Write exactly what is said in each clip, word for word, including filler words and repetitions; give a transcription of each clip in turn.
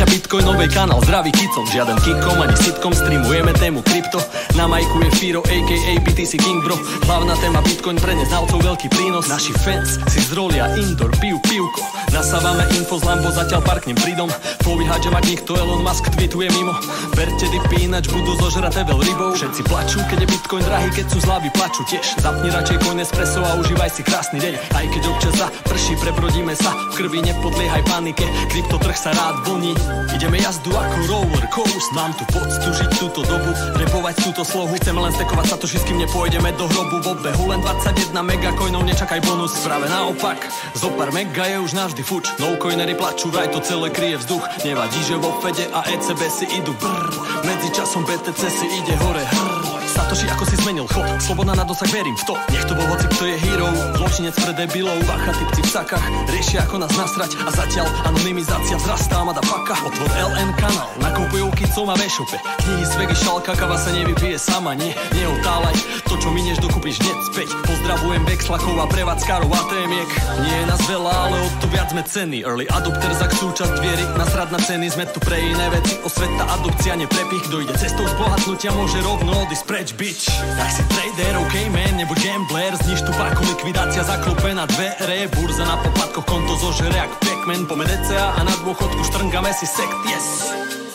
bitcoinovej kanál, zdravý kicom, žiaden kikom ani sitkom, streamujeme tému krypto, na majku je Firo aka bé té cé King bro, hlavná téma bitcoin pre neznalcov veľký prínos, naši fans si zrolia indoor, pijú pivko, nasávame info z Lambo, zatiaľ parknem pridom, flowy hádžem ak nikto, Elon Musk tweetuje mimo, berte dipy, ináč budú zožraté veľ rybou, všetci plačú, keď je bitcoin drahý, keď sú zľavy, plačú tiež, zapni radšej coin espresso a užívaj si krásny deň, aj keď občas za prší, prebrodíme sa, v krvi nepodliehaj panike, kryptotrh sa rád vlní, ideme jazdu ako roller coaster, mám tu poctu žiť túto dobu, repovať túto slohu, chceme len stekovať sa to, kým nepôjdeme do hrobu, v obehu len dvadsaťjeden megacoinov, nečakaj bonus, práve naopak, zopár mega je už navždy fuč, no coinery plačú, vraj to celé kryje vzduch, nevadí, že vo Fede a é cé bé si idú brr, medzi časom bé té cé si ide hore hrr. Satoshi, ako si zmenil chod, sloboda na dosah, verím v to, nech to bol hoci, kto je hero, zločinec pre debilov, bacha, typci v sakách, riešia ako nás nasrať a zatiaľ anonymizácia vzrastá, mada paka, otvor el en kanál, nakupujú kicom a v-shope, knihy z vegy, šalka, kava sa nevypije sama, nie, neotálaj, to čo minieš dokúpiš hneď späť, pozdravujem Vexlakov a prevádzkarov á té emiek, nie je nás veľa, ale o to viac sme ceny, early adopter za súčasť viery, nasrad na ceny, sme tu pre iné veci, osveta, adopcia, neprepich, kto ide cestou zbohatnutia, môže rovno odísť preč, bitch. Tak si trader, ok man, nebuď gambler, zniž tu páku, likvidácia zaklope na dvere, burza na popadkoch, konto zožere jak Pac-Man, pome dé cé á a na dôchodku štrngame si sekt, yes.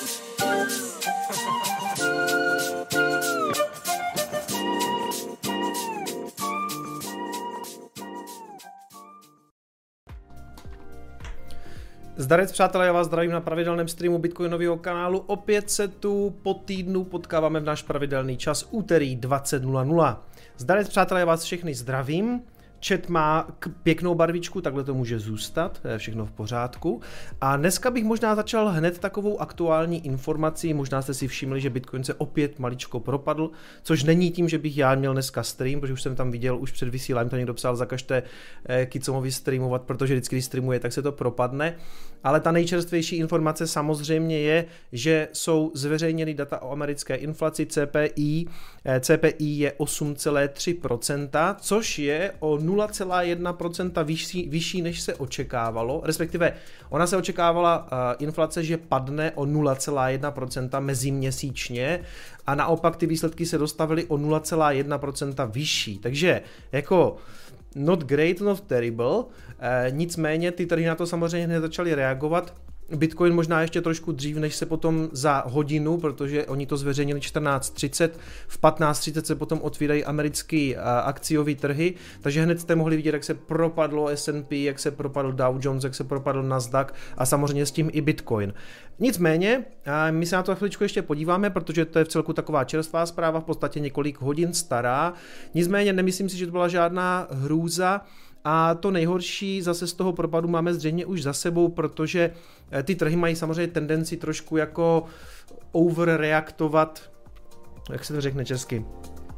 Zdarec přátelé, já vás zdravím na pravidelném streamu Bitcoinového kanálu. Opět se tu po týdnu potkáváme v náš pravidelný čas úterý dvacet nula nula. Zdarec přátelé, já vás všechny zdravím. Chat má pěknou barvičku, takhle to může zůstat, to je všechno v pořádku. A dneska bych možná začal hned takovou aktuální informací, možná jste si všimli, že Bitcoin se opět maličko propadl, což není tím, že bych já měl dneska stream, protože už jsem tam viděl, už před vysíláním to někdo psal, zakažte Kicomovi streamovat, protože vždycky, když streamuje, tak se to propadne. Ale ta nejčerstvější informace samozřejmě je, že jsou zveřejněny data o americké inflaci C P I. C P I je osm celá tři procenta, což je o nula celá jedna procenta vyšší, vyšší, než se očekávalo, respektive ona se očekávala uh, inflace, že padne o nula celá jedna procenta meziměsíčně a naopak ty výsledky se dostavily o nula celá jedna procenta vyšší, takže jako not great, not terrible, uh, nicméně ty trhy na to samozřejmě hned začaly reagovat. Bitcoin možná ještě trošku dřív, než se potom za hodinu, protože oni to zveřejnili čtrnáct třicet, v patnáct třicet se potom otvírají americký akciový trhy, takže hned jste mohli vidět, jak se propadlo S and P, jak se propadl Dow Jones, jak se propadl Nasdaq a samozřejmě s tím i Bitcoin. Nicméně, my se na to chviličku ještě podíváme, protože to je v celku taková čerstvá zpráva, v podstatě několik hodin stará, nicméně nemyslím si, že to byla žádná hrůza. A to nejhorší zase z toho propadu máme zřejmě už za sebou, protože ty trhy mají samozřejmě tendenci trošku jako overreaktovat, jak se to řekne česky,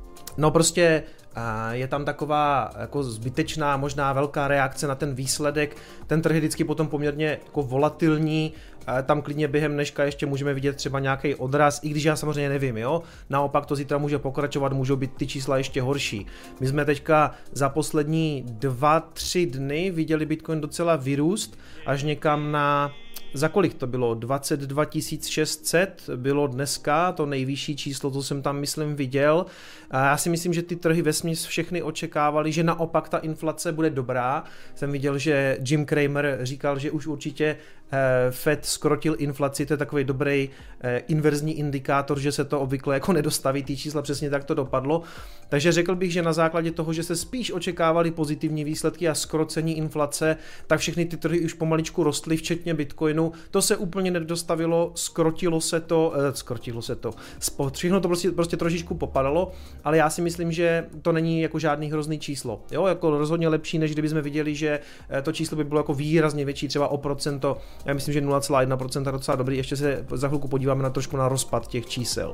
no prostě je tam taková jako zbytečná, možná velká reakce na ten výsledek, ten trh je vždycky potom poměrně jako volatilní, tam klidně během dneška ještě můžeme vidět třeba nějaký odraz, i když já samozřejmě nevím, jo, naopak to zítra může pokračovat, můžou být ty čísla ještě horší. My jsme teďka za poslední dva, tři dny viděli Bitcoin docela vyrůst, až někam na, za kolik to bylo, dvacet dva tisíc šest set bylo dneska, to nejvyšší číslo, to jsem tam myslím viděl. A já si myslím, že ty trhy vesměs všechny očekávali, že naopak ta inflace bude dobrá. Jsem viděl, že Jim Cramer říkal, že už určitě Fed skrotil inflaci, to je takový dobrý inverzní indikátor, že se to obvykle jako nedostaví, ty čísla přesně tak to dopadlo. Takže řekl bych, že na základě toho, že se spíš očekávali pozitivní výsledky a skrocení inflace, tak všechny ty trhy už pomaličku rostly, včetně Bitcoinu. To se úplně nedostavilo, skrotilo se to, eh, skrotilo se to, všechno to prostě, prostě trošičku popadalo, ale já si myslím, že to není jako žádný hrozný číslo. Jo, jako rozhodně lepší, než kdyby jsme viděli, že to číslo by bylo jako výrazně větší, třeba o procento. Já myslím, že nula celá jedna procenta docela dobrý, ještě se za chvilku podíváme na trošku na rozpad těch čísel.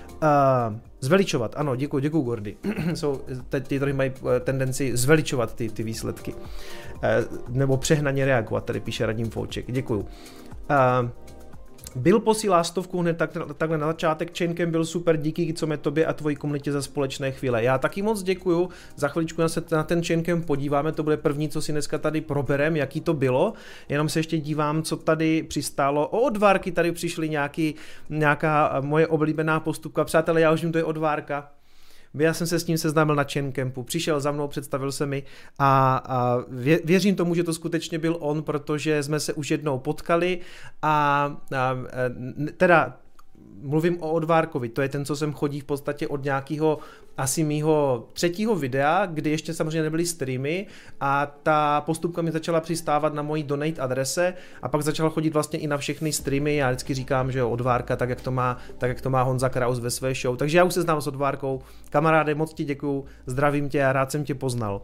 Uh, zveličovat, ano, děkuji, děkuji Gordy. Jsou, teď ty trhy mají tendenci zveličovat ty, ty výsledky. Uh, nebo přehnaně reagovat, tady píše Radim Fouček, děkuji. Uh, Bill posílá stovku hned tak, takhle na začátek. Chaincamp byl super, díky co mě tobě a tvojí komunitě za společné chvíle. Já taky moc děkuju, za chviličku se na ten Chaincamp podíváme, to bude první, co si dneska tady proberem, jaký to bylo. Jenom se ještě dívám, co tady přistálo. O odvárky tady přišly nějaký, nějaká moje oblíbená postupka. Přátelé, já už vím, to je odvárka. Já jsem se s ním seznámil na Chaincampu, přišel za mnou, představil se mi a, a vě, věřím tomu, že to skutečně byl on, protože jsme se už jednou potkali a, a teda mluvím o Odvárkovi, to je ten, co sem chodí v podstatě od nějakého asi mýho třetího videa, kdy ještě samozřejmě nebyly streamy a ta postupka mi začala přistávat na mojí donate adrese a pak začala chodit vlastně i na všechny streamy. Já vždycky říkám, že Odvárka, tak jak to má, tak jak to má Honza Kraus ve své show. Takže já už se znám s Odvárkou. Kamaráde, moc ti děkuju, zdravím tě a rád jsem tě poznal.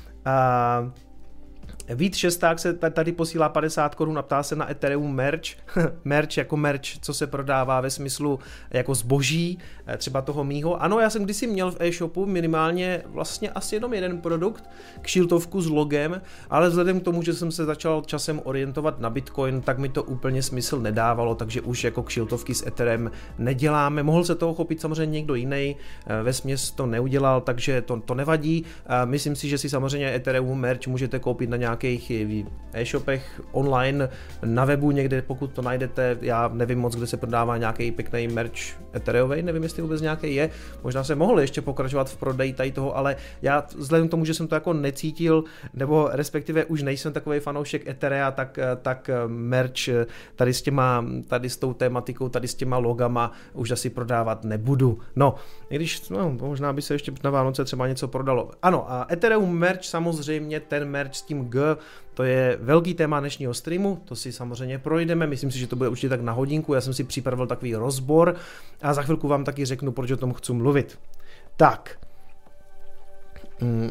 Uh, Vít Šesták se tady posílá padesát korun a ptá se na Ethereum merch. Merch jako merch, co se prodává ve smyslu jako zboží, třeba toho mýho. Ano, já jsem kdysi měl v e-shopu minimálně vlastně asi jenom jeden produkt, kšiltovku s logem, ale vzhledem k tomu, že jsem se začal časem orientovat na Bitcoin, tak mi to úplně smysl nedávalo, takže už jako kšiltovky s Etherem neděláme. Mohl se toho chopit samozřejmě někdo jiný, vesměs to neudělal, takže to, to nevadí. Myslím si, že si samozřejmě Ethereum merch můžete koupit na nějakých e-shopech online, na webu někde, pokud to najdete. Já nevím moc, kde se prodává nějaký pěkný merch Ethereovej, nevím, jestli vůbec nějaký je. Možná se mohl ještě pokračovat v prodeji tady toho, ale já vzhledem k tomu, že jsem to jako necítil, nebo respektive už nejsem takový fanoušek Etherea, tak, tak merch tady s těma, tady s tou tématikou, tady s těma logama už asi prodávat nebudu. No, i když, no, možná by se ještě na Vánoce třeba něco prodalo. Ano, a Ethereum merch, samozřejmě ten merch s tím G, to je velký téma dnešního streamu, to si samozřejmě projdeme, myslím si, že to bude určitě tak na hodinku, já jsem si připravil takový rozbor a za chvilku vám taky řeknu, proč o tom chci mluvit. Tak. Mm.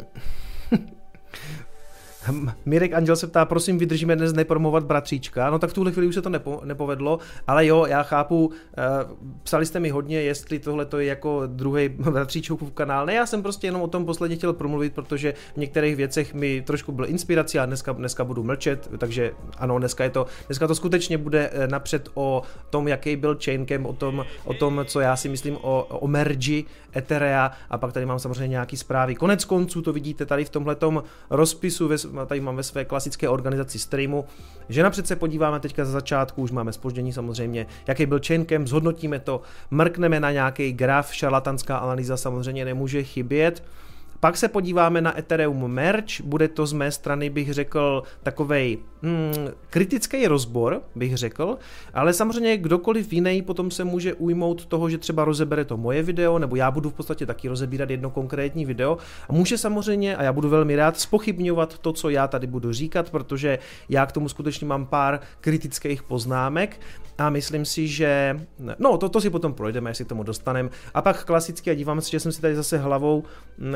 Mirek Anděl se ptá, prosím, vydržíme dnes nepromovat bratříčka. No tak v tuhle chvíli už se to nepo, nepovedlo, ale jo, já chápu, uh, psali jste mi hodně, jestli tohle to je jako druhý bratříčkův kanál. Ne, já jsem prostě jenom o tom posledně chtěl promluvit, protože v některých věcech mi trošku byl inspirace a dneska, dneska budu mlčet, takže ano, dneska je to, dneska to skutečně bude napřed o tom, jaký byl Chaincamp, o tom, o tom, co já si myslím o, o mergi Etherea a pak tady mám samozřejmě nějaký zprávy. Konec konců to vidíte tady v tomhletom rozpisu, ve, tady mám ve své klasické organizaci streamu, že napřed se podíváme teďka za začátku, už máme zpoždění samozřejmě, jaký byl Chaincamp, zhodnotíme to, mrkneme na nějaký graf, šarlatanská analýza samozřejmě nemůže chybět. Pak se podíváme na Ethereum merch, bude to z mé strany, bych řekl, takovej hmm, kritický rozbor, bych řekl, ale samozřejmě kdokoliv jiný potom se může ujmout toho, že třeba rozebere to moje video, nebo já budu v podstatě taky rozebírat jedno konkrétní video a může samozřejmě, a já budu velmi rád, zpochybňovat to, co já tady budu říkat, protože já k tomu skutečně mám pár kritických poznámek a myslím si, že, no to, to si potom projdeme, jestli k tomu dostaneme. A pak klasicky, a dívám se, že jsem si tady zase hlavou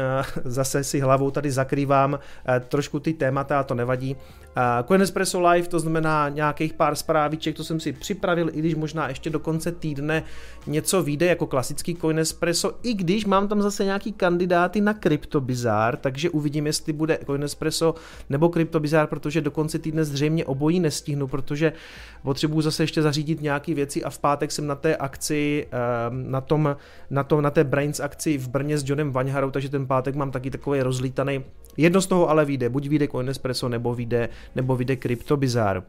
zase si hlavou tady zakrývám trošku ty témata a to nevadí. Coinespresso Live, to znamená nějakých pár zprávíček, to jsem si připravil, i když možná ještě do konce týdne něco vyjde jako klasický Coinespresso, i když mám tam zase nějaký kandidáty na CryptoBizar, takže uvidím, jestli bude Coinespresso nebo CryptoBizar, protože do konce týdne zřejmě obojí nestihnu, protože potřebuji zase ještě zařídit nějaké věci a v pátek jsem na té akci, na, tom, na, tom, na té Brains akci v Brně s Johnem Vaňharou, takže ten pátek mám taky takový rozlítaný. Jedno z toho ale vyjde, buď vyjde Coinespresso nebo vyjde, nebo vyjde CryptoBizar.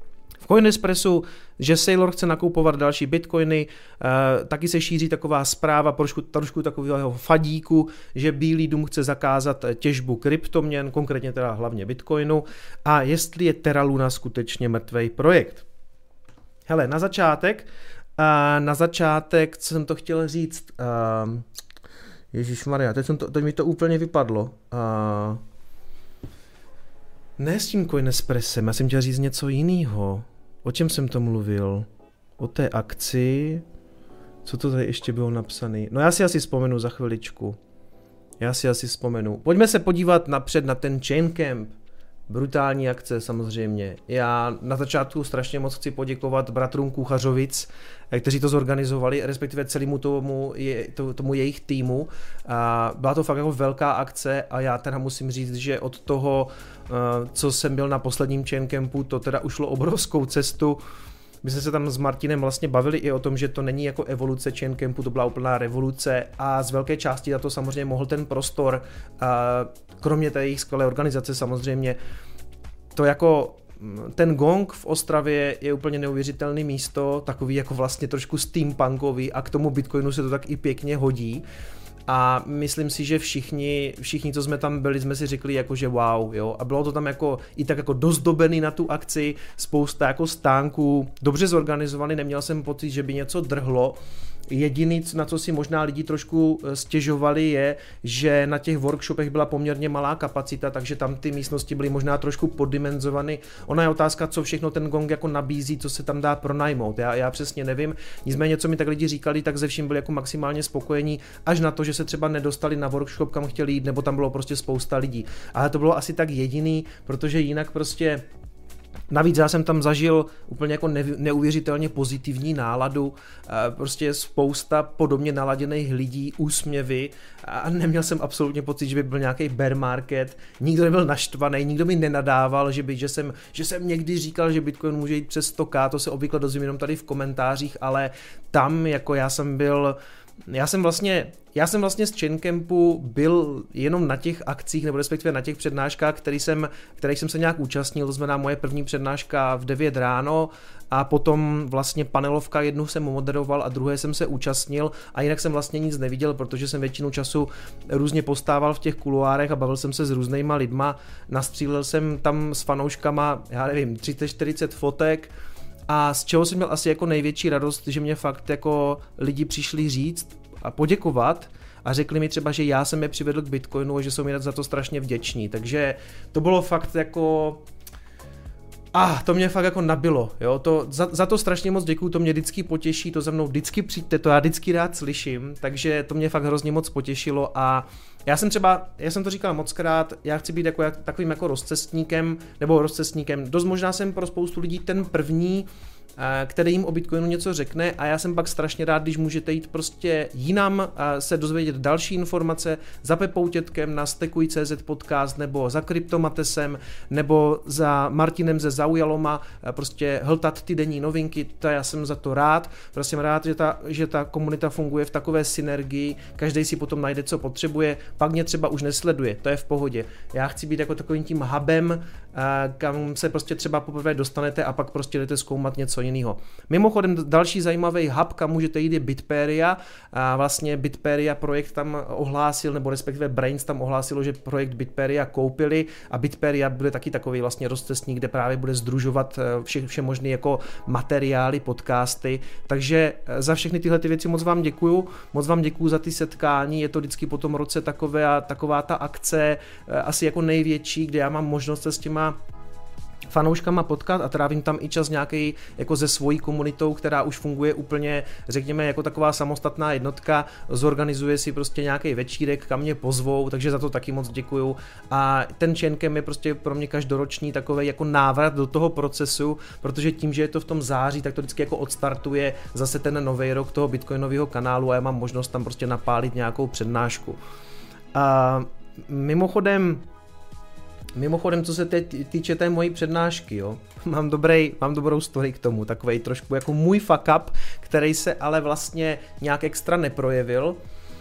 V Coinespressu, že Sailor chce nakoupovat další bitcoiny, eh, taky se šíří taková zpráva, trošku, trošku takového fadíku, že Bílý dům chce zakázat těžbu kryptoměn, konkrétně teda hlavně bitcoinu, a jestli je Terra Luna skutečně mrtvej projekt. Hele, na začátek, eh, na začátek, co jsem to chtěl říct, eh, Ježišmarja, teď, jsem to, teď mi to úplně vypadlo. Uh, ne s tím Coinespressem, já jsem chtěl říct něco jiného. O čem jsem to mluvil? O té akci? Co to tady ještě bylo napsané? No já si asi vzpomenu za chviličku. Já si asi vzpomenu. Pojďme se podívat napřed na ten Chaincamp. Brutální akce samozřejmě. Já na začátku strašně moc chci poděkovat bratrům Kuchařovic, kteří to zorganizovali, respektive celému tomu, je, tomu jejich týmu. A byla to fakt jako velká akce a já teda musím říct, že od toho, co jsem byl na posledním Chaincampu, to teda ušlo obrovskou cestu. My jsme se tam s Martinem vlastně bavili i o tom, že to není jako evoluce Chain Campu, to byla úplná revoluce a z velké části za to samozřejmě mohl ten prostor, a kromě té jejich skvělé organizace samozřejmě, to jako ten gong v Ostravě je úplně neuvěřitelné místo, takový jako vlastně trošku steampunkový a k tomu Bitcoinu se to tak i pěkně hodí. A myslím si, že všichni, všichni, co jsme tam byli, jsme si řekli jako, že wow, jo. A bylo to tam jako i tak jako dozdobený na tu akci, spousta jako stánků, dobře zorganizovaný, neměl jsem pocit, že by něco drhlo. Jediný, na co si možná lidi trošku stěžovali, je, že na těch workshopech byla poměrně malá kapacita, takže tam ty místnosti byly možná trošku poddimenzovaný. Ona je otázka, co všechno ten gong jako nabízí, co se tam dá pronajmout. Já, já přesně nevím. Nicméně, co mi tak lidi říkali, tak ze vším byli jako maximálně spokojení, až na to, že se třeba nedostali na workshop, kam chtěli jít, nebo tam bylo prostě spousta lidí. Ale to bylo asi tak jediný, protože jinak prostě navíc já jsem tam zažil úplně jako neuvěřitelně pozitivní náladu, prostě spousta podobně naladěných lidí, úsměvy a neměl jsem absolutně pocit, že by byl nějaký bear market, nikdo nebyl naštvaný, nikdo mi nenadával, že, by, že, jsem, že jsem někdy říkal, že Bitcoin může jít přes sto ká, to se obvykle dozvím jenom tady v komentářích, ale tam jako já jsem byl Já jsem vlastně, já jsem vlastně z Chain Campu byl jenom na těch akcích, nebo respektive na těch přednáškách, který jsem, kterých jsem se nějak účastnil, to znamená moje první přednáška v devět ráno a potom vlastně panelovka, jednu jsem moderoval a druhé jsem se účastnil a jinak jsem vlastně nic neviděl, protože jsem většinu času různě postával v těch kuloárech a bavil jsem se s různýma lidma, nastřílel jsem tam s fanouškama, já nevím, třicet čtyřicet fotek. A z čeho jsem měl asi jako největší radost, že mě fakt jako lidi přišli říct a poděkovat a řekli mi třeba, že já jsem je přivedl k Bitcoinu a že jsou mi za to strašně vděční. Takže to bylo fakt jako... Ah, to mě fakt jako nabilo, jo, to, za, za to strašně moc děkuju, to mě vždycky potěší, to za mnou vždycky přijďte, to já vždycky rád slyším, takže to mě fakt hrozně moc potěšilo a já jsem třeba, já jsem to říkal mockrát, já chci být jako, jak, takovým jako rozcestníkem, nebo rozcestníkem, dost možná jsem pro spoustu lidí ten první, který jim o Bitcoinu něco řekne a já jsem pak strašně rád, když můžete jít prostě jinam a se dozvědět další informace za Pepou Tětkem na stekuj tečka cé zet podcast nebo za Kryptomatesem nebo za Martinem ze Zaujaloma, prostě hltat ty denní novinky, to já jsem za to rád, prostě jsem rád, že ta, že ta komunita funguje v takové synergii, každý si potom najde, co potřebuje, pak mě třeba už nesleduje, to je v pohodě. Já chci být jako takovým tím hubem, kam se prostě třeba poprvé dostanete a pak prostě jdete zkoumat něco jiného. Mimochodem další zajímavý hub, kam můžete jít, je Bitperia. A vlastně Bitperia projekt tam ohlásil, nebo respektive Brains tam ohlásilo, že projekt Bitperia koupili a Bitperia bude taky takový vlastně rozcestník, kde právě bude sdružovat vše, vše možné jako materiály, podcasty. Takže za všechny tyhle ty věci moc vám děkuju. Moc vám děkuju za ty setkání. Je to vždycky po tom roce takové a taková ta akce asi jako největší, kde já mám možnost se s těma fanouškama potkat a trávím tam i čas nějaký jako se svojí komunitou, která už funguje úplně, řekněme, jako taková samostatná jednotka, zorganizuje si prostě nějaký večírek, kam mě pozvou, takže za to taky moc děkuju. A ten Chain Camp je prostě pro mě každoroční takový jako návrat do toho procesu, protože tím, že je to v tom září, tak to vždycky jako odstartuje zase ten nový rok toho bitcoinového kanálu a já mám možnost tam prostě napálit nějakou přednášku. A mimochodem Mimochodem, co se teď týče té mojí přednášky, jo, mám, dobrý, mám dobrou story k tomu, takovej trošku jako můj fuck up, který se ale vlastně nějak extra neprojevil.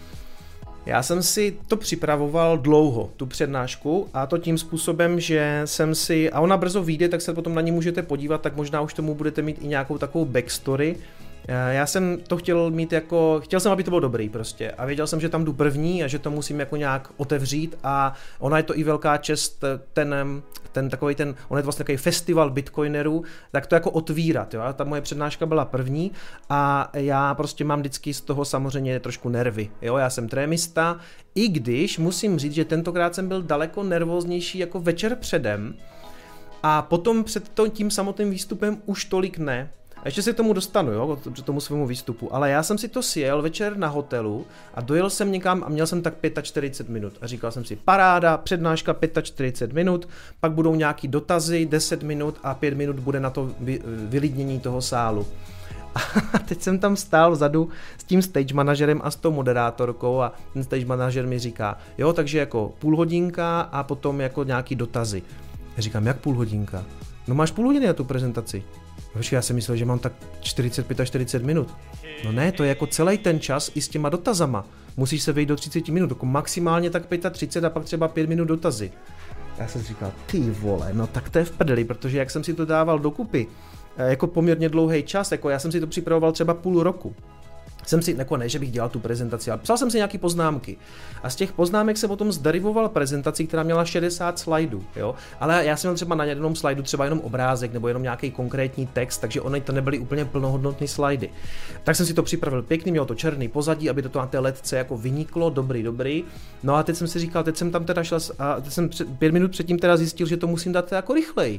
Já jsem si to připravoval dlouho, tu přednášku, a to tím způsobem, že jsem si, a ona brzo vyjde, tak se potom na ní můžete podívat, tak možná už tomu budete mít i nějakou takovou backstory. Já jsem to chtěl mít jako, chtěl jsem, aby to bylo dobrý prostě a věděl jsem, že tam jdu první a že to musím jako nějak otevřít a ona je to i velká čest, ten, ten takový ten, on je to vlastně takový festival bitcoinerů, tak to jako otvírat, jo, a ta moje přednáška byla první a já prostě mám vždycky z toho samozřejmě trošku nervy, jo, já jsem trémista, i když musím říct, že tentokrát jsem byl daleko nervóznější jako večer předem a potom před tím samotným výstupem už tolik ne. A ještě se k tomu dostanu, jo, k tomu svému výstupu, ale já jsem si to sjel večer na hotelu a dojel jsem někam a měl jsem tak čtyřicet pět minut a říkal jsem si paráda, přednáška čtyřicet pět minut, pak budou nějaký dotazy deset minut a pět minut bude na to vy, vylidnění toho sálu. A teď jsem tam stál vzadu s tím stage manažerem a s tou moderátorkou a ten stage manažer mi říká, jo, takže jako půl hodinka a potom jako nějaký dotazy. Já říkám, jak půl hodinka? No máš půl hodiny na tu prezentaci. Počkej, já jsem myslel, že mám tak čtyřicet pět až čtyřicet minut. No ne, to je jako celý ten čas i s těma dotazama. Musíš se vejít do třicet minut, jako maximálně tak třicet pět a pak třeba pět minut dotazy. Já jsem si říkal, ty vole, no tak to je v prdeli, protože jak jsem si to dával dokupy, jako poměrně dlouhý čas, jako já jsem si to připravoval třeba půl roku. Jsem si, jako ne, že bych dělal tu prezentaci, ale psal jsem si nějaký poznámky. A z těch poznámek jsem potom zderivoval prezentaci, která měla šedesát slajdů, jo. Ale já jsem měl třeba na jednom slajdu třeba jenom obrázek nebo jenom nějaký konkrétní text, takže ony to nebyly úplně plnohodnotné slajdy. Tak jsem si to připravil pěkný, mělo to černý pozadí, aby to na té ledce jako vyniklo, dobrý, dobrý. No a teď jsem si říkal, teď jsem tam teda šel a teď jsem před, pět minut předtím teda zjistil, že to musím dát jako rychleji.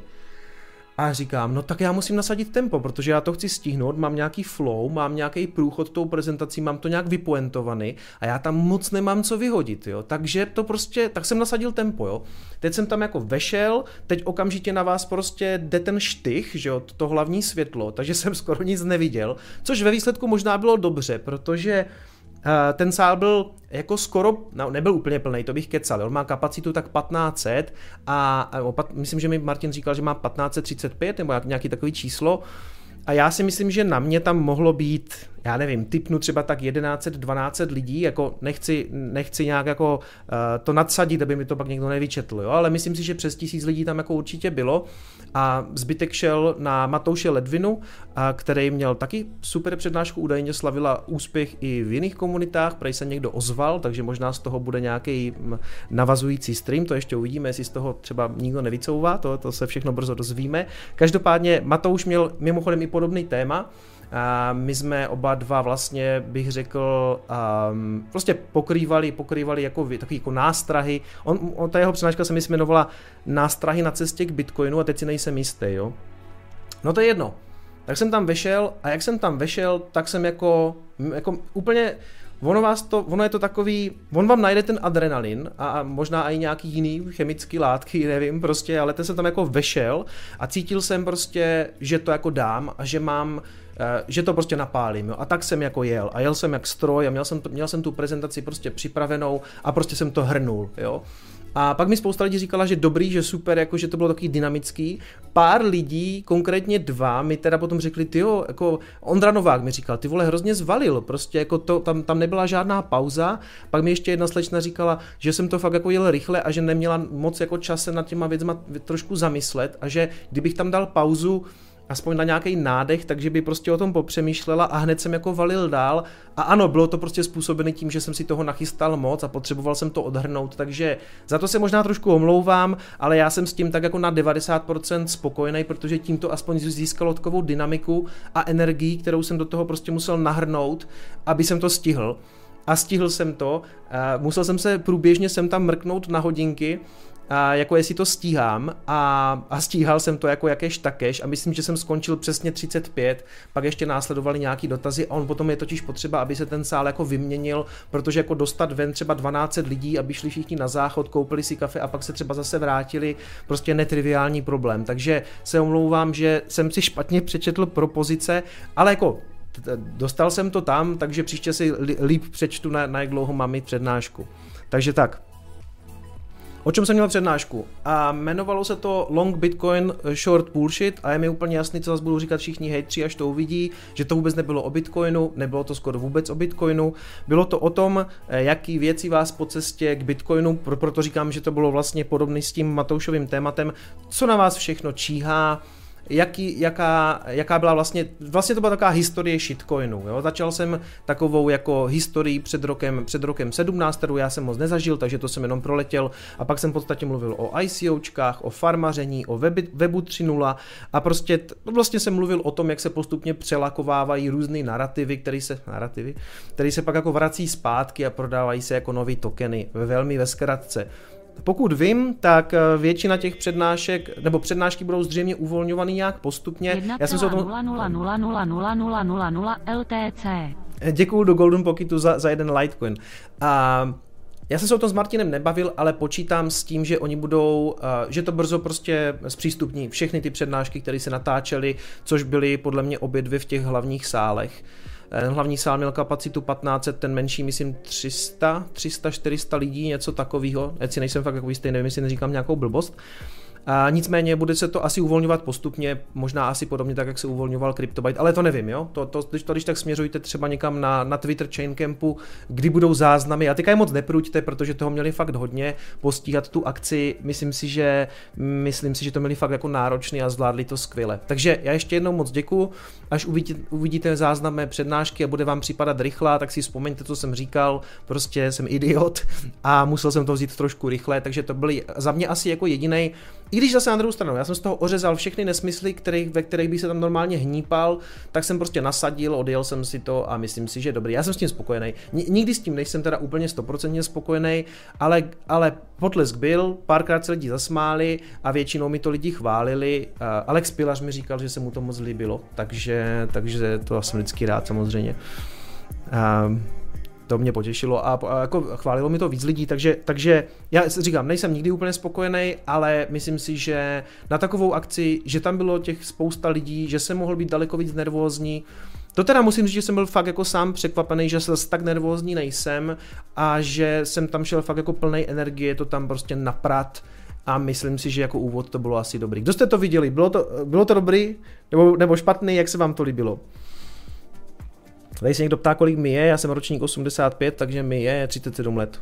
A říkám, no tak já musím nasadit tempo, protože já to chci stihnout, mám nějaký flow, mám nějaký průchod tou prezentací, mám to nějak vypoentovaný a já tam moc nemám co vyhodit, jo. Takže to prostě, tak jsem nasadil tempo, jo. Teď jsem tam jako vešel, teď okamžitě na vás prostě jde ten štych, že jo, to hlavní světlo, takže jsem skoro nic neviděl, což ve výsledku možná bylo dobře, protože ten sál byl jako skoro, no, nebyl úplně plný, to bych kecal, on má kapacitu tak patnáct set a, a opat, myslím, že mi Martin říkal, že má patnáct set třicet pět nebo nějaký takový číslo a já si myslím, že na mě tam mohlo být, já nevím, tipnu třeba tak jedenáct set dvanáct set lidí, jako nechci, nechci nějak jako uh, to nadsadit, aby mi to pak někdo nevyčetl, jo, ale myslím si, že přes tisíc lidí tam jako určitě bylo a zbytek šel na Matouše Ledvinu, a který měl taky super přednášku, údajně slavila úspěch i v jiných komunitách, prej se někdo ozval, takže možná z toho bude nějaký navazující stream, to ještě uvidíme, jestli z toho třeba nikdo nevycouvá, to, to se všechno brzo dozvíme. Každopádně Matouš měl mimochodem i podobný téma. A my jsme oba dva vlastně, bych řekl, um, prostě pokrývali, pokrývali jako takový jako nástrahy. On, on, ta jeho přednáška se mi jmenovala Nástrahy na cestě k Bitcoinu a teď si nejsem jistý, jo. No to je jedno. Tak jsem tam vešel a jak jsem tam vešel, tak jsem jako, jako úplně, ono vás to, ono je to takový, on vám najde ten adrenalin a možná i nějaký jiný chemický látky, nevím prostě, ale ten jsem tam jako vešel a cítil jsem prostě, že to jako dám a že mám, že to prostě napálím, jo. A tak jsem jako jel a jel jsem jak stroj a měl jsem, měl jsem tu prezentaci prostě připravenou a prostě jsem to hrnul, jo. A pak mi spousta lidí říkala, že dobrý, že super, jako že to bylo takový dynamický. Pár lidí, konkrétně dva, mi teda potom řekli, tyjo, jako Ondra Novák mi říkal, ty vole, hrozně zvalil, prostě jako to, tam, tam nebyla žádná pauza. Pak mi ještě jedna slečna říkala, že jsem to fakt jako jel rychle a že neměla moc jako čas se nad těma věcma trošku zamyslet a že kdybych tam dal pauzu, aspoň na nějaký nádech, takže by prostě o tom popřemýšlela a hned jsem jako valil dál a ano, bylo to prostě způsobené tím, že jsem si toho nachystal moc a potřeboval jsem to odhrnout, takže za to se možná trošku omlouvám, ale já jsem s tím tak jako na devadesát procent spokojený, protože tím to aspoň získalo takovou dynamiku a energii, kterou jsem do toho prostě musel nahrnout, aby jsem to stihl. A stihl jsem to, musel jsem se průběžně sem tam mrknout na hodinky, a jako jestli to stíhám a, a stíhal jsem to jako jakéž takéž a myslím, že jsem skončil přesně třicet pět, pak ještě následovaly nějaký dotazy a on potom je totiž potřeba, aby se ten sál jako vyměnil, protože jako dostat ven třeba dvanáct set lidí, aby šli všichni na záchod, koupili si kafe a pak se třeba zase vrátili, prostě netriviální problém, takže se omlouvám, že jsem si špatně přečetl propozice, ale jako dostal jsem to tam, takže příště si líp přečtu, na, na jak dlouho mám mít přednášku. Takže tak. O čem jsem měl přednášku? A jmenovalo se to Long Bitcoin Short Bullshit a je mi úplně jasný, co zase budou říkat všichni hejtři, až to uvidí, že to vůbec nebylo o Bitcoinu, nebylo to skoro vůbec o Bitcoinu, bylo to o tom, jaký věci vás po cestě k Bitcoinu, proto říkám, že to bylo vlastně podobné s tím Matoušovým tématem, co na vás všechno číhá, Jaký, jaká, jaká byla vlastně, vlastně to byla taková historie shitcoinu, jo? Začal jsem takovou jako historii před rokem, před rokem sedmnáct, kterou já jsem moc nezažil, takže to jsem jenom proletěl a pak jsem v podstatě mluvil o ICOčkách, o farmaření, o webi, webu tři tečka nula a prostě vlastně jsem mluvil o tom, jak se postupně přelakovávají různé narrativy, které se, narrativy, které se pak jako vrací zpátky a prodávají se jako nový tokeny, velmi ve zkratce. Pokud vím, tak většina těch přednášek, nebo přednášky budou zřejmě uvolňovaný nějak postupně. Já jsem se o tom... L T C. Děkuju do Golden Pocketu za, za jeden Litecoin. A já jsem se o tom s Martinem nebavil, ale počítám s tím, že oni budou, že to brzo prostě zpřístupní všechny ty přednášky, které se natáčely, což byly podle mě obě dvě v těch hlavních sálech. Ten hlavní sál měl kapacitu patnáct set, ten menší myslím tři sta, tři sta, čtyři sta lidí, něco takového. Já si nejsem fakt jako jistý, nevím, jestli neříkám nějakou blbost. A nicméně bude se to asi uvolňovat postupně, možná asi podobně tak, jak se uvolňoval CryptoByte, ale to nevím, jo. To, to, to, to když tak směřujte třeba někam na, na Twitter Chaincampu, kdy budou záznamy. A teďka je moc neprůjďte, protože toho měli fakt hodně postíhat tu akci. Myslím si, že myslím si, že to měli fakt jako náročný a zvládli to skvěle. Takže já ještě jednou moc děkuju. Až uvidíte, uvidíte záznam mé přednášky a bude vám připadat rychlá, tak si vzpomeňte, co jsem říkal. Prostě jsem idiot a musel jsem to vzít trošku rychle, takže to byly za mě asi jako jedinej. I když zase na druhou stranu, já jsem z toho ořezal všechny nesmysly, kterých, ve kterých bych se tam normálně hnípal, tak jsem prostě nasadil, odjel jsem si to a myslím si, že dobrý. Já jsem s tím spokojený. Nikdy s tím nejsem teda úplně stoprocentně spokojený, ale, ale potlesk byl, párkrát se lidi zasmáli a většinou mi to lidi chválili. Alex Pilař mi říkal, že se mu to moc líbilo, takže, takže to jsem vždycky rád samozřejmě. Um, To mě potěšilo a, a jako chválilo mi to víc lidí, takže, takže já říkám, nejsem nikdy úplně spokojený, ale myslím si, že na takovou akci, že tam bylo těch spousta lidí, že jsem mohl být daleko víc nervózní. To teda musím říct, že jsem byl fakt jako sám překvapený, že zase tak nervózní nejsem a že jsem tam šel fakt jako plnej energie, to tam prostě naprat a myslím si, že jako úvod to bylo asi dobrý. Kdo jste to viděli? Bylo to, bylo to dobrý nebo, nebo špatný? Jak se vám to líbilo? Tady se někdo ptá, kolik mi je, já jsem ročník osmdesát pět, takže mi je třicet sedm let.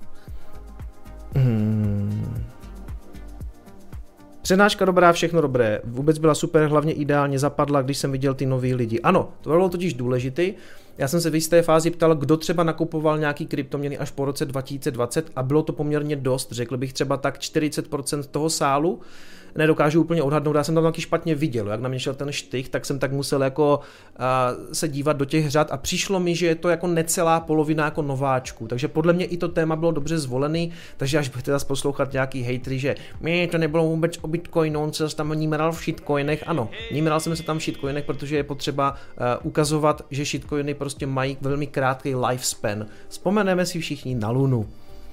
Hmm. Přednáška dobrá, všechno dobré. Vůbec byla super, hlavně ideálně zapadla, když jsem viděl ty nový lidi. Ano, to bylo totiž důležitý. Já jsem se v jisté fázi ptal, kdo třeba nakupoval nějaký kryptoměny až po roce dva tisíce dvacet a bylo to poměrně dost, řekl bych třeba tak čtyřicet procent toho sálu. Nedokážu úplně odhadnout, já jsem tam taky špatně viděl, jak na mě šel ten štych, tak jsem tak musel jako uh, se dívat do těch řad a přišlo mi, že je to jako necelá polovina jako nováčků, takže podle mě i to téma bylo dobře zvolený, takže až budete zase poslouchat nějaký hejtry, že mě to nebylo vůbec o Bitcoinu, on se tam nímeral v shitcoinech, ano, nímeral jsem se tam v shitcoinech, protože je potřeba uh, ukazovat, že shitcoiny prostě mají velmi krátký lifespan. Vzpomeneme si všichni na Lunu.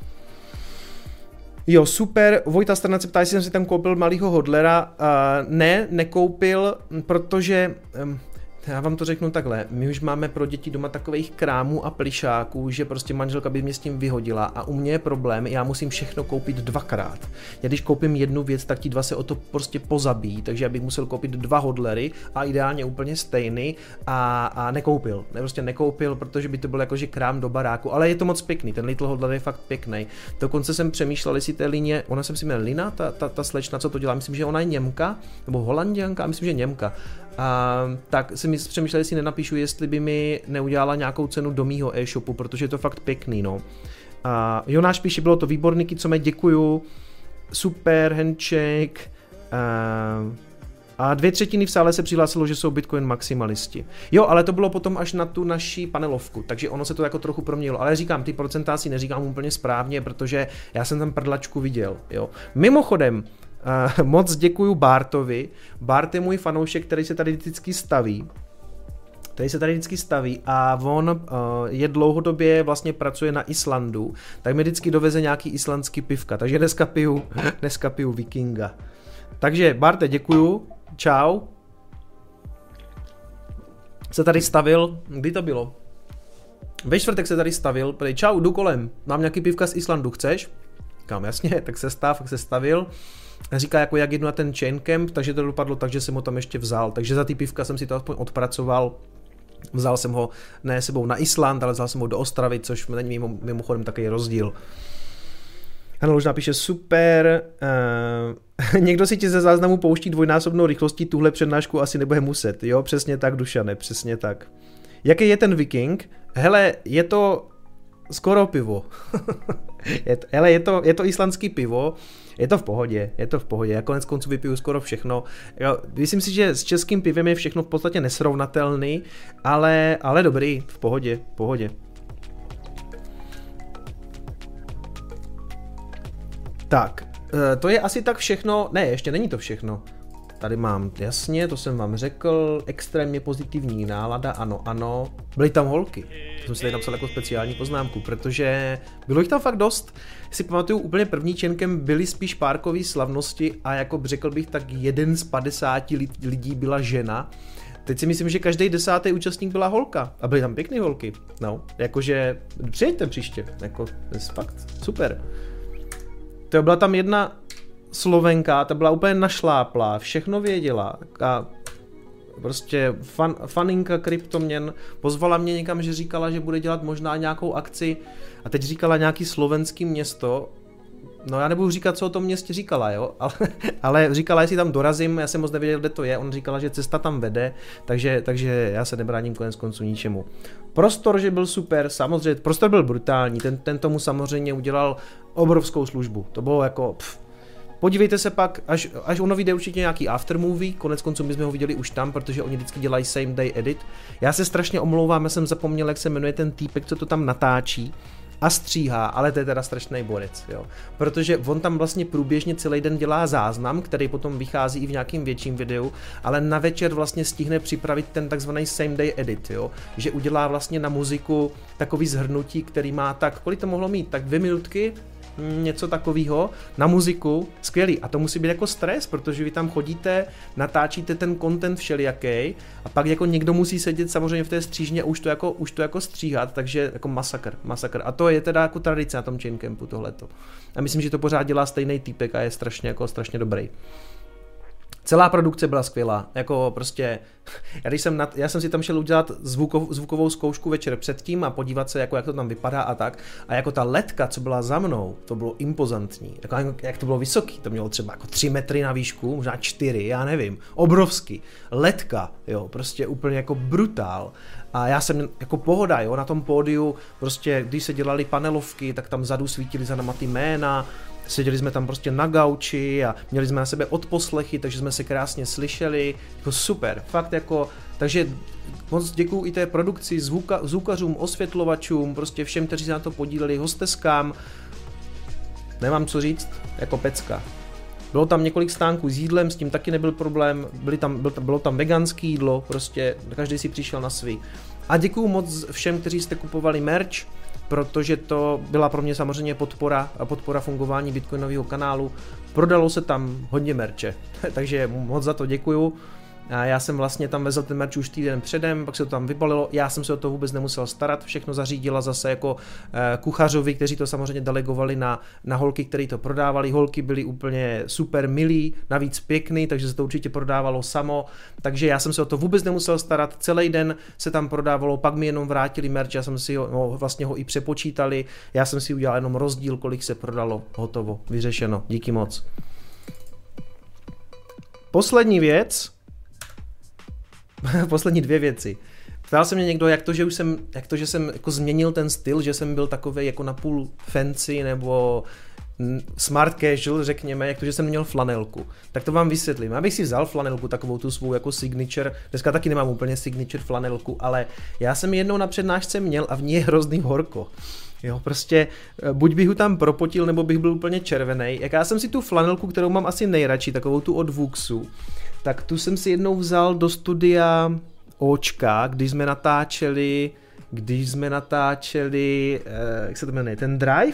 Jo, super. Vojta Stranac se ptá, jestli jsem si tam koupil malýho hodlera. Uh, ne, nekoupil, protože... Um, já vám to řeknu takhle, my už máme pro děti doma takových krámů a plišáků, že prostě manželka by mě s tím vyhodila a u mě je problém, já musím všechno koupit dvakrát. Já když koupím jednu věc, tak ti dva se o to prostě pozabíjí, takže já bych musel koupit dva hodlery a ideálně úplně stejný a, a nekoupil. Ne, prostě nekoupil, protože by to byl jakože krám do baráku, ale je to moc pěkný, ten Little Hodler je fakt pěkný. Dokonce jsem přemýšlel, jestli té linie, ona jsem si jmenuje Lina, ta, ta, ta slečna, co to dělá, myslím, že ona je Němka, nebo Holanděnka, myslím, že Němka. A, tak jsem přemýšlel, jestli nenapíšu, jestli by mi neudělala nějakou cenu do mýho e-shopu, protože je to fakt pěkný, no. A Jonáš píše, bylo to výborný, co mě děkuju, super, handshake. A, a dvě třetiny v sále se přihlásilo, že jsou Bitcoin maximalisti. Jo, ale to bylo potom až na tu naší panelovku, takže ono se to jako trochu proměnilo. Ale říkám, ty procenta si neříkám úplně správně, protože já jsem tam prdlačku viděl, jo. Mimochodem, Uh, moc děkuju Bartovi. Bart je můj fanoušek, který se tady vždycky staví. Který se tady vždycky staví a on uh, je dlouhodobě vlastně pracuje na Islandu, tak mi vždycky doveze nějaký islandský pivka, takže dneska piju, dneska piju Vikinga. Takže Barte, děkuju, čau. Se tady stavil, kdy to bylo? Ve čtvrtek se tady stavil, prej, čau, jdu kolem, mám nějaký pivka z Islandu, chceš? Říkám, jasně, tak se stav, tak se stavil. Říká, jako jak jdu na ten Chaincamp, takže to dopadlo tak, že jsem ho tam ještě vzal. Takže za ty pivka jsem si to aspoň odpracoval. Vzal jsem ho ne sebou na Island, ale vzal jsem ho do Ostravy, což není mimo, mimochodem takový rozdíl. Hanna Lužná píše, super. Uh, někdo si ti ze záznamu pouští dvojnásobnou rychlostí, tuhle přednášku asi nebude muset. Jo, přesně tak, Dušane, přesně tak. Jaký je ten Viking? Hele, je to skoro pivo. je to, hele, je to, je to islandský pivo. Je to v pohodě, je to v pohodě, já konec konců vypiju skoro všechno. Jo, myslím si, že s českým pivem je všechno v podstatě nesrovnatelný, ale, ale dobrý, v pohodě, v pohodě. Tak, to je asi tak všechno, ne, ještě není to všechno. Tady mám, jasně, to jsem vám řekl, extrémně pozitivní nálada, ano, ano. Byly tam holky, to jsem si tady napsal jako speciální poznámku, protože bylo jich tam fakt dost. Si pamatuju, úplně první Chaincamp byly spíš párkový slavnosti a jako řekl bych, tak jeden z padesáti lidí byla žena. Teď si myslím, že každý desátý účastník byla holka a byly tam pěkné holky. No, jakože přijďte příště, jako, to je fakt super. To byla tam jedna Slovenka, ta byla úplně našláplá, všechno věděla a prostě fan, faninka kryptoměn pozvala mě někam, že říkala, že bude dělat možná nějakou akci a teď říkala nějaký slovenský město. No já nebudu říkat, co o tom městě říkala, jo, ale, ale říkala, jestli tam dorazím, já jsem moc nevěděl, kde to je, on říkala, že cesta tam vede, takže, takže já se nebráním konec konců ničemu. Prostor, že byl super, samozřejmě, prostor byl brutální, ten, ten tomu samozřejmě udělal obrovskou službu, to bylo jako, pff. Podívejte se pak, až, až ono vyjde určitě nějaký aftermovie, konec konců my jsme ho viděli už tam, protože oni vždycky dělají same day edit. Já se strašně omlouvám, já jsem zapomněl, jak se jmenuje ten týpek, co to tam natáčí a stříhá, ale to je teda strašný borec, jo. Protože on tam vlastně průběžně celý den dělá záznam, který potom vychází i v nějakým větším videu, ale na večer vlastně stihne připravit ten takzvaný same day edit, jo. Že udělá vlastně na muziku takový zhrnutí, který má tak, kolik to mohlo mít, tak dvě minutky, něco takového na muziku, skvělý. A to musí být jako stres, protože vy tam chodíte, natáčíte ten content všelijaký a pak jako někdo musí sedět samozřejmě v té střížně a už to jako, už to jako stříhat, takže jako masakr, masakr. A to je teda jako tradice na tom Chain Campu tohleto. A myslím, že to pořád dělá stejný týpek a je strašně jako strašně dobrý. Celá produkce byla skvělá, jako prostě, já, když jsem na, já jsem si tam šel udělat zvukov, zvukovou zkoušku večer předtím a podívat se, jako, jak to tam vypadá a tak, a jako ta ledka, co byla za mnou, to bylo impozantní, jako, jak to bylo vysoký, to mělo třeba jako tři metry na výšku, možná čtyři, já nevím, obrovský, ledka, jo, prostě úplně jako brutál. A já jsem jako pohoda, jo, na tom pódiu, prostě když se dělaly panelovky, tak tam vzadu svítily za náma ty jména, seděli jsme tam prostě na gauči a měli jsme na sebe odposlechy, takže jsme se krásně slyšeli, jako super, fakt jako, takže moc děkuju i té produkci, zvuka, zvukařům, osvětlovačům, prostě všem, kteří se na to podíleli, hosteskám, nemám co říct, jako pecka. Bylo tam několik stánků s jídlem, s tím taky nebyl problém, byly tam, bylo, bylo tam veganské jídlo, prostě každý si přišel na svý. A děkuju moc všem, kteří jste kupovali merch, protože to byla pro mě samozřejmě podpora a podpora fungování bitcoinového kanálu. Prodalo se tam hodně merče, takže moc za to děkuju. A já jsem vlastně tam vezl ten merch už týden předem, pak se to tam vybalilo, já jsem se o to vůbec nemusel starat, všechno zařídila zase jako e, kuchařovi, kteří to samozřejmě delegovali na, na holky, které to prodávali. Holky byly úplně super milí, navíc pěkný, takže se to určitě prodávalo samo, takže já jsem se o to vůbec nemusel starat, celý den se tam prodávalo, pak mi jenom vrátili merch, já jsem si ho, no, vlastně ho i přepočítali, já jsem si udělal jenom rozdíl, kolik se prodalo, hotovo, vyřešeno, díky moc. Poslední věc, poslední dvě věci. Ptal se mě někdo, jak to, že už jsem, jak to, že jsem jako změnil ten styl, že jsem byl takovej jako napůl fancy nebo smart casual, řekněme, jak to, že jsem měl flanelku. Tak to vám vysvětlím. Já bych si vzal flanelku, takovou tu svou jako signature, dneska taky nemám úplně signature flanelku, ale já jsem jednou na přednášce měl a v ní je hrozný horko. Jo, prostě buď bych ho tam propotil, nebo bych byl úplně červený. Jak já jsem si tu flanelku, kterou mám asi nejradši, takovou tu od Vuxu, tak tu jsem si jednou vzal do studia Očka, když jsme natáčeli, když jsme natáčeli, eh, jak se to jmenuje, ten Drive?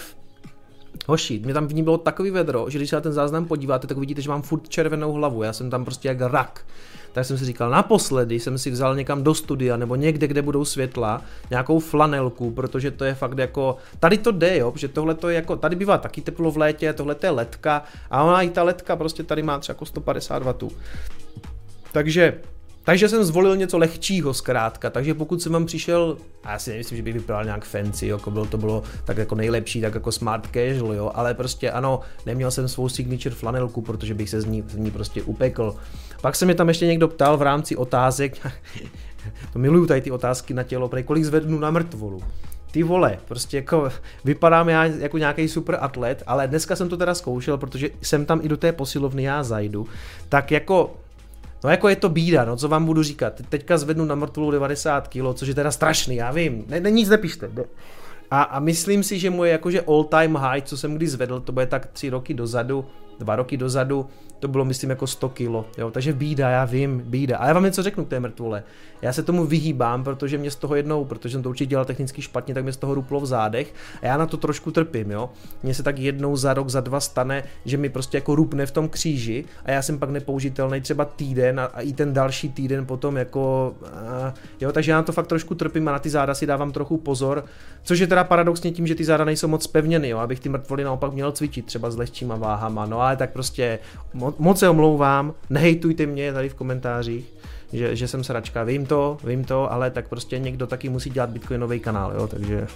Hoši, mě tam v ní bylo takový vedro, že když se na ten záznam podíváte, tak vidíte, že mám furt červenou hlavu, já jsem tam prostě jak rak. Tak jsem si říkal, naposledy jsem si vzal někam do studia nebo někde, kde budou světla, nějakou flanelku, protože to je fakt jako, tady to jde, jo, protože tohle to je jako, tady bývá taky teplo v létě, tohle to je ledka a ona i ta ledka prostě tady má třeba jako sto padesát wattů. Takže Takže jsem zvolil něco lehčího zkrátka, takže pokud jsem vám přišel, a já si nemyslím, že bych vypadal nějak fancy, jako bylo, to bylo tak jako nejlepší, tak jako smart casual, jo, ale prostě ano, neměl jsem svou signature flanelku, protože bych se z ní, z ní prostě upekl. Pak se mě tam ještě někdo ptal v rámci otázek, to miluju tady ty otázky na tělo, prej, kolik zvednu na mrtvolu. Ty vole, prostě jako vypadám já jako nějaký super atlet, ale dneska jsem to teda zkoušel, protože jsem tam i do té posilovny já zajdu, tak jako no jako je to bída, no co vám budu říkat, teďka zvednu na mrtvolu devadesát kilo, což je teda strašný, já vím, ne, ne nic nepište. A, a myslím si, že moje jakože all time high, co jsem kdy zvedl, to bude tak tři roky dozadu, dva roky dozadu, to bylo myslím jako sto kilo, jo, takže bída, já vím, bída. A já vám něco řeknu k té mrtvole. Já se tomu vyhýbám, protože mě z toho jednou, protože jsem to určitě dělal technicky špatně, tak mě z toho ruplo v zádech a já na to trošku trpím, jo. Mně se tak jednou za rok, za dva stane, že mi prostě jako rupne v tom kříži a já jsem pak nepoužitelný třeba týden a, a i ten další týden potom jako, a, jo, takže já na to fakt trošku trpím a na ty záda si dávám trochu pozor, což je teda paradoxně tím, že ty záda nejsou moc pevněny, jo, abych ty mrtvoly naopak měl cvičit třeba s lehčíma váhama, no ale tak prostě mo- moc se omlouvám, nehejtujte mě tady v komentářích, že, že jsem sračka, vím to, vím to, ale tak prostě někdo taky musí dělat bitcoinový kanál, jo, takže...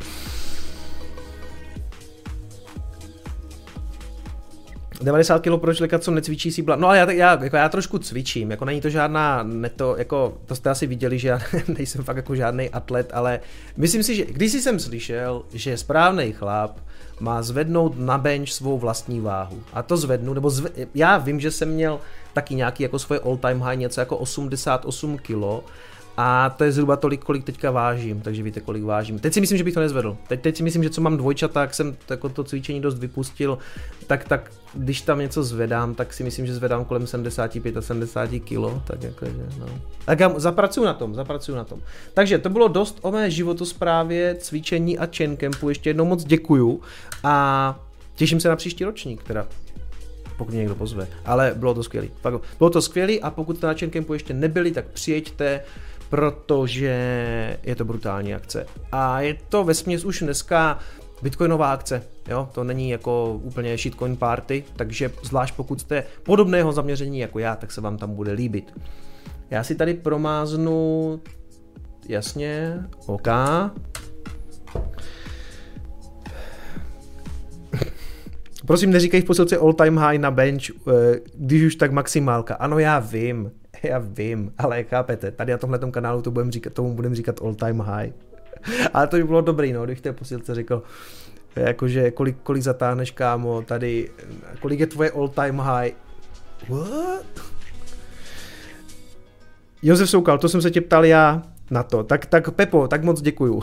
devadesát kilo pro člověka, co necvičí síbla. No ale já, já, jako já trošku cvičím, jako není to žádná neto, jako to jste asi viděli, že já nejsem fakt jako žádný atlet, ale myslím si, že když jsem slyšel, že správný chlap má zvednout na bench svou vlastní váhu. A to zvednu, nebo zve, já vím, že jsem měl taky nějaký jako svoje all time high, něco jako osmdesát osm kilo. A to je zhruba tolik, kolik teďka vážím, takže víte, kolik vážím. Teď si myslím, že bych to nezvedl. Teď, teď si myslím, že co mám dvojčata, tak jsem jako to cvičení dost vypustil, tak, tak když tam něco zvedám, tak si myslím, že zvedám kolem sedmdesát pět a sedmdesát kilo, tak jakože, no. Tak já zapracuju na tom, zapracuju na tom. Takže to bylo dost o mé životosprávě, cvičení a chaincampu, ještě jednou moc děkuju a těším se na příští ročník, teda. Pokud mě někdo pozve, ale bylo to skvělý. Bylo to skvělý a pokud jste na chaincampu ještě nebyli, tak přijeďte, protože je to brutální akce. A je to vesměs už dneska bitcoinová akce, jo, to není jako úplně shitcoin party, takže zvlášť pokud jste podobného zaměření jako já, tak se vám tam bude líbit. Já si tady promáznu, jasně, OK. Prosím, neříkej v posilce all time high na bench, když už tak maximálka. Ano, já vím, já vím, ale chápete, tady na tomhletom kanálu to budem říkat, tomu budem říkat all time high. Ale to by bylo dobrý, no, kdybych v té posilce řekl, jakože kolik, kolik zatáhneš, kámo, tady, kolik je tvoje all time high. What? Josef Soukal, to jsem se tě ptal já na to. Tak, tak Pepo, tak moc děkuju.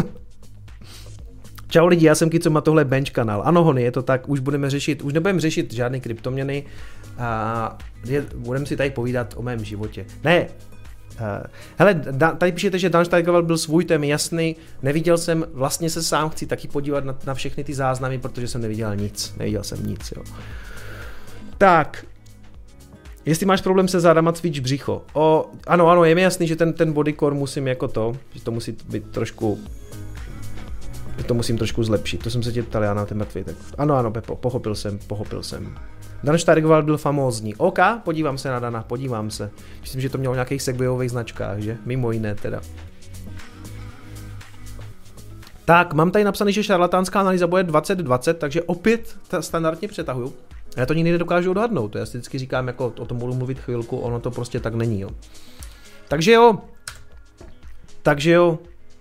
Čau lidi, já jsem Kico, má tohle bench kanál. Ano Hony, je to tak, už budeme řešit, už nebudeme řešit žádné kryptoměny a budeme si tady povídat o mém životě. Ne, uh, hele, da, tady píšete, že Dan Steigerwald byl svůj, to je mi jasný, neviděl jsem, vlastně se sám chci taky podívat na, na všechny ty záznamy, protože jsem neviděl nic, neviděl jsem nic, jo. Tak, jestli máš problém se zádama, cvič břicho. O, ano, ano, je mi jasný, že ten, ten bodycore musím jako to, že to musí být trošku... To musím trošku zlepšit, to jsem se tě ptal, já na ten mrtvý, tak ano, ano, Pepo, pochopil jsem, pochopil jsem. Dan Steigerwald byl famózní. OK, podívám se na Dana, podívám se. Myslím, že to mělo v nějakých segwayových značkách, že? Mimo jiné teda. Tak, mám tady napsaný, že šarlatánská analýza bude dvacet dvacet, takže opět standardně přetahuju. Já to nikdy nedokážu odhadnout, já si vždycky říkám, jako o tom budu mluvit chvilku, ono to prostě tak není, jo. Takže jo, takže jo.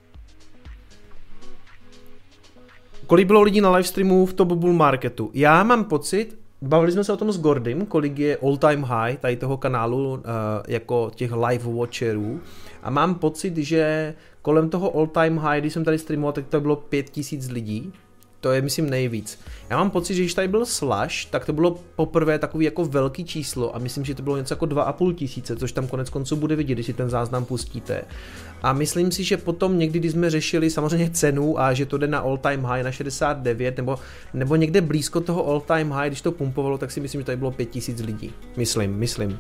Kolik bylo lidí na livestreamu v Top Bull Marketu? Já mám pocit, bavili jsme se o tom s Gordym, kolik je all time high tady toho kanálu, uh, jako těch live watcherů. A mám pocit, že kolem toho all time high, když jsem tady streamoval, tak to bylo pět tisíc lidí. To je, myslím, nejvíc. Já mám pocit, že když tady byl Slash, tak to bylo poprvé takový jako velký číslo a myslím, že to bylo něco jako dva a půl tisíce, což tam konec konců bude vidět, když si ten záznam pustíte. A myslím si, že potom někdy, když jsme řešili samozřejmě cenu a že to jde na all time high na šedesát devět nebo, nebo někde blízko toho all time high, když to pumpovalo, tak si myslím, že tady bylo pět tisíc lidí. Myslím, myslím.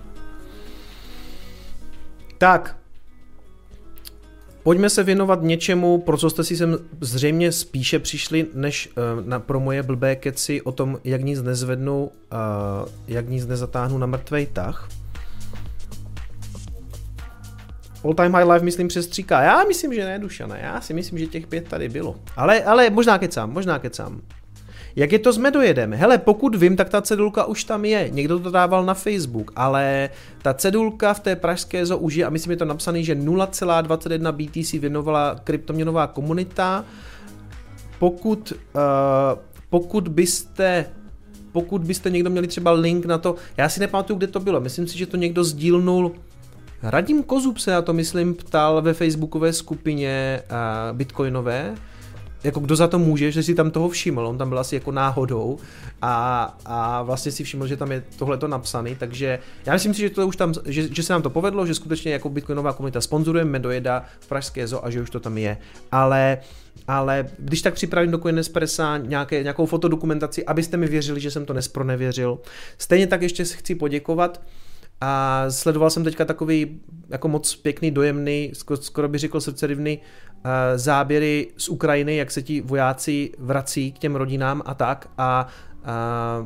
Tak. Pojďme se věnovat něčemu, pro co jste si sem zřejmě spíše přišli, než uh, na, pro moje blbé keci o tom, jak nic nezvednu, uh, jak nic nezatáhnu na mrtvej tah. All time high live, myslím, přes tři ká. Já myslím, že ne, Dušana, já si myslím, že těch pět tady bylo. Ale, ale možná kecám, možná kecám. Jak je to s medojedem? Hele, pokud vím, tak ta cedulka už tam je. Někdo to dával na Facebook, ale ta cedulka v té pražské zoo už je a myslím, je to napsaný, že nula celá dvacet jedna B T C věnovala kryptoměnová komunita. Pokud, uh, pokud byste... Pokud byste někdo měli třeba link na to, já si nepamatuju, kde to bylo, myslím si, že to někdo sdílnul. Radim Kozub se na to, myslím, ptal ve facebookové skupině uh, bitcoinové, jako kdo za to může, že si tam toho všiml, on tam byl asi jako náhodou a, a vlastně si všiml, že tam je tohleto napsaný, takže já myslím si, že to už tam, že, že se nám to povedlo, že skutečně jako bitcoinová komunita sponzoruje Medojeda v pražské zoo a že už to tam je, ale, ale když tak připravím do Coinespressa nějaké, nějakou fotodokumentaci, abyste mi věřili, že jsem to nespronevěřil. Stejně tak ještě chci poděkovat. A sledoval jsem teďka takový jako moc pěkný, dojemný, skoro bych řekl srdcerivný záběry z Ukrajiny, jak se ti vojáci vrací k těm rodinám a tak. A, a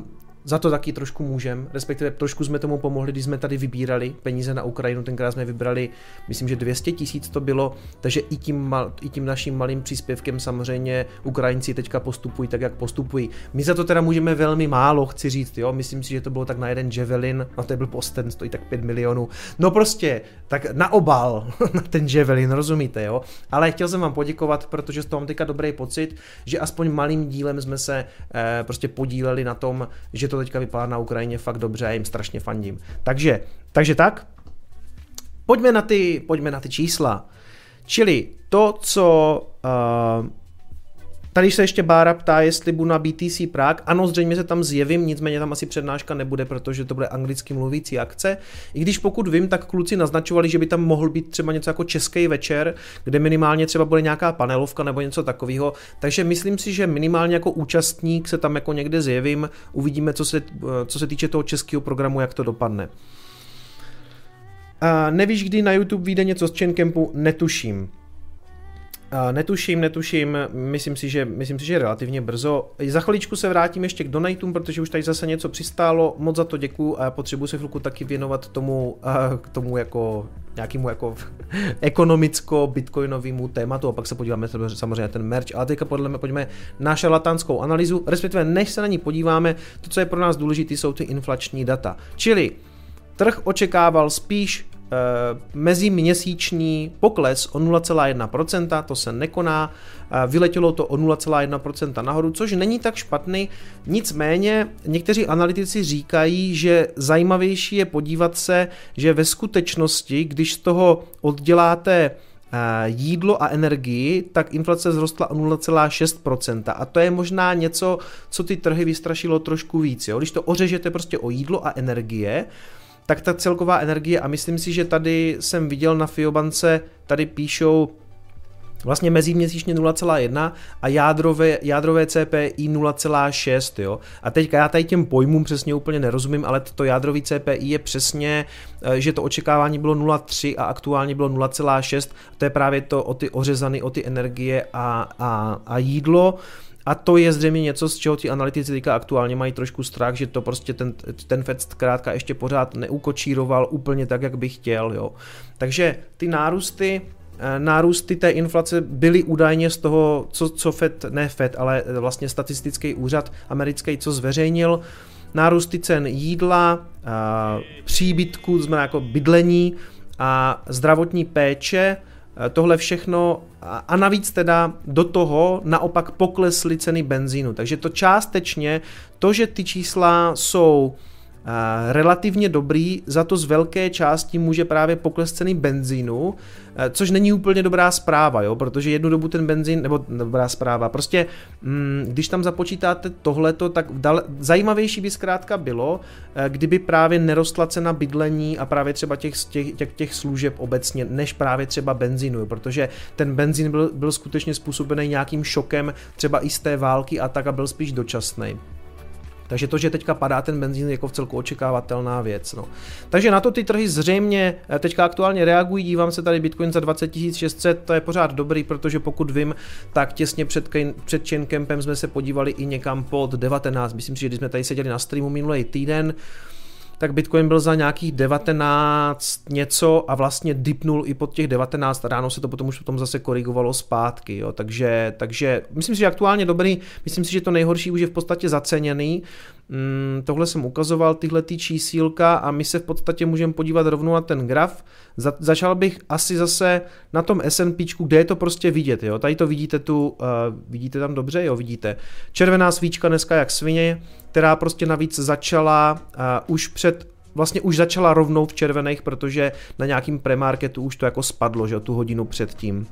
za to taky trošku můžem, respektive trošku jsme tomu pomohli, když jsme tady vybírali peníze na Ukrajinu, tenkrát jsme vybrali, myslím, že dvě stě tisíc to bylo, takže i tím, mal, i tím naším malým příspěvkem samozřejmě Ukrajinci teďka postupují tak, jak postupují. My za to teda můžeme velmi málo, chci říct, jo, myslím si, že to bylo tak na jeden Javelin, no to byl posten, stojí tak pět milionů, no prostě, tak na obal, na ten Javelin, rozumíte, jo, ale chtěl jsem vám poděkovat, protože z toho mám teďka dobrý pocit, že aspoň malým dílem jsme se eh, prostě podíleli na tom, že to teďka vypadá na Ukrajině fakt dobře, já jim strašně fandím. Takže, takže tak, pojďme na ty, pojďme na ty čísla. Čili to, co uh, tady se ještě Bára ptá, jestli budu na B T C Prague. Ano, zřejmě se tam zjevím, nicméně tam asi přednáška nebude, protože to bude anglicky mluvící akce. I když pokud vím, tak kluci naznačovali, že by tam mohl být třeba něco jako český večer, kde minimálně třeba bude nějaká panelovka nebo něco takového. Takže myslím si, že minimálně jako účastník se tam jako někde zjevím. Uvidíme, co se, co se týče toho českého programu, jak to dopadne. A nevíš, kdy na YouTube vyjde něco z Chaincampu? Netuším. Uh, netuším, netuším, myslím si, že, myslím si, že relativně brzo. Za chviličku se vrátím ještě k donatům, protože už tady zase něco přistálo, moc za to děkuju a potřebuji se chvilku taky věnovat tomu, uh, k tomu jako nějakému jako ekonomicko-bitcoinovému tématu a pak se podíváme samozřejmě na ten merch, ale teďka podle mě pojďme na šarlatánskou analýzu, respektive než se na ní podíváme, to, co je pro nás důležité, jsou ty inflační data. Čili trh očekával spíš meziměsíční pokles o nula celá jedna procenta, to se nekoná, vyletělo to o nula celá jedna procenta nahoru, což není tak špatný, nicméně někteří analytici říkají, že zajímavější je podívat se, že ve skutečnosti, když z toho odděláte jídlo a energii, tak inflace vzrostla o nula celá šest procenta a to je možná něco, co ty trhy vystrašilo trošku víc. Jo? Když to ořežete prostě o jídlo a energie, tak ta celková energie, a myslím si, že tady jsem viděl na Fiobance, tady píšou vlastně meziměsíčně nula celá jedna a jádrové, jádrové C P I nula celá šest, jo. A teďka já tady těm pojmům přesně úplně nerozumím, ale to jádrový C P I je přesně, že to očekávání bylo nula celá tři a aktuálně bylo nula celá šest, to je právě to o ty ořezany, o ty energie a, a, a jídlo. A to je zřejmě něco, z čeho ti analytici teďka aktuálně mají trošku strach, že to prostě ten, ten Fed zkrátka ještě pořád neukočíroval úplně tak, jak by chtěl. Jo. Takže ty nárůsty, nárůsty té inflace byly údajně z toho, co, co Fed, ne Fed, ale vlastně statistický úřad americký, co zveřejnil, nárůsty cen jídla, příbytku, znamená jako bydlení a zdravotní péče, tohle všechno a navíc teda do toho naopak poklesly ceny benzínu. Takže to částečně, to, že ty čísla jsou relativně dobrý, za to z velké části může právě pokles ceny benzínu, což není úplně dobrá zpráva, jo, protože jednu dobu ten benzín, nebo dobrá zpráva, prostě mm, když tam započítáte tohleto, tak dal, zajímavější by zkrátka bylo, kdyby právě nerostla cena bydlení a právě třeba těch, těch, těch, těch služeb obecně, než právě třeba benzínu, jo, protože ten benzín byl, byl skutečně způsobený nějakým šokem, třeba i z té války a tak a byl spíš dočasný. Takže to, že teďka padá ten benzín, je jako v celku očekávatelná věc. No. Takže na to ty trhy zřejmě teďka aktuálně reagují, dívám se tady Bitcoin za dvacet tisíc šest set, to je pořád dobrý, protože pokud vím, tak těsně před, před Chaincampem jsme se podívali i někam pod devatenáct, myslím si, že když jsme tady seděli na streamu minulý týden, tak Bitcoin byl za nějakých devatenáct něco a vlastně dipnul i pod těch devatenáct a ráno se to potom už potom zase korigovalo zpátky, jo. Takže, takže myslím si, že aktuálně dobrý, myslím si, že to nejhorší už je v podstatě zaceněný. Hmm, tohle jsem ukazoval, tyhle ty čísílka a my se v podstatě můžeme podívat rovnou na ten graf. Za, začal bych asi zase na tom S and P, kde je to prostě vidět, jo. Tady to vidíte tu, uh, vidíte tam dobře, jo, vidíte. Červená svíčka dneska jak svině, která prostě navíc začala uh, už před, vlastně už začala rovnou v červených, protože na nějakým premarketu už to jako spadlo, že tu hodinu předtím.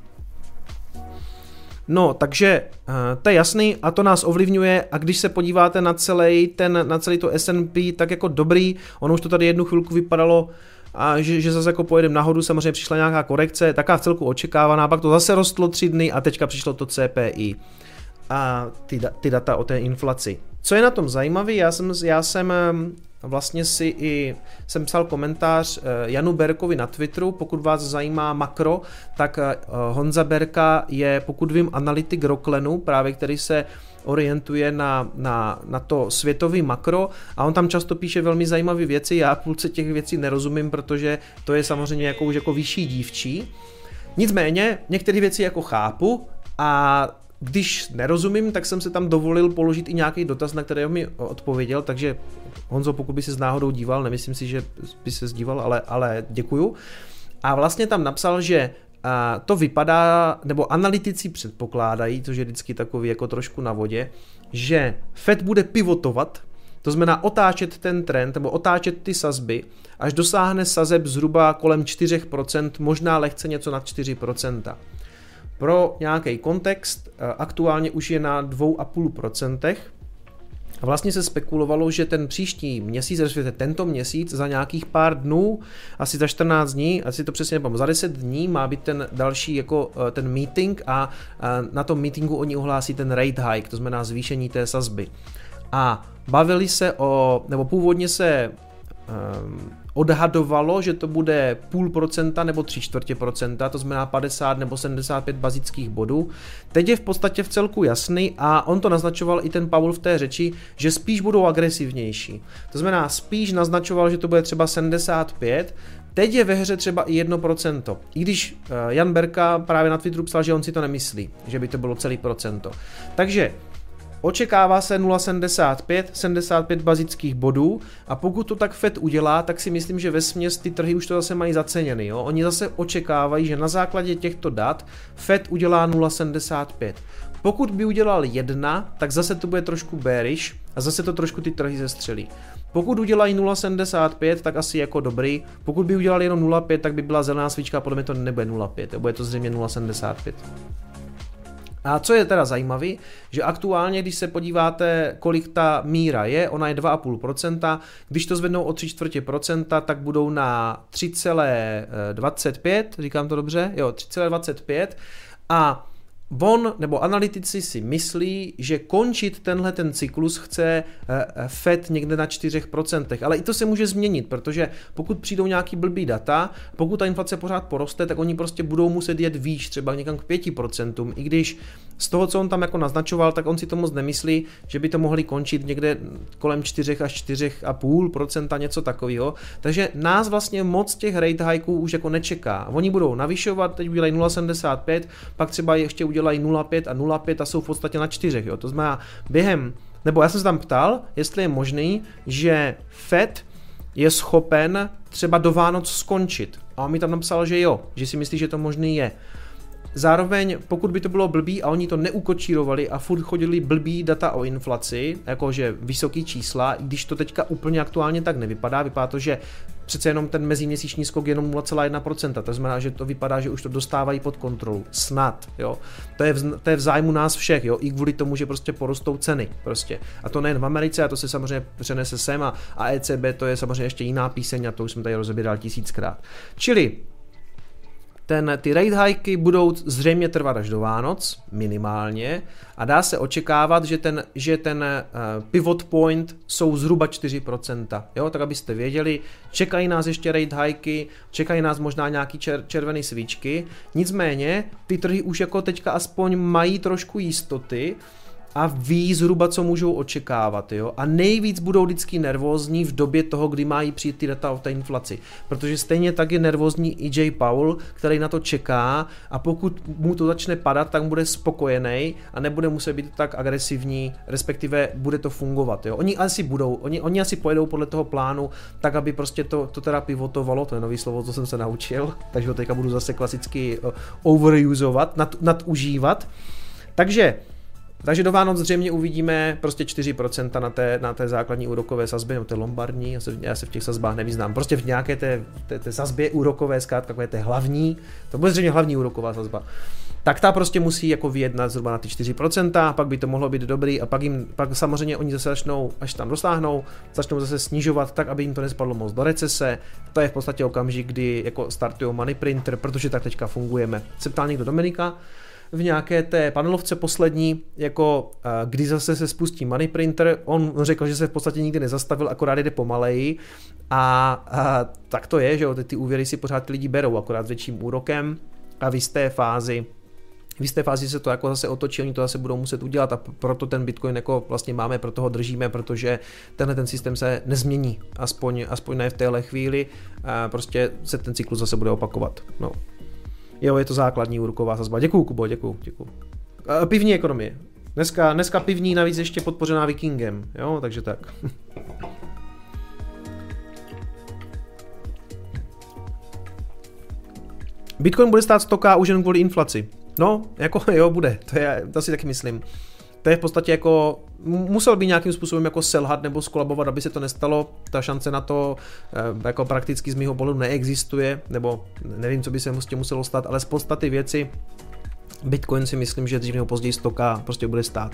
No, takže uh, to je jasný a to nás ovlivňuje a když se podíváte na celý ten, na celý to S and P, tak jako dobrý, ono už to tady jednu chvilku vypadalo, a že, že zase jako pojedeme nahoru, samozřejmě přišla nějaká korekce, taká v celku očekávaná, pak to zase rostlo tři dny a teďka přišlo to C P I a ty, ty data o té inflaci. Co je na tom zajímavé, já jsem, já jsem vlastně si i jsem psal komentář Janu Berkovi na Twitteru, pokud vás zajímá makro, tak Honza Berka je, pokud vím, analytik Rocklenu, právě který se orientuje na, na, na to světový makro a on tam často píše velmi zajímavé věci, já půlce těch věcí nerozumím, protože to je samozřejmě jako už jako vyšší dívčí. Nicméně některé věci jako chápu a když nerozumím, tak jsem se tam dovolil položit i nějaký dotaz, na který mi odpověděl, takže Honzo, pokud by se s náhodou díval, nemyslím si, že by se díval, ale, ale děkuju. A vlastně tam napsal, že a to vypadá, nebo analytici předpokládají, což je vždycky takový jako trošku na vodě, že Fed bude pivotovat, to znamená otáčet ten trend, nebo otáčet ty sazby, až dosáhne sazeb zhruba kolem čtyři procenta, možná lehce něco nad čtyři procenta. Pro nějaký kontext, aktuálně už je na dvě celá pět procenta. A vlastně se spekulovalo, že ten příští měsíc, respektive tento měsíc, za nějakých pár dnů, asi za čtrnáct dní, asi to přesně nepamatuji, za deset dní má být ten další jako ten meeting a na tom meetingu oni ohlásí ten rate hike, to znamená zvýšení té sazby. A bavili se o, nebo původně se um, odhadovalo, že to bude půl procenta nebo tři čtvrtě procenta, to znamená padesát nebo sedmdesát pět bazických bodů. Teď je v podstatě v celku jasný a on to naznačoval i ten Powell v té řeči, že spíš budou agresivnější. To znamená spíš naznačoval, že to bude třeba sedmdesát pět, teď je ve hře třeba i jedno procento. I když Jan Berka právě na Twitteru psal, že on si to nemyslí, že by to bylo celý procento. Takže očekává se nula celá sedmdesát pět, sedmdesát pět bazických bodů a pokud to tak Fed udělá, tak si myslím, že vesměs ty trhy už to zase mají zaceněny. Jo? Oni zase očekávají, že na základě těchto dat Fed udělá nula celá sedmdesát pět. Pokud by udělal jedna, tak zase to bude trošku bearish a zase to trošku ty trhy zestřelí. Pokud udělají nula celá sedmdesát pět, tak asi jako dobrý. Pokud by udělali jenom nula celá pět, tak by byla zelená svíčka, podle mě to nebude nula celá pět, bude to zřejmě nula celá sedmdesát pět. A co je teda zajímavé, že aktuálně, když se podíváte, kolik ta míra je, ona je dva celá pět procenta, když to zvednou o tři čtvrtě procenta, tak budou na tři celá dvacet pět, říkám to dobře? Jo, tři celá dvacet pět a on, nebo analytici si myslí, že končit tenhle ten cyklus chce Fed někde na čtyři procenta, ale i to se může změnit, protože pokud přijdou nějaký blbý data, pokud ta inflace pořád poroste, tak oni prostě budou muset jet výš, třeba někam k pěti procentům, i když z toho, co on tam jako naznačoval, tak on si to moc nemyslí, že by to mohli končit někde kolem čtyři až čtyři celá pět procenta, něco takového. Takže nás vlastně moc těch rate hikeů už jako nečeká. Oni budou navyšovat, teď udělají nula celá sedmdesát pět, pak třeba ještě udělají nula celá pět a nula celá pět a jsou v podstatě na čtyřech. Jo? To znamená během, nebo já jsem se tam ptal, jestli je možný, že Fed je schopen třeba do Vánoc skončit. A on mi tam napsal, že jo, že si myslí, že to možný je. Zároveň, pokud by to bylo blbý a oni to neukočírovali a furt chodili blbý data o inflaci, jakože vysoký čísla, i když to teďka úplně aktuálně tak nevypadá, vypadá to, že přece jenom ten meziměsíční skok je jenom nula celá jedna procenta, to znamená, že to vypadá, že už to dostávají pod kontrolu. Snad, jo. To je v, to je v zájmu nás všech, jo, i kvůli tomu, že prostě porostou ceny, prostě. A to nejen v Americe, a to se samozřejmě přenese sem a, a E C B to je samozřejmě ještě jiná píseň a to už jsme tady rozebírali tisíckrát. Čili Ten, ty rate hikey budou zřejmě trvat až do Vánoc, minimálně, a dá se očekávat, že ten, že ten uh, pivot point jsou zhruba čtyři procenta, jo, tak abyste věděli, čekají nás ještě rate hikey, čekají nás možná nějaký čer, červený svíčky, nicméně ty trhy už jako teďka aspoň mají trošku jistoty, a ví zhruba, co můžou očekávat. Jo? A nejvíc budou vždycky nervózní v době toho, kdy mají přijít ty data o té inflaci. Protože stejně tak je nervózní i Jay Powell, který na to čeká a pokud mu to začne padat, tak bude spokojený a nebude muset být tak agresivní, respektive bude to fungovat. Jo? Oni asi budou, oni, oni asi pojedou podle toho plánu, tak aby prostě to, to teda pivotovalo, to je nový slovo, co jsem se naučil, takže ho teďka budu zase klasicky overuseovat, nad, nadužívat. Takže Takže do Vánoc zřejmě uvidíme prostě čtyři procenta na té, na té základní úrokové sazbě, nebo té lombardní, já se, já se v těch sazbách nevyznám, prostě v nějaké té, té, té sazbě úrokové, zkrátka takové té hlavní, to bude zřejmě hlavní úroková sazba, tak ta prostě musí jako vyjednat zhruba na ty čtyři procenta, pak by to mohlo být dobrý a pak jim, pak samozřejmě oni zase začnou, až tam dosáhnou, začnou zase snižovat tak, aby jim to nespadlo moc do recese, to je v podstatě okamžik, kdy jako startují money printer, protože tak teďka fungujeme. Se ptá někdo Dominika? v nějaké té panelovce poslední, jako kdy zase se spustí money printer, on řekl, že se v podstatě nikdy nezastavil, akorát jde pomaleji a, a tak to je, že jo, ty, ty úvěry si pořád ty lidi berou, akorát s větším úrokem a v jisté fázi V jisté fázi se to jako zase otočí, oni to zase budou muset udělat a proto ten Bitcoin jako vlastně máme, proto ho držíme, protože tenhle ten systém se nezmění, aspoň, aspoň ne v téhle chvíli, a prostě se ten cyklus zase bude opakovat. No. Jo, je to základní úroková sazba. Děkuju, Kubo, děkuju, děkuju. A pivní ekonomie. Dneska, dneska pivní navíc ještě podpořená Vikingem, jo, takže tak. Bitcoin bude stát sto tisíc už jen kvůli inflaci. No, jako jo, bude, to, je, to si taky myslím. To je v podstatě jako, musel by nějakým způsobem jako selhat nebo skolabovat, aby se to nestalo, ta šance na to jako prakticky z mýho pohledu neexistuje, nebo nevím, co by se prostě muselo stát, ale z podstaty věci Bitcoin si myslím, že dřív nebo později sto tisíc prostě bude stát.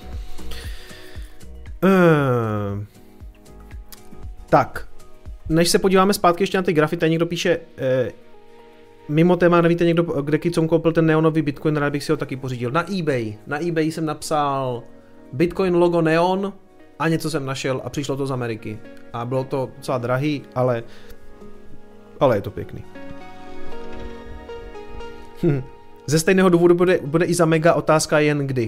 Ehm. Tak, než se podíváme zpátky ještě na ty grafy, tady někdo píše, eh, mimo téma, nevíte někdo, kde Kicom koupil ten neonový Bitcoin, rád bych si ho taky pořídil. Na eBay. Na eBay jsem napsal Bitcoin logo neon a něco jsem našel a přišlo to z Ameriky. A bylo to docela drahý, ale, ale je to pěkný. Hm. Ze stejného důvodu bude, bude i za mega otázka jen kdy.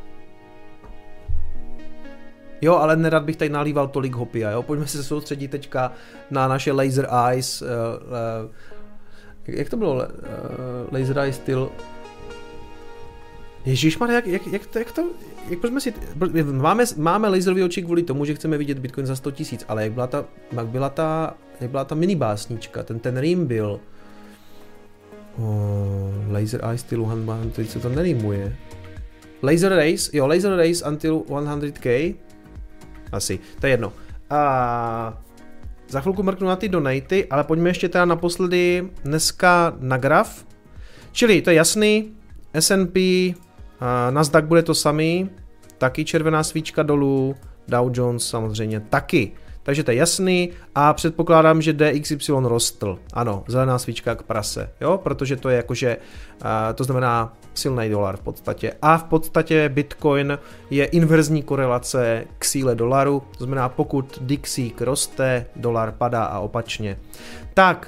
Jo, ale nerad bych tady nalíval tolik hopia, jo. Pojďme se soustředit teďka na naše Laser Eyes, uh, uh, jak to bylo? Uh, Laser Eye Styl. Ježišmarja, jak, jak, jak, to, jak to, jak jsme si, máme, máme laserový oči kvůli tomu, že chceme vidět Bitcoin za sto tisíc, ale jak byla ta, jak byla ta, jak byla ta mini básnička, ten, ten rým byl. Oh, Laser Eye Styl, teď se to nerýmuje. Laser Race, jo, Laser Race until one hundred K. Asi, to je jedno. A za chvilku mrknu na ty donaty, ale pojďme ještě teda naposledy dneska na graf. Čili to je jasný, S and P, Nasdaq bude to samý, taky červená svíčka dolů, Dow Jones samozřejmě taky. Takže to je jasný a předpokládám, že D X Y rostl. Ano, zelená svíčka k prase, jo, protože to je jakože, to znamená silný dolar v podstatě. A v podstatě Bitcoin je inverzní korelace k síle dolaru, to znamená pokud Dixík roste, dolar padá a opačně. Tak,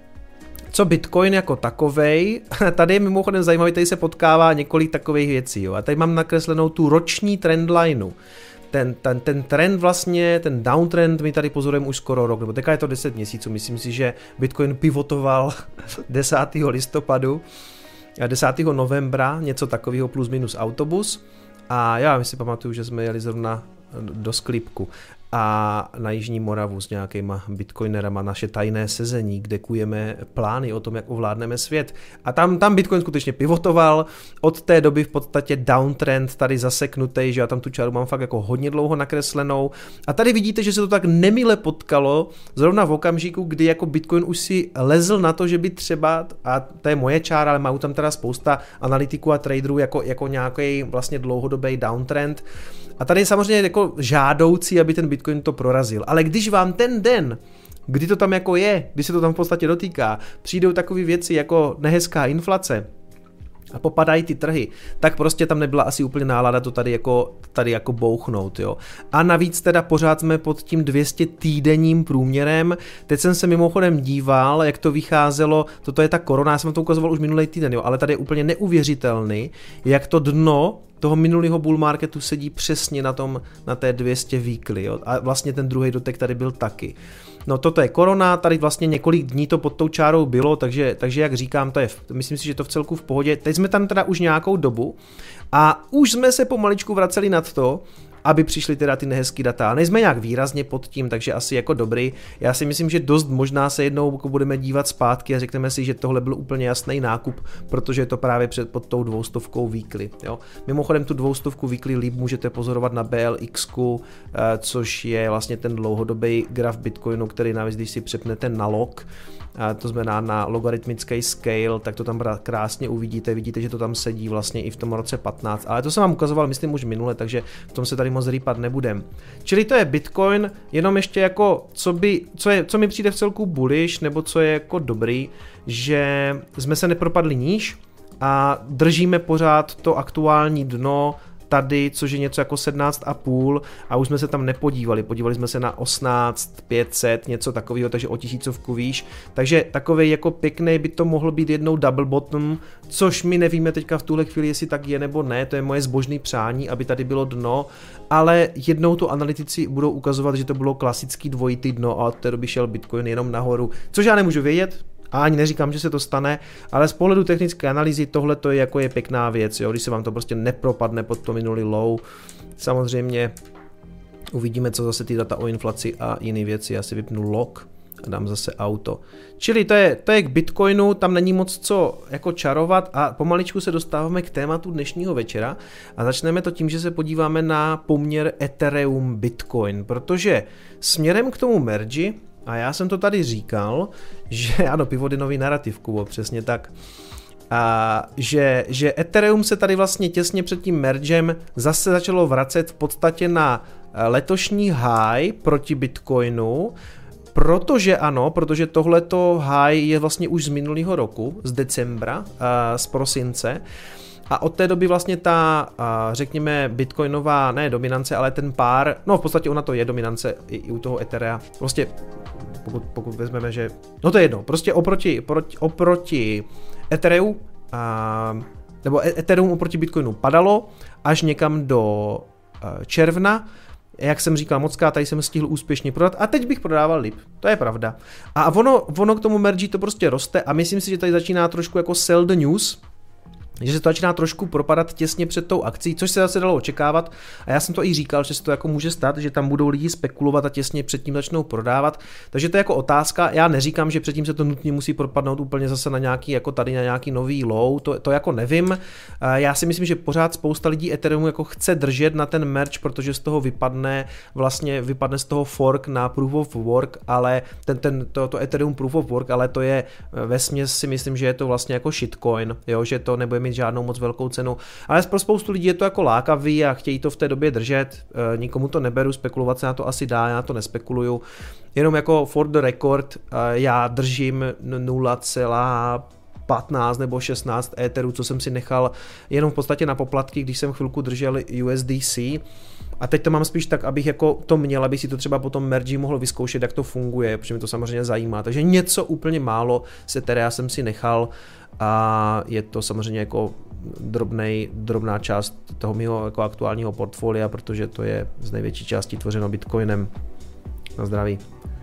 co Bitcoin jako takovej, tady je mimochodem zajímavý, tady se potkává několik takových věcí, jo. A tady mám nakreslenou tu roční trendlineu. Ten, ten, ten trend vlastně, ten downtrend my tady pozorujeme už skoro rok, nebo teďka je to deset měsíců, myslím si, že Bitcoin pivotoval desátého listopadu, desátého novembra, něco takového plus minus autobus a já si pamatuju, že jsme jeli zrovna do Sklípku a na Jižní Moravu s nějakýma bitcoinerama naše tajné sezení, kde kujeme plány o tom, jak ovládneme svět. A tam, tam Bitcoin skutečně pivotoval, od té doby v podstatě downtrend tady zaseknutý, že já tam tu čáru mám fakt jako hodně dlouho nakreslenou. A tady vidíte, že se to tak nemile potkalo, zrovna v okamžiku, kdy jako Bitcoin už si lezl na to, že by třeba, a to je moje čára, ale má tam teda spousta analytiků a traderů jako, jako nějaký vlastně dlouhodobý downtrend. A tady je samozřejmě jako žádoucí, aby ten Bitcoin to prorazil. Ale když vám ten den, kdy to tam jako je, kdy se to tam v podstatě dotýká, přijdou takové věci jako nehezká inflace a popadají ty trhy, tak prostě tam nebyla asi úplně nálada to tady jako, tady jako bouchnout, jo. A navíc teda pořád jsme pod tím dvě stě týdenním průměrem. Teď jsem se mimochodem díval, jak to vycházelo, toto je ta korona, já jsem to ukazoval už minulý týden, jo, ale tady je úplně neuvěřitelný, jak to dno toho minulého bull marketu sedí přesně na tom, na té dvě stě weekly, jo. A vlastně ten druhý dotek tady byl taky. No toto je korona, tady vlastně několik dní to pod tou čárou bylo, takže, takže jak říkám, to je, myslím si, že to v celku v pohodě. Teď jsme tam teda už nějakou dobu a už jsme se pomaličku vraceli nad to, aby přišly teda ty nehezký data. Nejsme nějak výrazně pod tím, takže asi jako dobrý. Já si myslím, že dost možná se jednou budeme dívat zpátky a řekneme si, že tohle byl úplně jasný nákup, protože je to právě před, pod tou dvoustovkou weekly. Jo. Mimochodem tu dvoustovku weekly líp můžete pozorovat na B L X, což je vlastně ten dlouhodobý graf Bitcoinu, který navíc, když si přepnete na log, to znamená na logaritmický scale, tak to tam krásně uvidíte, vidíte, že to tam sedí vlastně i v tom roce patnáct, ale to jsem vám ukazoval, myslím, už minule, takže v tom se tady moc rýpat nebudem. Čili to je Bitcoin, jenom ještě jako, co, by, co, je, co mi přijde v celku bullish, nebo co je jako dobrý, že jsme se nepropadli níž, a držíme pořád to aktuální dno tady, což je něco jako sedmnáct a půl a už jsme se tam nepodívali, podívali jsme se na osmnáct pět set, něco takového, takže o tisícovku výš, takže takovej jako pěkný by to mohl být jednou double bottom, což my nevíme teďka v tuhle chvíli, jestli tak je nebo ne, to je moje zbožné přání, aby tady bylo dno, ale jednou to analytici budou ukazovat, že to bylo klasický dvojitý dno a od té doby šel Bitcoin jenom nahoru, což já nemůžu vědět. A ani neříkám, že se to stane, ale z pohledu technické analýzy tohle to je jako je pěkná věc, jo? Když se vám to prostě nepropadne pod to minulý low. Samozřejmě uvidíme, co zase ty data o inflaci a jiné věci. Já si vypnu lock a dám zase auto. Čili to je, to je k Bitcoinu, tam není moc co jako čarovat a pomaličku se dostáváme k tématu dnešního večera a začneme to tím, že se podíváme na poměr Ethereum Bitcoin, protože směrem k tomu mergi, a já jsem to tady říkal, že ano, pivodinový narrativ, Kubo, přesně tak, a že, že Ethereum se tady vlastně těsně před tím mergem zase začalo vracet v podstatě na letošní high proti Bitcoinu, protože ano, protože tohleto high je vlastně už z minulého roku, z decembra, z prosince, a od té doby vlastně ta, řekněme, bitcoinová, ne dominance, ale ten pár, no v podstatě ona to je dominance i, i u toho Etherea, prostě pokud, pokud vezmeme, že, no to je jedno, prostě oproti, oproti, oproti Ethereu, a, nebo Ethereum oproti Bitcoinu padalo až někam do června, jak jsem říkal, mocká, tady jsem stihl úspěšně prodat a teď bych prodával lip, to je pravda. A ono, ono k tomu mergi to prostě roste a myslím si, že tady začíná trošku jako sell the news, že se to začíná trošku propadat těsně před tou akcí, což se zase dalo očekávat a já jsem to i říkal, že se to jako může stát, že tam budou lidi spekulovat a těsně předtím začnou prodávat, takže to je jako otázka, já neříkám, že předtím se to nutně musí propadnout úplně zase na nějaký, jako tady na nějaký nový low, to, to jako nevím, já si myslím, že pořád spousta lidí Ethereum jako chce držet na ten merge, protože z toho vypadne, vlastně vypadne z toho fork na proof of work, ale ten, ten, to, to Ethereum proof of work, ale to je vesměs si myslím, že je to vlastně jako shitcoin, jo, že to nebude mít žádnou moc velkou cenu, ale pro spoustu lidí je to jako lákavý a chtějí to v té době držet, e, nikomu to neberu, spekulovat se na to asi dá, já to nespekuluju, jenom jako for the record, e, já držím nula celá patnáct nebo šestnáct Etherů, co jsem si nechal jenom v podstatě na poplatky, když jsem chvilku držel U S D C. A teď to mám spíš tak, abych jako to měl, abych si to třeba potom mergi mohl vyzkoušet, jak to funguje, protože mě to samozřejmě zajímá. Takže něco úplně málo se teda jsem si nechal a je to samozřejmě jako drobnej, drobná část toho mého jako aktuálního portfolia, protože to je z největší části tvořeno Bitcoinem. Na zdraví.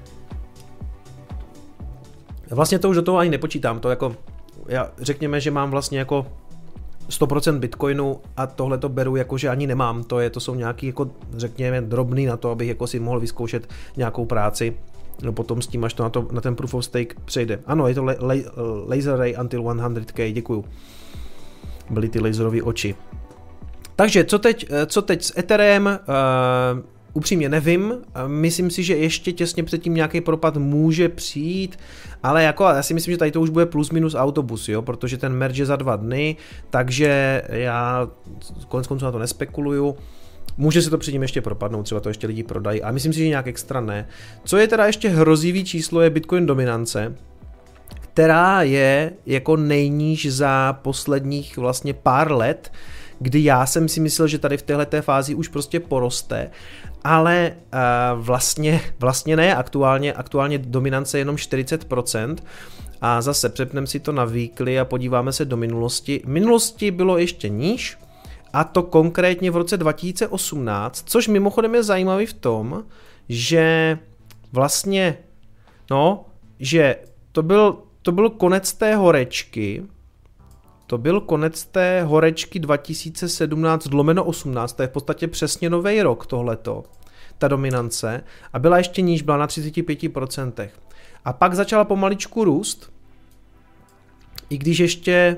Vlastně to už do toho ani nepočítám, to jako, já, řekněme, že mám vlastně jako sto procent Bitcoinu a tohle to beru jako, že ani nemám, to je, to jsou nějaký jako, řekněme, drobný na to, abych jako si mohl vyzkoušet nějakou práci, no potom s tím, až to na, to, na ten proof of stake přejde. Ano, je to la, la, laser ray until sto K, děkuju. Byly ty laserové oči. Takže co teď, co teď s Etherem? Uh, upřímně nevím, myslím si, že ještě těsně předtím nějaký propad může přijít, ale jako já si myslím, že tady to už bude plus minus autobus, jo, protože ten merge je za dva dny, takže já konec konců na to nespekuluju. Může se to předtím ještě propadnout, třeba to ještě lidi prodají, a myslím si, že nějak extra ne. Co je teda ještě hrozivý číslo, je Bitcoin dominance, která je jako nejníž za posledních vlastně pár let, kdy já jsem si myslel, že tady v téhleté fázi už prostě poroste, ale uh, vlastně, vlastně ne, aktuálně, aktuálně dominance je jenom čtyřicet procent a zase přepneme si to na weekly a podíváme se do minulosti. V minulosti bylo ještě níž, a to konkrétně v roce dva tisíce osmnáct, což mimochodem je zajímavý v tom, že vlastně, no, že to byl, to byl konec té horečky, to byl konec té horečky dva tisíce sedmnáct lomeno osmnáct, to je v podstatě přesně nový rok tohleto, ta dominance, a byla ještě níž, byla na třicet pět procent. A pak začala pomaličku růst, i když ještě,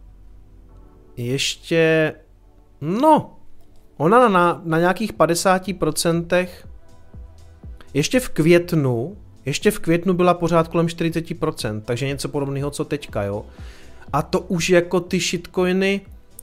ještě, no, ona na, na nějakých padesát procent, ještě v květnu, ještě v květnu byla pořád kolem čtyřicet procent, takže něco podobného, co teďka, jo. A to už jako ty shitcoiny,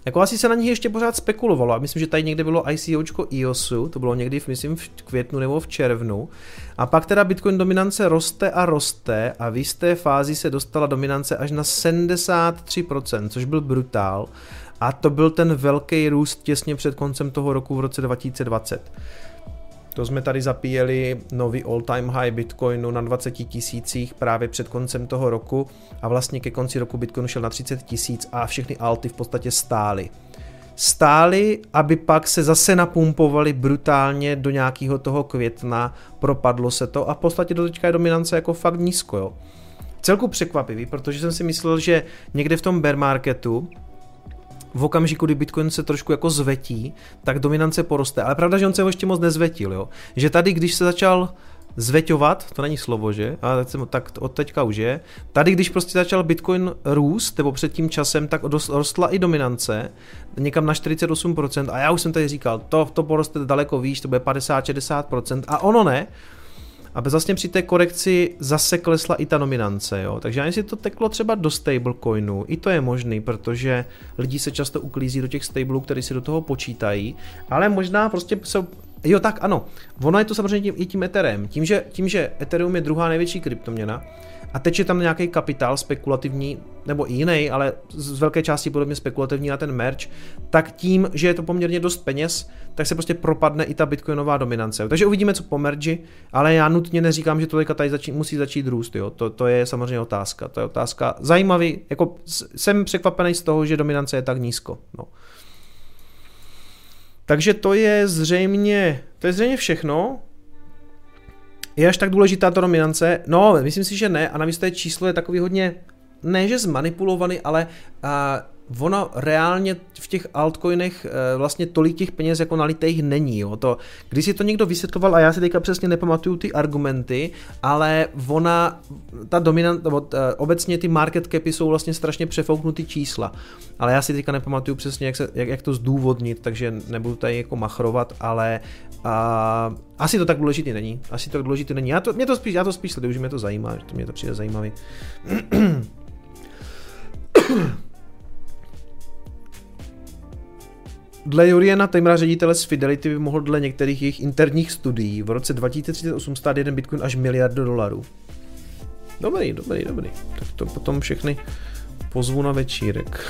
jako asi se na nich ještě pořád spekulovalo. A myslím, že tady někde bylo ICOčko E O Su, to bylo někdy, v, myslím, v květnu nebo v červnu. A pak teda Bitcoin dominance roste a roste a v jisté fázi se dostala dominance až na sedmdesát tři procent, což byl brutál. A to byl ten velký růst těsně před koncem toho roku v roce dva tisíce dvacet. To jsme tady zapíjeli nový all-time high Bitcoinu na dvacet tisících právě před koncem toho roku a vlastně ke konci roku Bitcoin šel na třicet tisíc a všechny alty v podstatě stály. Stály, aby pak se zase napumpovali brutálně do nějakého toho května, propadlo se to a v podstatě do teďka je dominance jako fakt nízko. Jo. Celku překvapivý, protože jsem si myslel, že někde v tom bear marketu v okamžiku, kdy Bitcoin se trošku jako zvetí, tak dominance poroste. Ale pravda, že on se ho ještě moc nezvetil, jo. Že tady, když se začal zveťovat, to není slovo, že? Ale tak od teďka už je. Tady, když prostě začal Bitcoin růst, nebo před tím časem, tak rostla i dominance někam na čtyřicet osm procent. A já už jsem tady říkal, to, to poroste daleko výš, to bude padesát až šedesát procent. A ono ne. A vlastně při té korekci zase klesla i ta dominance, jo. Takže ani si to teklo třeba do stablecoinu, i to je možný, protože lidi se často uklízí do těch stableů, který si do toho počítají, ale možná prostě jsou, jo tak ano, ono je to samozřejmě tím, i tím Etherem, tím že, tím, že Ethereum je druhá největší kryptoměna a teď je tam nějaký kapitál spekulativní, nebo i jiný, ale z velké části podobně spekulativní na ten merge, tak tím, že je to poměrně dost peněz, tak se prostě propadne i ta bitcoinová dominance. Takže uvidíme, co po mergi, ale já nutně neříkám, že tolika tady začí, musí začít růst, jo. To, to je samozřejmě otázka. To je otázka zajímavý, jako jsem překvapený z toho, že dominance je tak nízko. No. Takže to je zřejmě, to je zřejmě všechno. Je až tak důležitá ta dominance? No, myslím si, že ne. A navíc to číslo je takový hodně, ne že zmanipulovaný, ale uh, ono reálně v těch altcoinech uh, vlastně tolik těch peněz jako nalitých není. Jo. To, když si to někdo vysvětloval, a já si teďka přesně nepamatuju ty argumenty, ale ona, ta dominant, nebo uh, obecně ty market capy jsou vlastně strašně přefouknutý čísla. Ale já si teďka nepamatuju přesně, jak, se, jak, jak to zdůvodnit, takže nebudu tady jako machrovat, ale uh, asi to tak důležitý není. Asi to tak důležitý není. Já to, mě to spíš, já to spíš sleduju, že mě to zajímá, že to mě to přijde zajímavý. Dle Juriana Timera, ředitele z Fidelity, by mohl dle některých jejich interních studií v roce dva tisíce třicet osm stát jeden bitcoin až miliardu dolarů. Dobrý, dobrý, dobrý. Tak to potom všechny pozvu na večírek.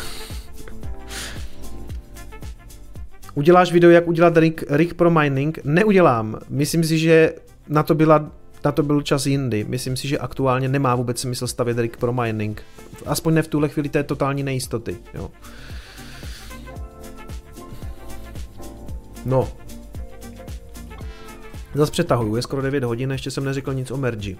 Uděláš video, jak udělat rig, rig pro mining? Neudělám. Myslím si, že na to, byla, na to byl čas jindy. Myslím si, že aktuálně nemá vůbec smysl stavět rig pro mining. Aspoň ne v tuhle chvíli té totální nejistoty. Jo. No. Zas přetahuju, je skoro devět hodin, ještě jsem neřekl nic o mergi.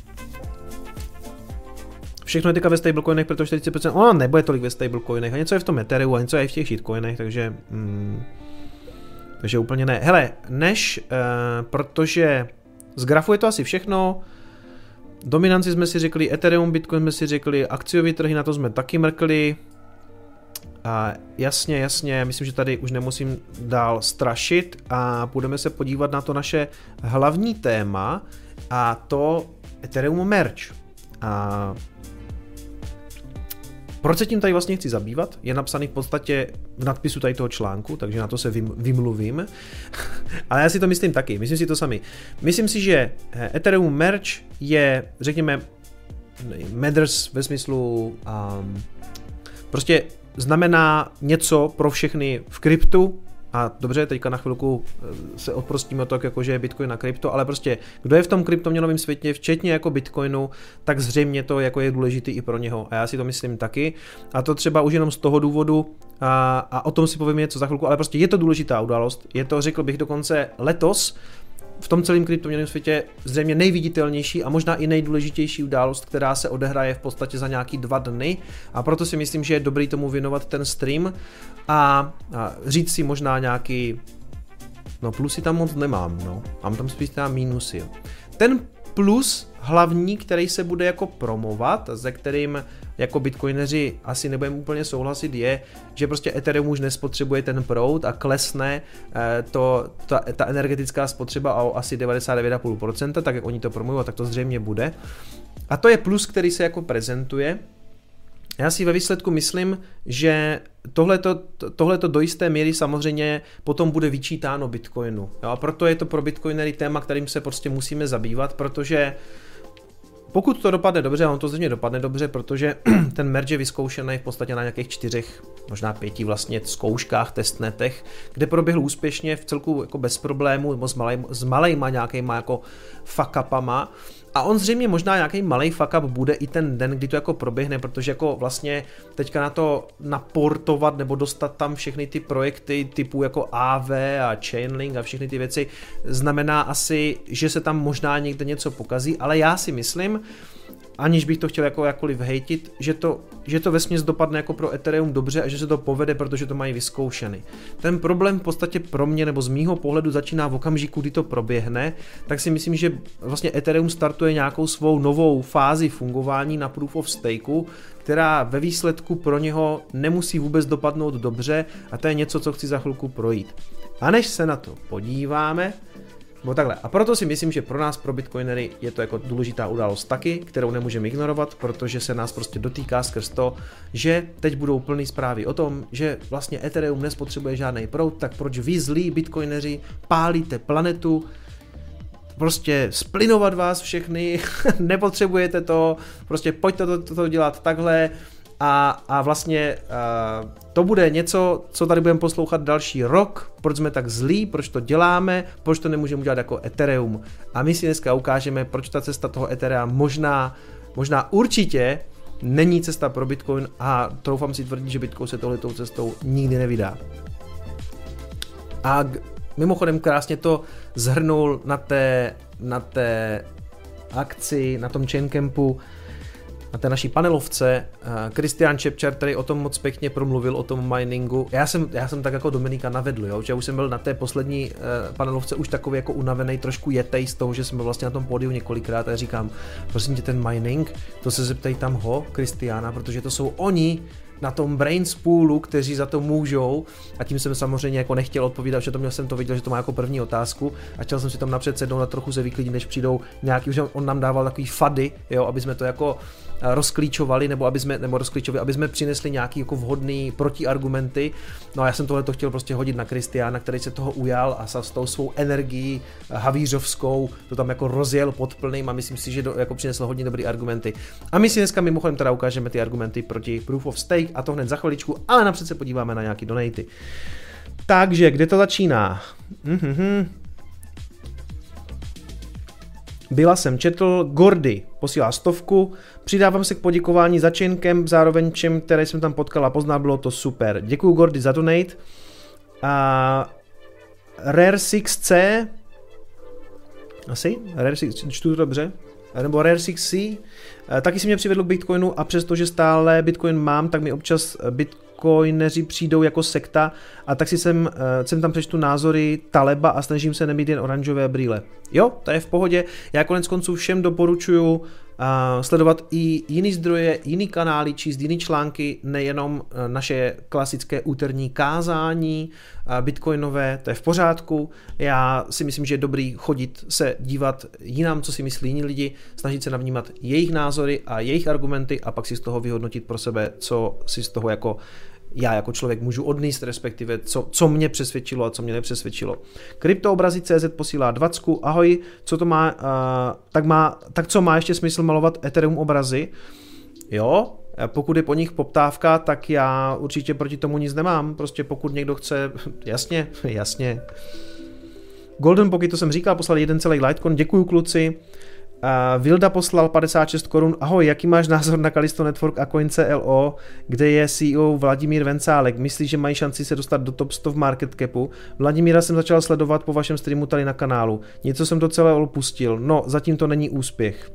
Všechno je teďka ve stablecoinech, protože čtyřicet procent, ono nebude tolik ve stablecoinech, a něco je v tom Ethereum, a něco je v těch shitcoinech, takže, mm, takže úplně ne. Hele, než, uh, protože z grafu je to asi všechno, dominanci jsme si řekli, Ethereum, Bitcoin jsme si řekli, akciové trhy, na to jsme taky mrkli. A jasně, jasně, myslím, že tady už nemusím dál strašit a budeme se podívat na to naše hlavní téma a to Ethereum merge. A proč se tím tady vlastně chci zabývat? Je napsaný v podstatě v nadpisu tady toho článku, takže na to se vymluvím. Ale já si to myslím taky, myslím si to sami. Myslím si, že Ethereum merge je, řekněme, matters ve smyslu um, prostě znamená něco pro všechny v kryptu. A dobře, teďka na chvilku se odprostíme o to, jako že je Bitcoin na krypto, ale prostě kdo je v tom kryptoměnovém světě, včetně jako Bitcoinu, tak zřejmě to jako je důležitý i pro něho. A já si to myslím taky. A to třeba už jenom z toho důvodu, a, a o tom si povím něco za chvilku, ale prostě je to důležitá událost. Je to, řekl bych, dokonce letos v tom celém kryptoměnovém světě zřejmě nejviditelnější a možná i nejdůležitější událost, která se odehraje v podstatě za nějaký dva dny. A proto si myslím, že je dobrý tomu věnovat ten stream a, a říct si možná nějaký, no plusy tam moc nemám, no. Mám tam spíš teda mínusy. Ten plus hlavní, který se bude jako promovat, se kterým jako bitcoineři asi nebudeme úplně souhlasit, je, že prostě Ethereum už nespotřebuje ten proud a klesne to, ta, ta energetická spotřeba o asi devadesát devět celá pět procenta, tak jak oni to promují, tak to zřejmě bude. A to je plus, který se jako prezentuje. já si ve výsledku myslím, že tohleto, tohleto do jisté míry samozřejmě potom bude vyčítáno Bitcoinu. Jo? A proto je to pro Bitcoinery téma, kterým se prostě musíme zabývat, protože pokud to dopadne dobře, a on to zřejmě dopadne dobře, protože ten merge je vyzkoušený v podstatě na nějakých čtyřech, možná pěti vlastně zkouškách, testnetech, kde proběhl úspěšně v celku jako bez problémů, nebo s, malej, s malejma nějakýma jako fuck-upama. A on zřejmě možná nějaký malej fuck up bude i ten den, kdy to jako proběhne, protože jako vlastně teďka na to naportovat nebo dostat tam všechny ty projekty typu jako A V a Chainlink a všechny ty věci znamená asi, že se tam možná někde něco pokazí, ale já si myslím, aniž bych to chtěl jako jakkoliv hejtit, že to, že to vesměs dopadne jako pro Ethereum dobře a že se to povede, protože to mají vyzkoušený. Ten problém v podstatě pro mě nebo z mýho pohledu začíná v okamžiku, kdy to proběhne, tak si myslím, že vlastně Ethereum startuje nějakou svou novou fázi fungování na Proof of Stakeu, která ve výsledku pro něho nemusí vůbec dopadnout dobře a to je něco, co chci za chvilku projít. A než se na to podíváme, No takhle. A proto si myslím, že pro nás, pro Bitcoinery, je to jako důležitá událost taky, kterou nemůžeme ignorovat, protože se nás prostě dotýká skrz to, že teď budou plný zprávy o tom, že vlastně Ethereum nespotřebuje žádný proud, tak proč vy zlí Bitcoineři pálíte planetu, prostě splynovat vás všechny, nepotřebujete to, prostě pojďte to, to, to dělat takhle. A, a vlastně uh, to bude něco, co tady budeme poslouchat další rok, proč jsme tak zlí, proč to děláme, proč to nemůžeme udělat jako Ethereum. A my si dneska ukážeme, proč ta cesta toho Etherea možná, možná určitě není cesta pro Bitcoin a troufám si tvrdit, že Bitcoin se tohletou cestou nikdy nevydá. A g- mimochodem krásně to zhrnul na té, na té akci, na tom Chaincampu, na té naší panelovce, Christian Čepčar, který o tom moc pěkně promluvil, o tom miningu. Já jsem, já jsem tak jako Dominika navedl, jo? Že už jsem byl na té poslední panelovce už takový jako unavený, trošku jetej z toho, že jsem byl vlastně na tom pódiu několikrát a říkám, prosím tě, ten mining, to se zeptej tam ho, Christiana, protože to jsou oni na tom Brainspoolu, kteří za to můžou, a tím jsem samozřejmě jako nechtěl odpovídat, že to měl jsem to viděl, že to má jako první otázku a chtěl jsem si tam napřed sednout a trochu se vyklidit, než přijdou nějaký, že on nám dával takový fady, jo, aby jsme to jako rozklíčovali, nebo aby jsme, nebo rozklíčovali, aby jsme přinesli nějaký jako vhodný protiargumenty. No a já jsem tohle to chtěl prostě hodit na Christiana, který se toho ujal a s tou svou energií havířovskou to tam jako rozjel pod plným a myslím si, že do, jako přinesl hodně dobrý argumenty. A my si dneska mimochodem teda ukážeme ty argumenty proti Proof of Stake a to hned za chviličku, ale napřed se podíváme na nějaký donaty. Takže, kde to začíná? Mhm. Byla jsem četl, Gordy posílá stovku, přidávám se k poděkování za Chaincamp, zároveň čem, které jsem tam potkal a poznal, bylo to super. Děkuju Gordy za donate. A Rare šest C, asi? Rare šest, čtu to dobře? Nebo Rare šest C, taky si mě přivedl k Bitcoinu a přestože stále Bitcoin mám, tak mi občas Bitcoineři přijdou jako sekta a tak si sem, sem tam přečtu názory Taleba a snažím se nemít jen oranžové brýle. Jo, to je v pohodě. Já konec konců všem doporučuju uh, sledovat i jiný zdroje, jiný kanály, číst jiný články, nejenom uh, naše klasické úterní kázání uh, bitcoinové, to je v pořádku. Já si myslím, že je dobrý chodit se dívat jinam, co si myslí jiní lidi, snažit se navnímat jejich názory a jejich argumenty a pak si z toho vyhodnotit pro sebe, co si z toho jako já jako člověk můžu odníst, respektive co, co mě přesvědčilo a co mě nepřesvědčilo. Kryptoobrazy tečka cé zet posílá dvacku. Ahoj, co to má, uh, tak má, tak co má ještě smysl malovat Ethereum obrazy? Jo, pokud je po nich poptávka, tak já určitě proti tomu nic nemám. Prostě pokud někdo chce, jasně, jasně. Golden Pocket, to jsem říkal, poslal jeden celý Litecoin, děkuju kluci. Uh, Vilda poslal padesát šest korun. Ahoj, jaký máš názor na Callisto Network a CoinCLO, kde je C E O Vladimír Vencálek? Myslíš, že mají šanci se dostat do top sto v market capu? Vladimíra jsem začal sledovat po vašem streamu tady na kanálu. Něco jsem to celé opustil. No, zatím to není úspěch.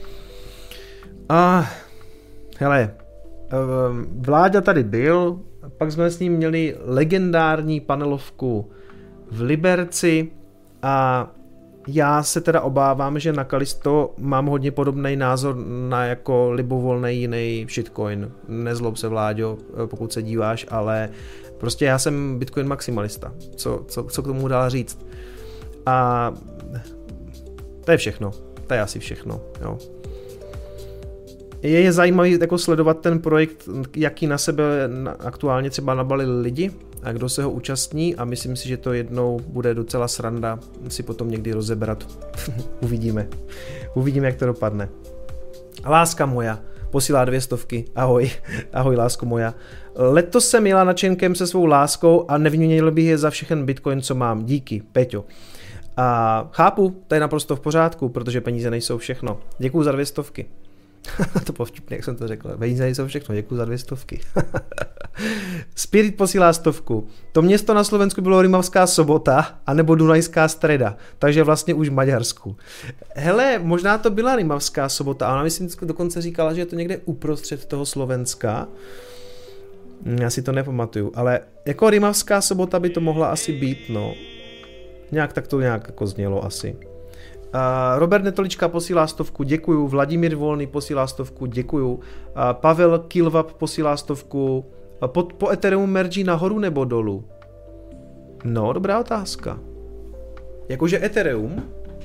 A uh, hele, uh, Vláďa tady byl, pak jsme s ním měli legendární panelovku v Liberci a já se teda obávám, že na Callisto mám hodně podobný názor na jako libovolný jiný shitcoin. Nezlob se, Vláďo, pokud se díváš, ale prostě já jsem Bitcoin maximalista. Co, co, co k tomu dál říct? A to je všechno. To je asi všechno. Jo. je zajímavý jako sledovat ten projekt, jaký na sebe aktuálně třeba nabalili lidi a kdo se ho účastní a myslím si, že to jednou bude docela sranda si potom někdy rozebrat. Uvidíme. Uvidíme, jak to dopadne. Láska moja posílá dvě stovky. Ahoj. Ahoj, lásko moja. Letos jsem jela na Čenkem se svou láskou a nevyměnil bych je za všechen bitcoin, co mám. Díky, Peťo. A chápu, to je naprosto v pořádku, protože peníze nejsou všechno. Děkuju za dvě stovky. To bylo vtipně, jak jsem to řekl. Peníze nejsou všechno, děkuju za dvě stovky. Spirit posílá stovku. To město na Slovensku bylo Rimavská Sobota, anebo Dunajská Streda, takže vlastně už v Maďarsku. Hele, možná to byla Rimavská Sobota, ale ona myslím dokonce říkala, že je to někde uprostřed toho Slovenska. Já si to nepamatuju, ale jako Rimavská Sobota by to mohla asi být, no. Nějak tak to nějak jako znělo asi. Uh, Robert Netolička posílá stovku, děkuju. Vladimír Volný posílá stovku, děkuju. Uh, Pavel Kilvap posílá stovku. Uh, po, po Ethereum merge nahoru nebo dolů? No, dobrá otázka. Jakože Ethereum?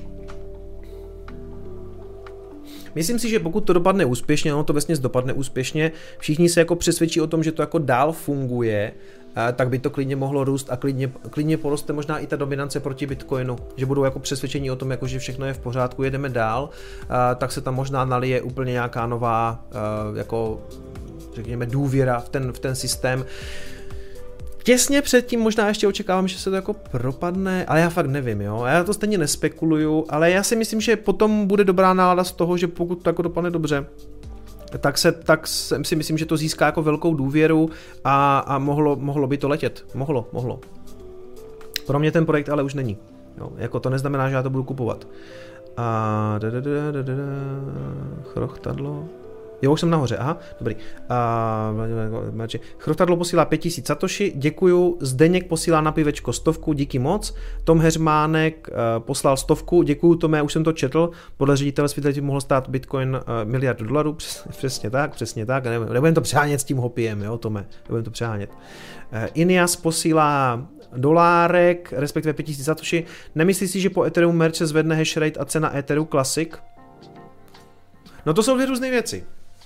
Myslím si, že pokud to dopadne úspěšně, ono to vesměs dopadne úspěšně, všichni se jako přesvědčí o tom, že to jako dál funguje, tak by to klidně mohlo růst a klidně, klidně poroste možná i ta dominance proti Bitcoinu, že budou jako přesvědčení o tom, jako že všechno je v pořádku, jedeme dál, tak se tam možná nalije úplně nějaká nová, jako řekněme, důvěra v ten, v ten systém. Těsně předtím možná ještě očekávám, že se to jako propadne, ale já fakt nevím, jo. Já to stejně nespekuluju, ale já si myslím, že potom bude dobrá nálada z toho, že pokud to jako dopadne dobře, tak, se, tak si myslím, že to získá jako velkou důvěru a, a mohlo, mohlo by to letět. Mohlo, mohlo. Pro mě ten projekt ale už není. Jo. Jako to neznamená, že já to budu kupovat. A da, da, da, da, da, chrochtadlo. Jo, už jsem nahoře, aha, dobrý. A, Chrochtadlo posílá pět tisíc satoshi, děkuju. Zdeněk posílá na pivečko stovku, díky moc. Tom Heřmánek uh, poslal stovku, děkuju Tome, už jsem to četl. Podle ředitele světelí mohl stát Bitcoin uh, miliardu dolarů, Přes, přesně tak, přesně tak. Nebudem to přehánět s tím hopiem, jo, Tome, nebudem to přehánět. Uh, Inias posílá dolárek, respektive pět tisíc satoshi. Nemyslíš si, že po Ethereum merge zvedne hash rate a cena Ethereum Classic? No to jsou dvě různé věci.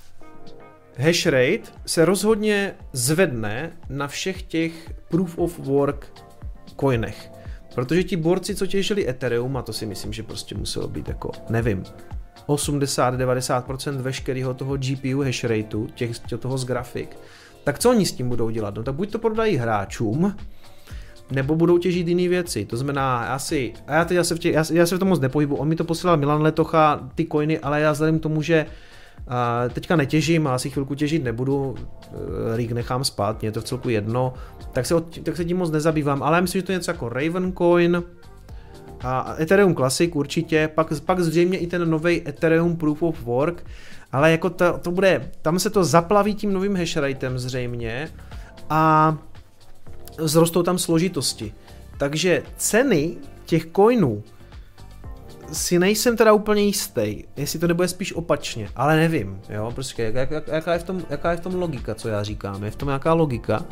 Hash rate se rozhodně zvedne na všech těch proof of work coinech. Protože ti borci, co těžili Ethereum, a to si myslím, že prostě muselo být jako, nevím, osmdesát až devadesát procent veškerého toho G P U hash rateu, těch, toho z grafik, tak co oni s tím budou dělat? No tak buď to prodají hráčům, nebo budou těžit jiné věci. To znamená, já si, a já teď já se v, tě, já, já se v tom moc nepohybu, on mi to posílal Milan Letocha, ty coiny, ale já vzhledem k tomu, že a teďka netěžím a asi chvilku těžit nebudu, Rig nechám spát, mě je to v celku jedno, tak se, tak se tím moc nezabývám, ale já myslím, že to je něco jako Ravencoin a Ethereum Classic určitě, pak, pak zřejmě i ten nový Ethereum Proof of Work, ale jako to, to bude, tam se to zaplaví tím novým hashratem zřejmě a zrostou tam složitosti, takže ceny těch coinů si nejsem teda úplně jistý, jestli to nebude spíš opačně, ale nevím, jo, prostě jak, jak, jaká, je v tom, jaká je v tom logika, co já říkám, je v tom nějaká logika.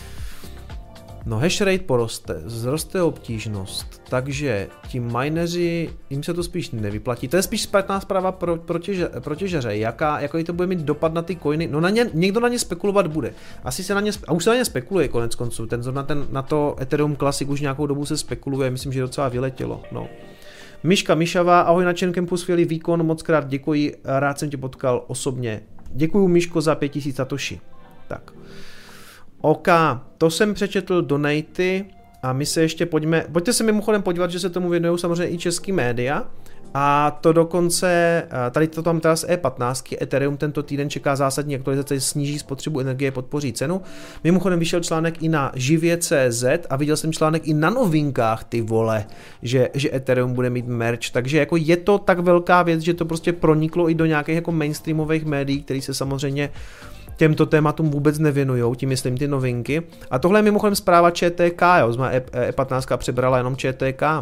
No hash rate poroste, zroste obtížnost, takže ti mineři, jim se to spíš nevyplatí, to je spíš zpětná zpráva pro, pro, těže, pro těžeře, jaká, jaký to bude mít dopad na ty coiny, no na ně, někdo na ně spekulovat bude, asi se na ně, a už se na ně spekuluje konec konců, ten, na, ten, na to Ethereum Classic už nějakou dobu se spekuluje, myslím, že docela vyletělo, no. Miška Mišavá, ahoj na Chaincampu, skvělý výkon, moc krát děkuji, rád jsem tě potkal osobně. Děkuju Miško za pět tisíc satoshi. Tak. OK, to jsem přečetl donaty a my se ještě pojďme, pojďte se mimochodem podívat, že se tomu věnují samozřejmě i český média. A to dokonce, tady to tam teda z E patnáct, Ethereum tento týden čeká zásadní aktualizace, sníží spotřebu energie, podpoří cenu. Mimochodem vyšel článek i na živě tečka cé zet a viděl jsem článek i na novinkách, ty vole, že, že Ethereum bude mít merge, takže jako je to tak velká věc, že to prostě proniklo i do nějakých jako mainstreamových médií, který se samozřejmě těmto tématům vůbec nevěnujou, tím myslím ty novinky. A tohle je mimochodem zpráva Č T K, jo, E patnáct přebrala jenom Č T K.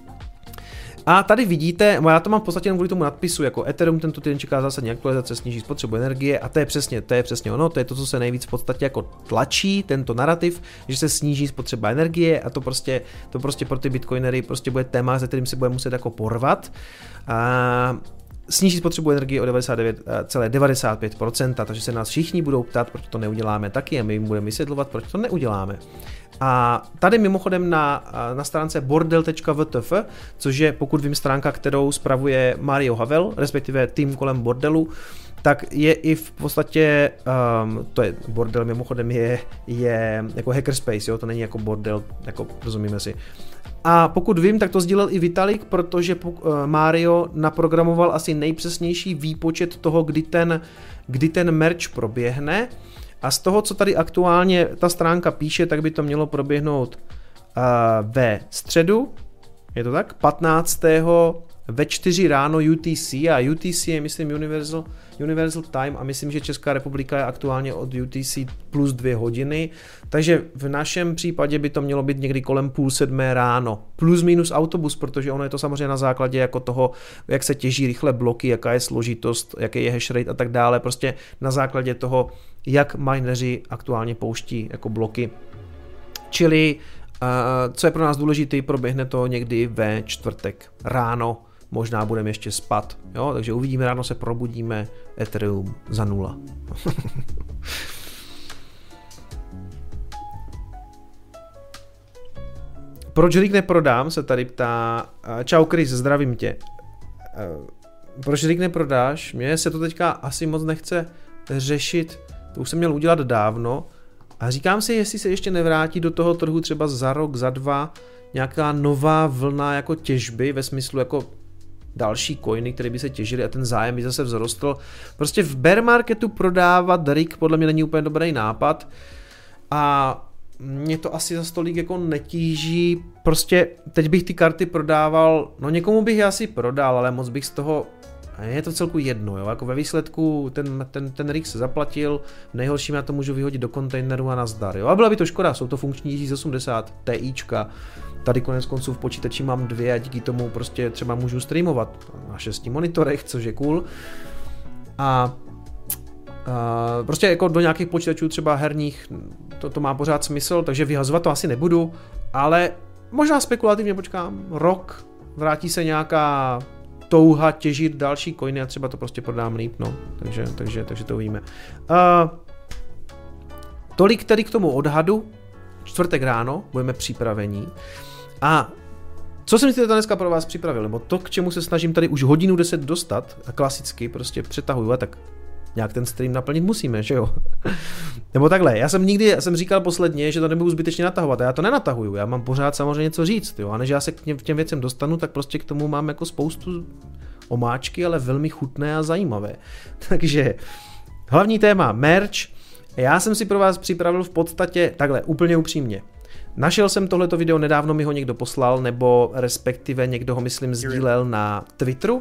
A tady vidíte, já to mám v podstatě jen kvůli tomu nadpisu, jako Ethereum tento týden čeká zásadní aktualizace, sníží spotřebu energie a to je přesně, to je přesně ono, to je to, co se nejvíc v podstatě jako tlačí, tento narrativ, že se sníží spotřeba energie a to prostě, to prostě pro ty bitcoinery prostě bude téma, se kterým se bude muset jako porvat. A sníží spotřebu energie o devadesát devět celá devadesát pět procent, takže se nás všichni budou ptát, proč to neuděláme taky a my jim budeme vysvětlovat, proč to neuděláme. A tady mimochodem na, na stránce bordel tečka v t f, což je, pokud vím, stránka, kterou spravuje Mario Havel, respektive tým kolem bordelu, tak je i v podstatě, um, to je bordel mimochodem je, je jako hackerspace, jo, to není jako bordel, jako rozumíme si. A pokud vím, tak to sdílel i Vitalik, protože Mario naprogramoval asi nejpřesnější výpočet toho, kdy ten, kdy ten merge proběhne. A z toho, co tady aktuálně ta stránka píše, tak by to mělo proběhnout uh, ve středu, je to tak, patnáctého ve čtyři ráno U T C a U T C je, myslím, Universal, Universal Time a myslím, že Česká republika je aktuálně od U T C plus dvě hodiny, takže v našem případě by to mělo být někdy kolem půl sedmé ráno, plus minus autobus, protože ono je to samozřejmě na základě jako toho, jak se těží rychle bloky, jaká je složitost, jaký je hash rate a tak dále, prostě na základě toho, jak mineři aktuálně pouští jako bloky. Čili, uh, co je pro nás důležité, proběhne to někdy ve čtvrtek ráno, možná budeme ještě spat, jo, takže uvidíme, ráno se probudíme, Ethereum za nula. Proč Rick neprodám, se tady ptá, čau Chris, zdravím tě. Proč Rick neprodáš? Mně se to teďka asi moc nechce řešit, to už jsem měl udělat dávno a říkám si, jestli se ještě nevrátí do toho trhu třeba za rok, za dva, nějaká nová vlna jako těžby, ve smyslu jako další coiny, které by se těžily a ten zájem by zase vzrostl. Prostě v bear marketu prodávat Rick podle mě není úplně dobrý nápad a mě to asi za stolik jako netíží, prostě teď bych ty karty prodával, no někomu bych je asi prodal, ale moc bych z toho, je to celku jedno, jo, jako ve výsledku ten, ten, ten Rick se zaplatil, v nejhorším já to můžu vyhodit do kontejneru a nazdar, jo, a byla by to škoda, jsou to funkční tisíc osmdesát Tička, tady konec konců v počítači mám dvě a díky tomu prostě třeba můžu streamovat na šesti monitorech, což je cool. A, a prostě jako do nějakých počítačů třeba herních to, to má pořád smysl, takže vyhazovat to asi nebudu, ale možná spekulativně počkám rok, vrátí se nějaká touha těžit další coiny a třeba to prostě prodám líp, no, takže, takže, takže to uvidíme. Uh, tolik tedy k tomu odhadu, čtvrtek ráno, budeme připravení. A co jsem si teda dneska pro vás připravil, nebo to, k čemu se snažím tady už hodinu deset dostat, a klasicky prostě přetahuju, a tak nějak ten stream naplnit musíme, že jo? Nebo takhle, já jsem nikdy, já jsem říkal posledně, že to nebudu zbytečně natahovat, a já to nenatahuju, já mám pořád samozřejmě něco říct, jo, a než já se k těm, k těm věcem dostanu, tak prostě k tomu mám jako spoustu omáčky, ale velmi chutné a zajímavé. Takže hlavní téma, merch, já jsem si pro vás připravil v podstatě takhle, úplně upřímně. Našel jsem tohleto video, nedávno mi ho někdo poslal, nebo respektive někdo ho, myslím, sdílel na Twitteru.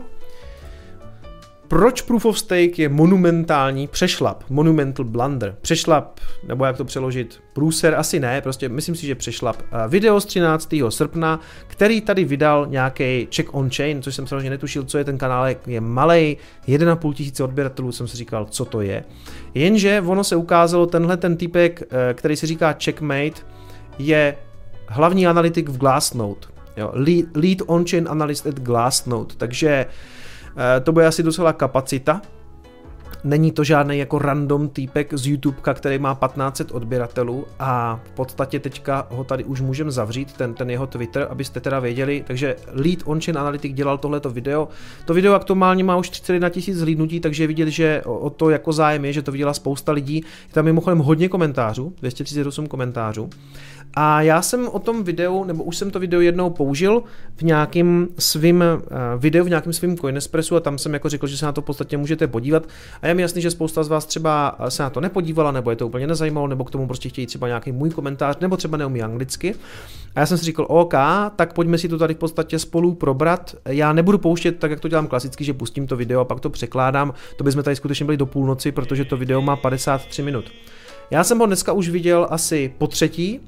Proč Proof of Stake je monumentální přešlap, monumental blunder, přešlap, nebo jak to přeložit, průser, asi ne, prostě myslím si, že přešlap. Video z třináctého srpna, který tady vydal nějaký Check on Chain, což jsem samozřejmě netušil, co je ten kanál, je malej, jeden a půl tisíce odběratelů, jsem si říkal, co to je. Jenže ono se ukázalo, tenhle ten týpek, který se říká Checkmate, je hlavní analytik v Glassnode, jo, lead, lead on-chain analyst at Glassnode, takže to bude asi docela kapacita. Není to žádný jako random týpek z YouTubeka, který má patnáct set odběratelů a v podstatě teďka ho tady už můžeme zavřít, ten, ten jeho Twitter, abyste teda věděli. Takže Lead On-Chain Analytic dělal tohleto video. To video aktuálně má už třicet jedna tisíc zhlídnutí, takže je vidět, že o to jako zájem je, že to viděla spousta lidí. Je tam mimochodem hodně komentářů, dvě stě třicet osm komentářů. A já jsem o tom videu, nebo už jsem to video jednou použil v nějakém svým uh, videu, v nějakém svým Coinespressu a tam jsem jako řekl, že se na to v podstatě můžete podívat. A je mi jasný, že spousta z vás třeba se na to nepodívala, nebo je to úplně nezajímalo, nebo k tomu prostě chtějí třeba nějaký můj komentář, nebo třeba neumí anglicky. A já jsem si říkal, OK, tak pojďme si to tady v podstatě spolu probrat. Já nebudu pouštět tak, jak to dělám klasicky, že pustím to video a pak to překládám. To bychom tady skutečně byli do půlnoci, protože to video má padesát tři minut. Já jsem ho dneska už viděl asi po třetí.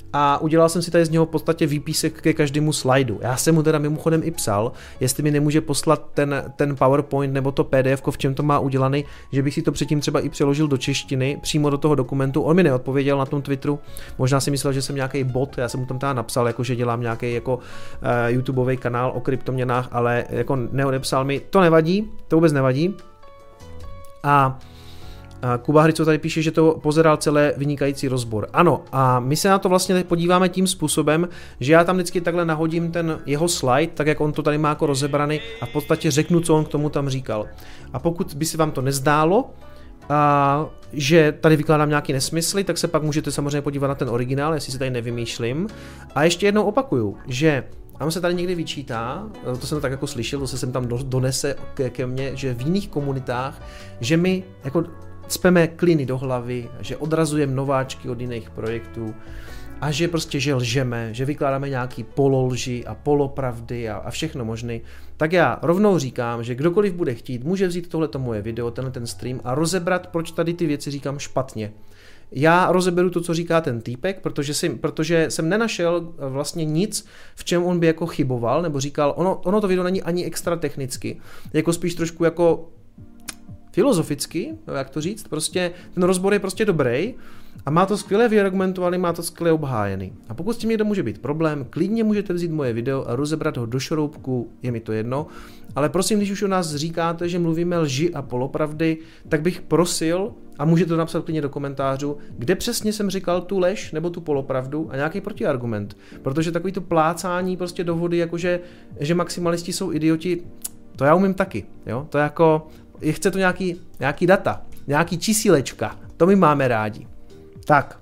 a udělal jsem si tady z něho v podstatě výpísek ke každému slajdu. Já jsem mu teda mimochodem i psal, jestli mi nemůže poslat ten, ten PowerPoint nebo to P D F, v čem to má udělaný, že bych si to předtím třeba i přeložil do češtiny, přímo do toho dokumentu. On mi neodpověděl na tom Twitteru, možná si myslel, že jsem nějaký bot, já jsem mu tam teda napsal, jako že dělám nějaký jako uh, YouTubeový kanál o kryptoměnách, ale jako neodepsal mi, to nevadí, to vůbec nevadí. A Kuba Hryco tady píše, že to pozeral celé vynikající rozbor. Ano, a my se na to vlastně podíváme tím způsobem, že já tam vždycky takhle nahodím ten jeho slide, tak jak on to tady má jako rozebraný a v podstatě řeknu, co on k tomu tam říkal. A pokud by se vám to nezdálo, a že tady vykládám nějaký nesmysly, tak se pak můžete samozřejmě podívat na ten originál, jestli si tady nevymýšlím. A ještě jednou opakuju, že a on se tady někdy vyčítá, to jsem tak jako slyšel, to se sem tam donese ke, ke mně, že v jiných komunitách, že my jako cpeme kliny do hlavy, že odrazujeme nováčky od jiných projektů a že prostě že lžeme, že vykládáme nějaký pololži a polopravdy a, a všechno možný, tak já rovnou říkám, že kdokoliv bude chtít, může vzít tohleto moje video, tenhle ten stream a rozebrat, proč tady ty věci říkám špatně. Já rozeberu to, co říká ten týpek, protože, si, protože jsem nenašel vlastně nic, v čem on by jako chyboval, nebo říkal, ono, ono to video není ani extra technicky, jako spíš trošku jako filozoficky, jak to říct, prostě ten rozbor je prostě dobrý a má to skvěle vyargumentovaný, má to skvěle obhájený. A pokud s tím někdo může být problém, klidně můžete vzít moje video a rozebrat ho do šroubku, je mi to jedno, ale prosím, když už o nás říkáte, že mluvíme lži a polopravdy, tak bych prosil, a můžete to napsat klidně do komentářů, kde přesně jsem říkal tu lež nebo tu polopravdu a nějaký protiargument, protože takový to plácání prostě do vody, jakože že maximalisti jsou idioti, to já umím taky, jo, to jako chce to nějaký, nějaký data, nějaký čísílečka, to my máme rádi. Tak.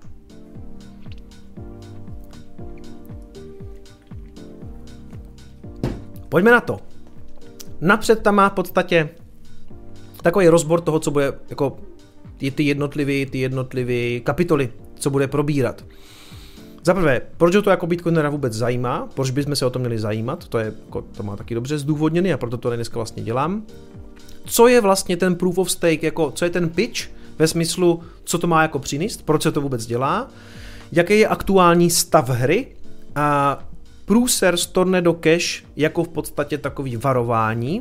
Pojďme na to. Napřed tam má v podstatě takový rozbor toho, co bude jako ty jednotlivé ty jednotlivé kapitoly, co bude probírat. Za prvé, proč ho to jako Bitcoinera vůbec zajímá, proč bychom se o to měli zajímat, to, je, jako, to má taky dobře zdůvodněný a proto to dneska vlastně dělám. Co je vlastně ten proof of stake, jako, co je ten pitch ve smyslu, co to má jako přinést, proč se to vůbec dělá, jaký je aktuální stav hry a průser z Tornado Cash jako v podstatě takový varování,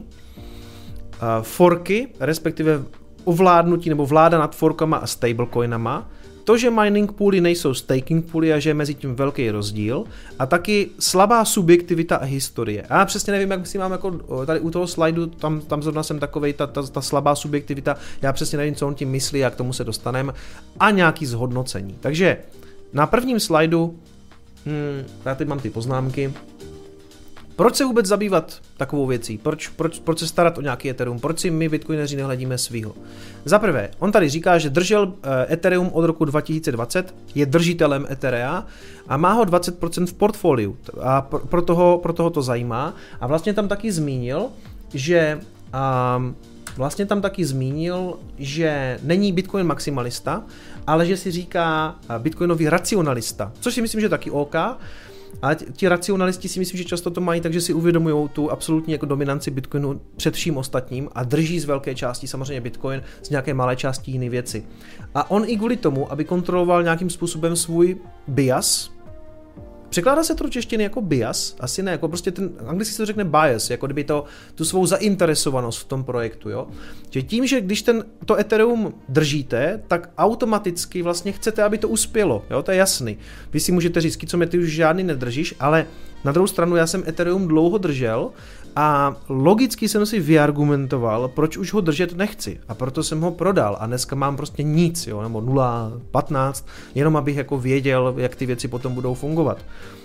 forky, respektive ovládnutí nebo vláda nad forkama a stablecoinama, to, že mining pooly nejsou staking pooly a že je mezi tím velký rozdíl a taky slabá subjektivita a historie. A já přesně nevím, jak si mám jako tady u toho slajdu, tam, tam zrovna jsem takovej, ta, ta, ta slabá subjektivita, já přesně nevím, co on tím myslí a k tomu se dostaneme a nějaký zhodnocení. Takže na prvním slajdu, hmm, já teď mám ty poznámky, proč se vůbec zabývat takovou věcí? Proč, proč, proč se starat o nějaký Ethereum? Proč si my bitcoineři nehledíme svýho? Za prvé, on tady říká, že držel Ethereum od roku dva tisíce dvacet, je držitelem Etherea a má ho dvacet procent v portfoliu a pro toho, pro toho to zajímá. A vlastně tam taky zmínil, že um, vlastně tam taky zmínil, že není Bitcoin maximalista, ale že si říká Bitcoinový racionalista, což si myslím, že taky OK. A ti racionalisti si myslím, že často to mají, takže si uvědomují tu absolutní jako dominanci Bitcoinu před vším ostatním a drží z velké části samozřejmě Bitcoin, z nějaké malé části jiné věci. A on i kvůli tomu, aby kontroloval nějakým způsobem svůj bias, překládá se to do češtiny jako bias? Asi ne, jako prostě ten, anglicky se to řekne bias, jako kdyby to, tu svou zainteresovanost v tom projektu, jo. Že tím, že když ten, to Ethereum držíte, tak automaticky vlastně chcete, aby to uspělo, jo, to je jasný. Vy si můžete říct, co ty už žádný nedržíš, ale na druhou stranu já jsem Ethereum dlouho držel a logicky jsem si vyargumentoval, proč už ho držet nechci a proto jsem ho prodal a dneska mám prostě nic, jo, nebo nula, patnáct, jenom abych jako věděl, jak ty věci potom budou fungovat.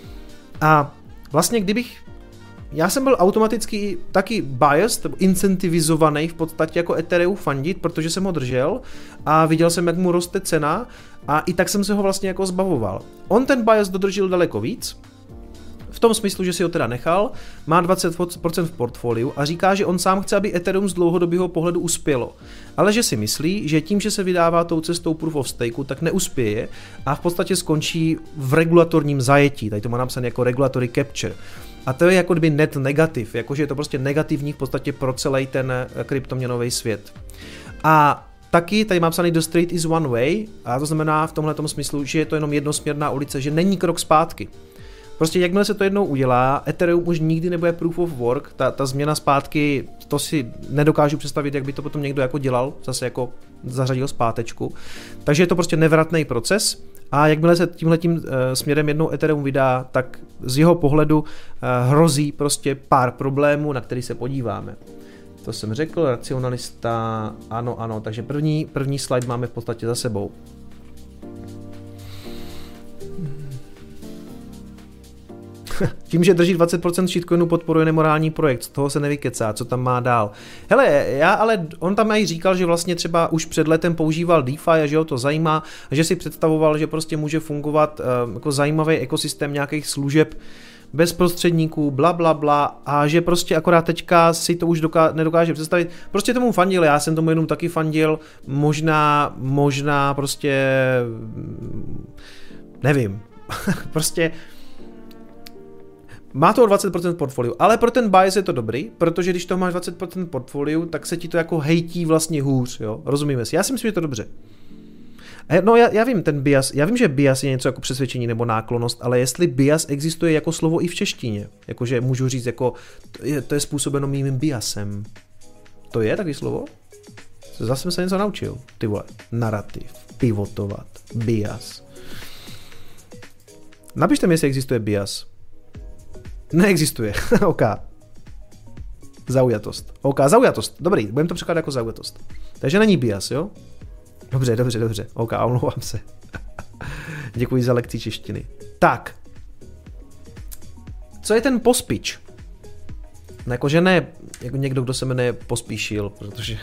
A vlastně kdybych, já jsem byl automaticky taky biased, incentivizovaný v podstatě jako Ethereum fandit, protože jsem ho držel a viděl jsem, jak mu roste cena a i tak jsem se ho vlastně jako zbavoval. On ten bias dodržel daleko víc, v tom smyslu, že si ho teda nechal, má dvacet procent v portfoliu a říká, že on sám chce, aby Ethereum z dlouhodobého pohledu uspělo. Ale že si myslí, že tím, že se vydává tou cestou proof of stake, tak neuspěje a v podstatě skončí v regulatorním zajetí. Tady to má napsané jako regulatory capture. A to je jako kdyby net negativ, jakože je to prostě negativní v podstatě pro celý ten kryptoměnový svět. A taky tady má psaný the street is one way, a to znamená v tomhletom smyslu, že je to jenom jednosměrná ulice, že není krok zpátky. Prostě jakmile se to jednou udělá, Ethereum už nikdy nebude proof of work, ta, ta změna zpátky, to si nedokážu představit, jak by to potom někdo jako dělal, zase jako zařadil zpátečku. Takže je to prostě nevratný proces a jakmile se tímhletím uh, směrem jednou Ethereum vydá, tak z jeho pohledu uh, hrozí prostě pár problémů, na který se podíváme. To jsem řekl, racionalista, ano, ano, takže první, první slide máme v podstatě za sebou. Tím, že drží dvacet procent shitcoinu, podporuje nemorální projekt, z toho se nevykecá, co tam má dál. Hele, já ale, on tam i říkal, že vlastně třeba už před letem používal DeFi a že ho to zajímá, a že si představoval, že prostě může fungovat uh, jako zajímavý ekosystém nějakých služeb bez prostředníků, bla, bla, bla, a že prostě akorát teďka si to už doká- nedokáže představit. Prostě tomu fandil, já jsem tomu jenom taky fandil, možná, možná prostě, nevím, prostě má to o dvacet procent portfoliu, ale pro ten bias je to dobrý, protože když to máš dvacet procent portfoliu, tak se ti to jako hejtí vlastně hůř, jo, rozumíme si. Já si myslím, že je to dobře. No já, já vím ten bias, já vím, že bias je něco jako přesvědčení nebo náklonnost, ale jestli bias existuje jako slovo i v češtině, jakože můžu říct jako, to je, to je způsobeno mým biasem. To je takový slovo? Zase jsem se něco naučil, ty vole, narrativ, pivotovat, bias. Napište mi, jestli existuje bias. Neexistuje. OK. Zaujatost. OK, zaujatost. Dobrý, budeme to překládat jako zaujatost. Takže není bias, jo? Dobře, dobře, dobře. OK, omlouvám se. Děkuji za lekci češtiny. Tak. Co je ten pospíč? No jakože ne, jako někdo, kdo se jmenuje Pospíšil, protože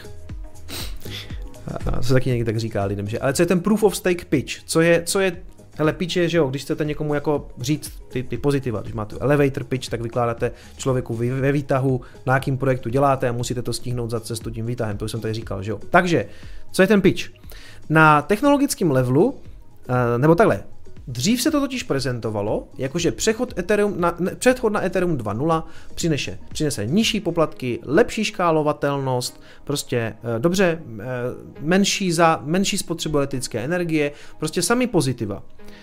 a se taky někdy tak říká lidem, že? Ale co je ten proof of stake pitch? Co je, co je hele, pitch je, že jo, když chcete někomu jako říct ty, ty pozitiva, když máte elevator pitch, tak vykládáte člověku ve výtahu, na jakým projektu děláte a musíte to stihnout za cestu tím výtahem, to jsem tady říkal, že jo. Takže, co je ten pitch? Na technologickém levelu, nebo takhle, dřív se to totiž prezentovalo, jakože přechod, Ethereum na, ne, přechod na Ethereum dva tečka nula přinese, přinese nižší poplatky, lepší škálovatelnost, prostě e, dobře, e, menší, za, menší spotřebu elektrické energie, prostě sami pozitiva.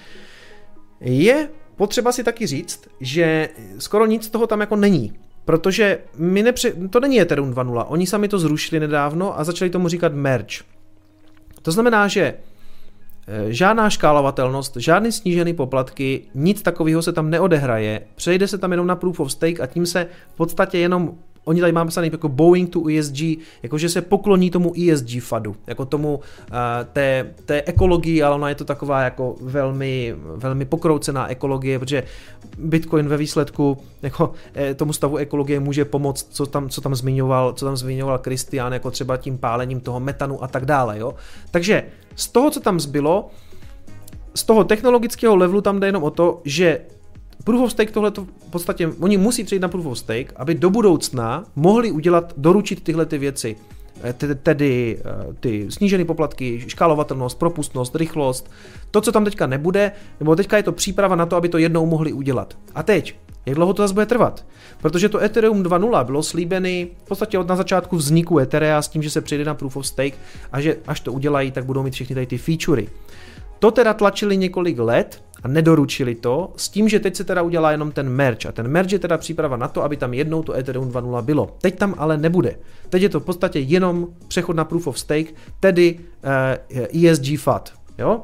Je potřeba si taky říct, že skoro nic z toho tam jako není, protože my nepře, to není Ethereum dva tečka nula, oni sami to zrušili nedávno a začali tomu říkat merge. To znamená, že žádná škálovatelnost, žádný snížený poplatky, nic takového se tam neodehraje, přejde se tam jenom na proof of stake a tím se v podstatě jenom, oni tady máme psaný jako bowing to E S G, jakože se pokloní tomu E S G fadu, jako tomu uh, té, té ekologii, ale ona je to taková jako velmi, velmi pokroucená ekologie, protože Bitcoin ve výsledku jako eh, tomu stavu ekologie může pomoct, co tam, co tam zmiňoval, co tam zmiňoval Christian, jako třeba tím pálením toho metanu a tak dále, jo. Takže z toho, co tam zbylo, z toho technologického levelu tam jde jenom o to, že Proof of Stake tohleto v podstatě, oni musí přejít na Proof of Stake, aby do budoucna mohli udělat, doručit tyhle ty věci, tedy ty snížené poplatky, škálovatelnost, propustnost, rychlost, to, co tam teďka nebude, nebo teďka je to příprava na to, aby to jednou mohli udělat. A teď, jak dlouho to zase bude trvat? Protože to Ethereum dva tečka nula bylo slíbený v podstatě od na začátku vzniku Etherea s tím, že se přejde na Proof of Stake a že až to udělají, tak budou mít všechny tady ty featurey. To teda tlačili několik let a nedoručili to, s tím, že teď se teda udělá jenom ten merge. A ten merge je teda příprava na to, aby tam jednou to Ethereum dva tečka nula bylo. Teď tam ale nebude. Teď je to v podstatě jenom přechod na Proof of Stake, tedy uh, E S G F A T. Jo?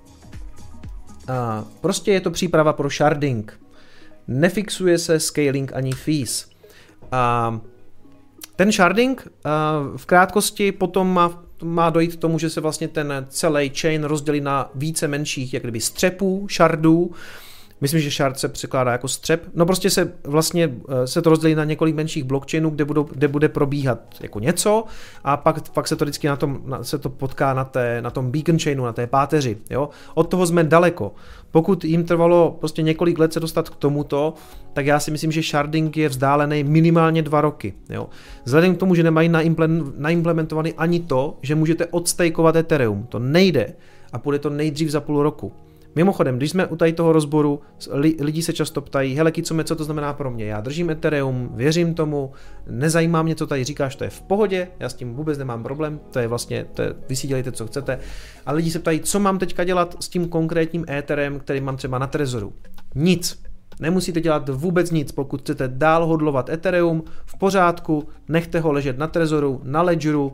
Uh, prostě je to příprava pro sharding. Nefixuje se scaling ani fees. Uh, ten sharding uh, v krátkosti potom má má dojít k tomu, že se vlastně ten celý chain rozdělí na více menších, jak kdyby střepů, shardů. Myslím, že shard se překládá jako střep. No prostě se vlastně se to rozdělí na několik menších blockchainů, kde, budou, kde bude probíhat jako něco a pak, pak se to vždycky na tom, na, se to potká na, té, na tom beacon chainu, na té páteři. Jo? Od toho jsme daleko. Pokud jim trvalo prostě několik let se dostat k tomuto, tak já si myslím, že sharding je vzdálený minimálně dva roky. Jo? Vzhledem k tomu, že nemají naimplementovaný ani to, že můžete odstejkovat Ethereum. To nejde a půjde to nejdřív za půl roku. Mimochodem, když jsme u tady toho rozboru, lidi se často ptají, hele Kicome, co to znamená pro mě? Já držím Ethereum, věřím tomu, nezajímá mě, co tady říkáš, to je v pohodě, já s tím vůbec nemám problém, to je vlastně, to je, vy si dělejte, co chcete. A lidi se ptají, co mám teďka dělat s tím konkrétním Etherem, který mám třeba na Trezoru. Nic. Nemusíte dělat vůbec nic, pokud chcete dál hodlovat Ethereum, v pořádku, nechte ho ležet na Trezoru, na Ledgeru,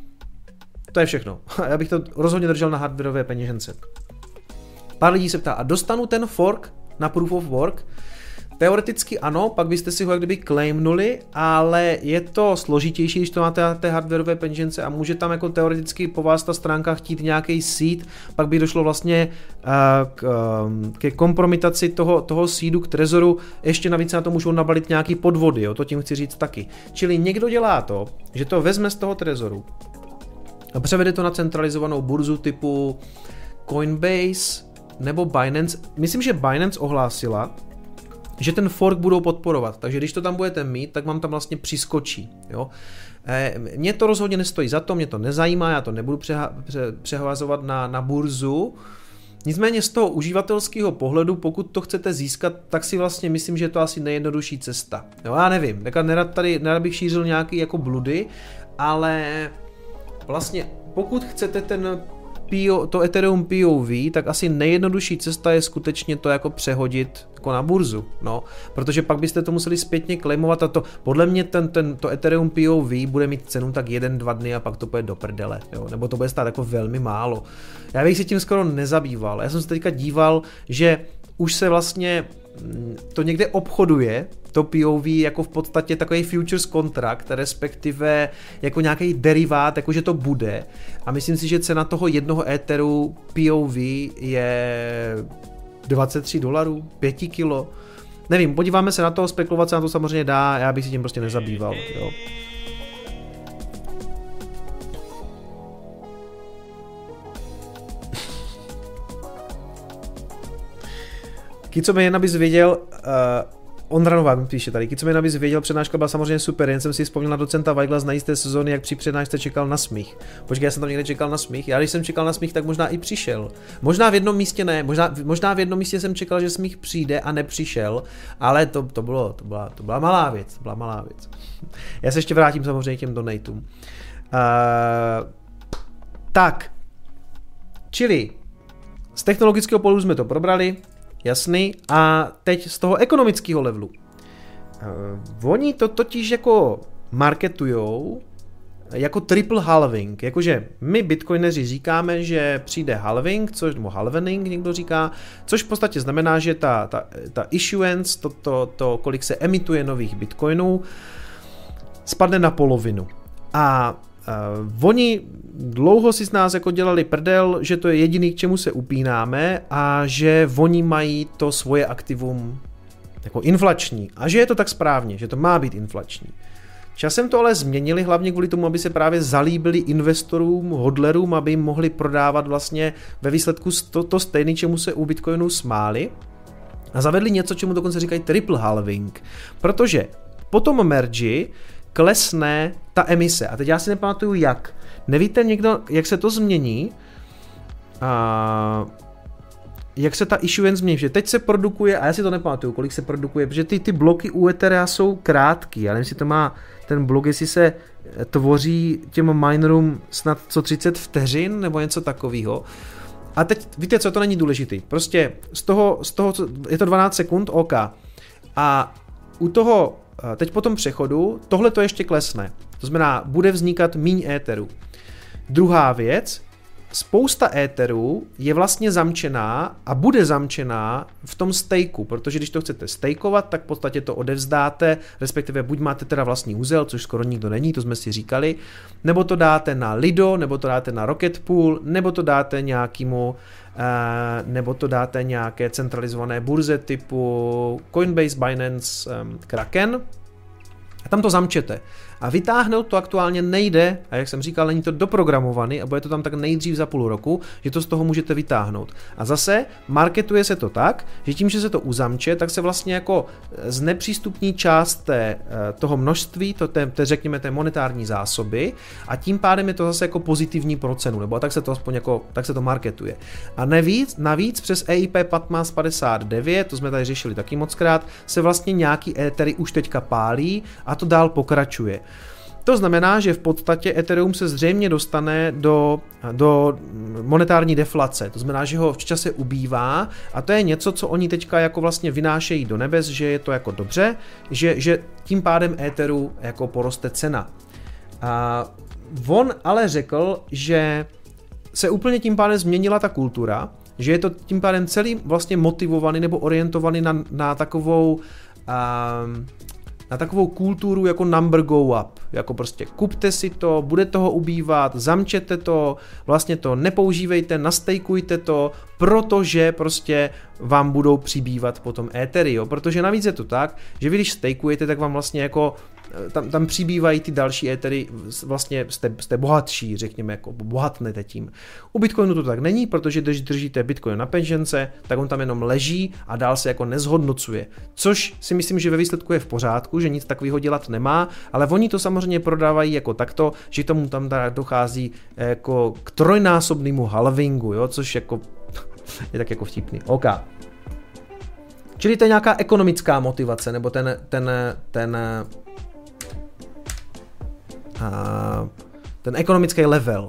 to je všechno. Já bych to rozhodně držel na hardwareové peněžence. Pár lidí se ptá, a dostanu ten fork na Proof of Work? Teoreticky ano, pak byste si ho jak kdyby claimnuli, ale je to složitější, když to máte na té hardwareové peněžence a může tam jako teoreticky po vás ta stránka chtít nějaký seed, pak by došlo vlastně uh, k, uh, ke kompromitaci toho, toho seedu k Trezoru, ještě navíc na to můžou nabalit nějaký podvody, jo, to tím chci říct taky. Čili někdo dělá to, že to vezme z toho Trezoru a převede to na centralizovanou burzu typu Coinbase nebo Binance. Myslím, že Binance ohlásila, že ten fork budou podporovat, takže když to tam budete mít, tak vám tam vlastně přiskočí. Jo? E, mě to rozhodně nestojí za to, mě to nezajímá, já to nebudu přeha- pře- přehazovat na, na burzu. Nicméně z toho uživatelského pohledu, pokud to chcete získat, tak si vlastně myslím, že je to asi nejjednodušší cesta. Jo, já nevím, nerad tady nerad bych šířil nějaký jako bludy, ale vlastně pokud chcete ten P O, to Ethereum P O V, tak asi nejjednodušší cesta je skutečně to jako přehodit jako na burzu, no, protože pak byste to museli zpětně claimovat a to, podle mě ten, ten, to Ethereum P O V bude mít cenu tak jeden, dva dny a pak to půjde do prdele, jo, nebo to bude stát jako velmi málo. Já bych se tím skoro nezabýval, já jsem se teďka díval, že už se vlastně to někde obchoduje, to P O V jako v podstatě takový futures contract, respektive jako nějaký derivát, jakože to bude. A myslím si, že cena toho jednoho Etheru P O V je dvacet tři dolarů, pět kilo. Nevím, podíváme se na to, spekulovat se na to samozřejmě dá, já bych si tím prostě nezabýval, jo. Kicome, jen abys věděl, uh, Ondra Novák píše tady, Kicome, jen abys věděl, přednáška byla samozřejmě super, jen jsem si vzpomněl na docenta Weigla z najisté sezóny, jak při přednášce čekal na smích. Počkej, já jsem tam někde čekal na smích, já když jsem čekal na smích, tak možná i přišel. Možná v jednom místě ne, možná, možná v jednom místě jsem čekal, že smích přijde a nepřišel, ale to, to, bylo, to, byla, to byla malá věc, to byla malá věc. Já se ještě vrátím samozřejmě k těm donatům. Uh, tak, čili z technologického pohledu jsme to probrali, jasný, a teď z toho ekonomického levelu. Uh, oni to totiž jako marketujou jako triple halving, jakože my bitcoineři říkáme, že přijde halving, což, nebo halvening někdo říká, což v podstatě znamená, že ta, ta, ta issuance, to, to, to, kolik se emituje nových bitcoinů, spadne na polovinu. A Uh, oni dlouho si z nás jako dělali prdel, že to je jediný, k čemu se upínáme a že oni mají to svoje aktivum jako inflační a že je to tak správně, že to má být inflační. Časem to ale změnili hlavně kvůli tomu, aby se právě zalíbili investorům, hodlerům, aby jim mohli prodávat vlastně ve výsledku to, to stejné, čemu se u Bitcoinu smáli a zavedli něco, čemu dokonce říkají triple halving, protože po tom mergi klesne ta emise. A teď já si nepamatuju jak. Nevíte někdo, jak se to změní? A jak se ta issuance změní? Že teď se produkuje, a já si to nepamatuju, kolik se produkuje, protože ty, ty bloky u Ethera jsou krátký. Já nevím, jestli to má ten blok, jestli se tvoří těm minerům snad co třicet vteřin, nebo něco takového. A teď, víte co, to není důležitý. Prostě z toho, z toho je to dvanáct sekund, OK. A u toho teď po tom přechodu tohle to ještě klesne. To znamená, bude vznikat míň éterů. Druhá věc, spousta éterů je vlastně zamčená a bude zamčená v tom stejku, protože když to chcete stejkovat, tak v podstatě to odevzdáte, respektive buď máte teda vlastní úzel, což skoro nikdo není, to jsme si říkali, nebo to dáte na Lido, nebo to dáte na Rocket Pool, nebo to dáte nějakému Uh, nebo to dáte nějaké centralizované burze typu Coinbase, Binance, um, Kraken a tam to zamčete. A vytáhnout to aktuálně nejde, a jak jsem říkal, není to doprogramovaný a bude to tam tak nejdřív za půl roku, že to z toho můžete vytáhnout. A zase marketuje se to tak, že tím, že se to uzamče, tak se vlastně jako znepřístupní část té, toho množství, to té, té, řekněme té monetární zásoby a tím pádem je to zase jako pozitivní pro cenu, nebo tak se to aspoň jako, tak se to marketuje. A navíc, navíc přes E I P patnáct padesát devět, to jsme tady řešili taky mockrát, se vlastně nějaký Ethery už teďka pálí a to dál pokračuje. To znamená, že v podstatě Ethereum se zřejmě dostane do, do monetární deflace, to znamená, že ho v čase ubývá a to je něco, co oni teďka jako vlastně vynášejí do nebes, že je to jako dobře, že, že tím pádem Etheru jako poroste cena. A on ale řekl, že se úplně tím pádem změnila ta kultura, že je to tím pádem celý vlastně motivovaný nebo orientovaný na, na takovou um, na takovou kulturu jako number go up, jako prostě kupte si to, bude toho ubývat, zamčete to, vlastně to nepoužívejte, nastejkujte to, protože prostě vám budou přibývat potom Ethery, jo? Protože navíc je to tak, že vy když stejkujete, tak vám vlastně jako tam, tam přibývají ty další Ethery, vlastně jste, jste bohatší, řekněme, jako bohatnete tím. U Bitcoinu to tak není, protože když držíte Bitcoin na peněžence, tak on tam jenom leží a dál se jako nezhodnocuje. Což si myslím, že ve výsledku je v pořádku, že nic takového dělat nemá, ale oni to samozřejmě prodávají jako takto, že tomu tam dochází jako k trojnásobnému halvingu, jo, což jako je tak jako vtipný. OK. Čili to je nějaká ekonomická motivace, nebo ten, ten, ten a ten ekonomický level.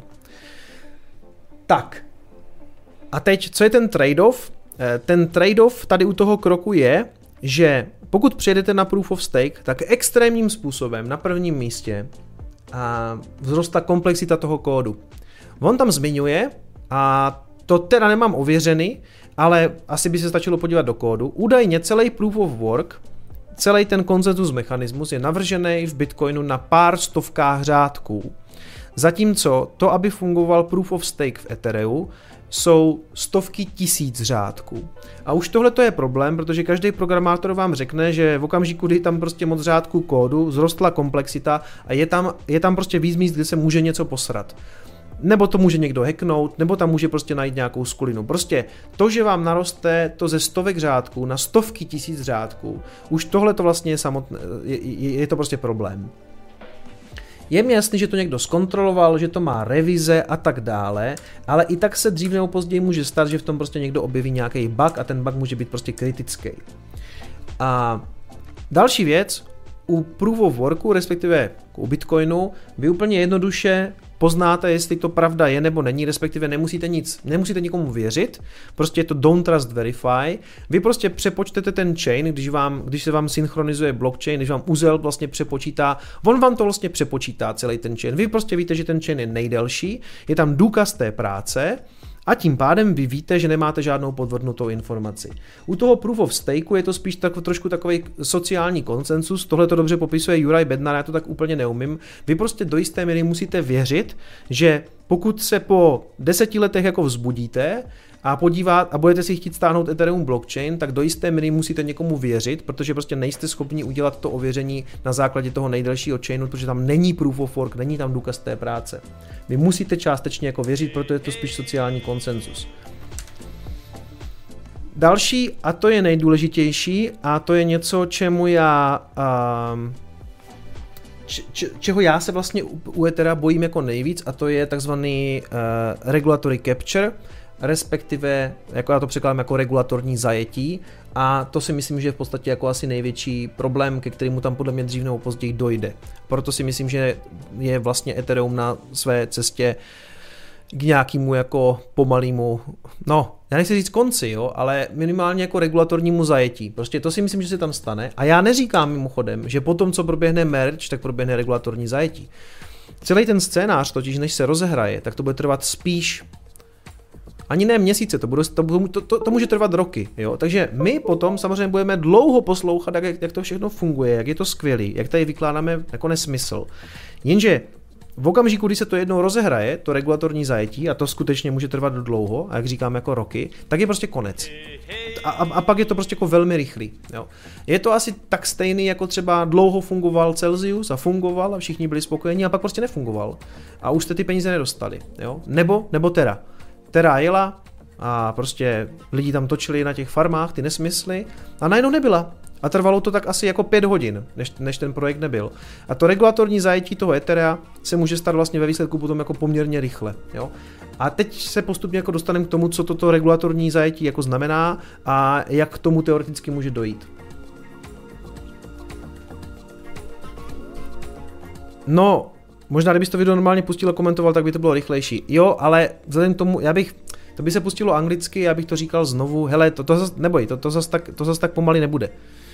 Tak. A teď, co je ten trade-off? Ten trade-off tady u toho kroku je, že pokud přijedete na Proof of Stake, tak extrémním způsobem na prvním místě a vzrostla komplexita toho kódu. On tam zmiňuje, a to teda nemám ověřený, ale asi by se stačilo podívat do kódu. Údajně celý Proof of Work, celý ten konsenzus mechanismus je navržený v Bitcoinu na pár stovkách řádků. Zatímco to, aby fungoval Proof of Stake v Ethereu, jsou stovky tisíc řádků. A už tohle to je problém, protože každý programátor vám řekne, že v okamžiku, kdy tam prostě moc řádků kódu, vzrostla komplexita a je tam, je tam prostě víc míst, kde se může něco posrat. Nebo to může někdo hacknout, nebo tam může prostě najít nějakou skulinu. Prostě to, že vám naroste to ze stovek řádků na stovky tisíc řádků, už tohle to vlastně je samotné, je, je, je to prostě problém. Je mi jasný, že to někdo zkontroloval, že to má revize a tak dále, ale i tak se dřív nebo později může stát, že v tom prostě někdo objeví nějaký bug a ten bug může být prostě kritický. A další věc, u Proof of Worku, respektive u Bitcoinu, vy úplně jednoduše poznáte, jestli to pravda je nebo není, respektive nemusíte nic, nemusíte nikomu věřit, prostě je to don't trust verify, vy prostě přepočtete ten chain, když, vám, když se vám synchronizuje blockchain, když vám uzel vlastně přepočítá, on vám to vlastně přepočítá celý ten chain, vy prostě víte, že ten chain je nejdelší, je tam důkaz té práce, a tím pádem vy víte, že nemáte žádnou podvrhnutou informaci. U toho Proof of Stakeu je to spíš tak, trošku takový sociální konsensus, tohle to dobře popisuje Juraj Bednar, já to tak úplně neumím. Vy prostě do jisté míry musíte věřit, že pokud se po deseti letech jako vzbudíte a podívat a budete si chtít stáhnout Ethereum blockchain, tak do jisté míry musíte někomu věřit, protože prostě nejste schopni udělat to ověření na základě toho nejdelšího chainu, protože tam není Proof of Work, není tam důkaz té práce. Vy musíte částečně jako věřit, protože je to spíš sociální konsenzus. Další, a to je nejdůležitější, a to je něco, čemu já, um, č, čeho já se vlastně u Ethera bojím jako nejvíc, a to je takzvaný uh, regulatory capture, respektive, jako já to překládám jako regulatorní zajetí, a to si myslím, že je v podstatě jako asi největší problém, ke kterému tam podle mě dřív nebo později dojde. Proto si myslím, že je vlastně Ethereum na své cestě k nějakému jako pomalému, no, já nechci říct konci, jo, ale minimálně jako regulatornímu zajetí. Prostě to si myslím, že se tam stane. A já neříkám mimochodem, že potom, co proběhne merge, tak proběhne regulatorní zajetí. Celý ten scénář totiž, než se rozehraje, tak to bude trvat spíš ani ne měsíce, to, bude, to, to, to, to může trvat roky, jo, takže my potom samozřejmě budeme dlouho poslouchat, jak, jak to všechno funguje, jak je to skvělý, jak tady vykládáme jako nesmysl. Jenže v okamžiku, kdy se to jednou rozehraje, to regulatorní zajetí, a to skutečně může trvat dlouho, a jak říkám jako roky, tak je prostě konec. A, a, a pak je to prostě jako velmi rychlý. Jo. Je to asi tak stejný, jako třeba dlouho fungoval Celsius a fungoval a všichni byli spokojení a pak prostě nefungoval. A už jste ty peníze nedostali. Jo. Nebo, nebo Terra. Terra jela a prostě lidi tam točili na těch farmách ty nesmysly a najednou nebyla. A trvalo to tak asi jako pět hodin, než, než ten projekt nebyl. A to regulatorní zajetí toho Etherea se může stát vlastně ve výsledku potom jako poměrně rychle. Jo? A teď se postupně jako dostaneme k tomu, co toto regulatorní zajetí jako znamená a jak k tomu teoreticky může dojít. No, možná kdybys to video normálně pustil a komentoval, tak by to bylo rychlejší. Jo, ale vzhledem k tomu, já bych, to by se pustilo anglicky, já bych to říkal znovu, hele, to, to zas, neboj, to, to, zas tak, to zas tak pomaly nebude.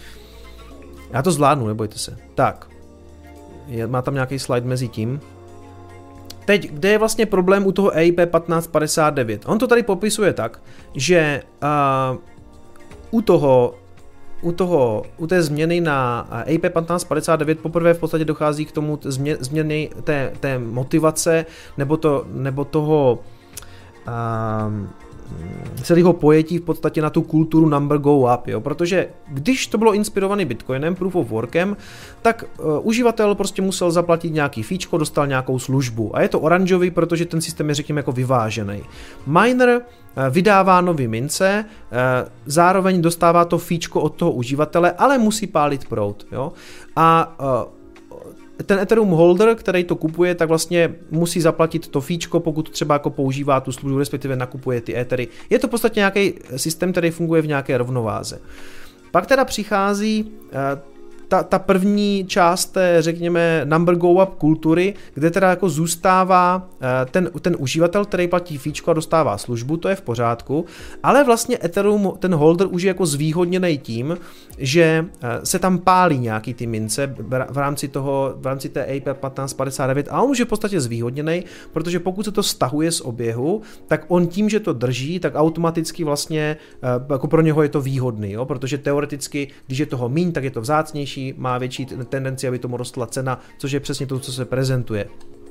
Já to zvládnu, nebojte se. Tak, je, má tam nějaký slide mezi tím. Teď, kde je vlastně problém u toho E I P patnáct padesát devět? On to tady popisuje tak, že uh, u toho, u toho, u té změny na E I P patnáct padesát devět poprvé v podstatě dochází k tomu změ, změny té, té motivace nebo, to, nebo toho uh, celého pojetí v podstatě na tu kulturu number go up, jo? Protože když to bylo inspirovaný Bitcoinem, Proof of Workem, tak uh, uživatel prostě musel zaplatit nějaký fíčko, dostal nějakou službu a je to oranžový, protože ten systém je řekněme jako vyvážený. Miner uh, vydává nový mince, uh, zároveň dostává to fíčko od toho uživatele, ale musí pálit proud, jo? A uh, ten Ethereum holder, který to kupuje, tak vlastně musí zaplatit to fíčko, pokud třeba jako používá tu službu, respektive nakupuje ty Ethery. Je to v podstatě nějaký systém, který funguje v nějaké rovnováze. Pak teda přichází ta, ta první část té, řekněme, number go up kultury, kde teda jako zůstává ten, ten uživatel, který platí fíčko a dostává službu, to je v pořádku, ale vlastně Ethereum, ten holder už je jako zvýhodněný tím, že se tam pálí nějaký ty mince v rámci toho, v rámci té E I P patnáct padesát devět a on už je v podstatě zvýhodněný, protože pokud se to stahuje z oběhu, tak on tím, že to drží, tak automaticky vlastně jako pro něho je to výhodný, jo? Protože teoreticky, když je toho míň, tak je to vzácnější, má větší tendenci, aby tomu rostla cena, což je přesně to, co se prezentuje.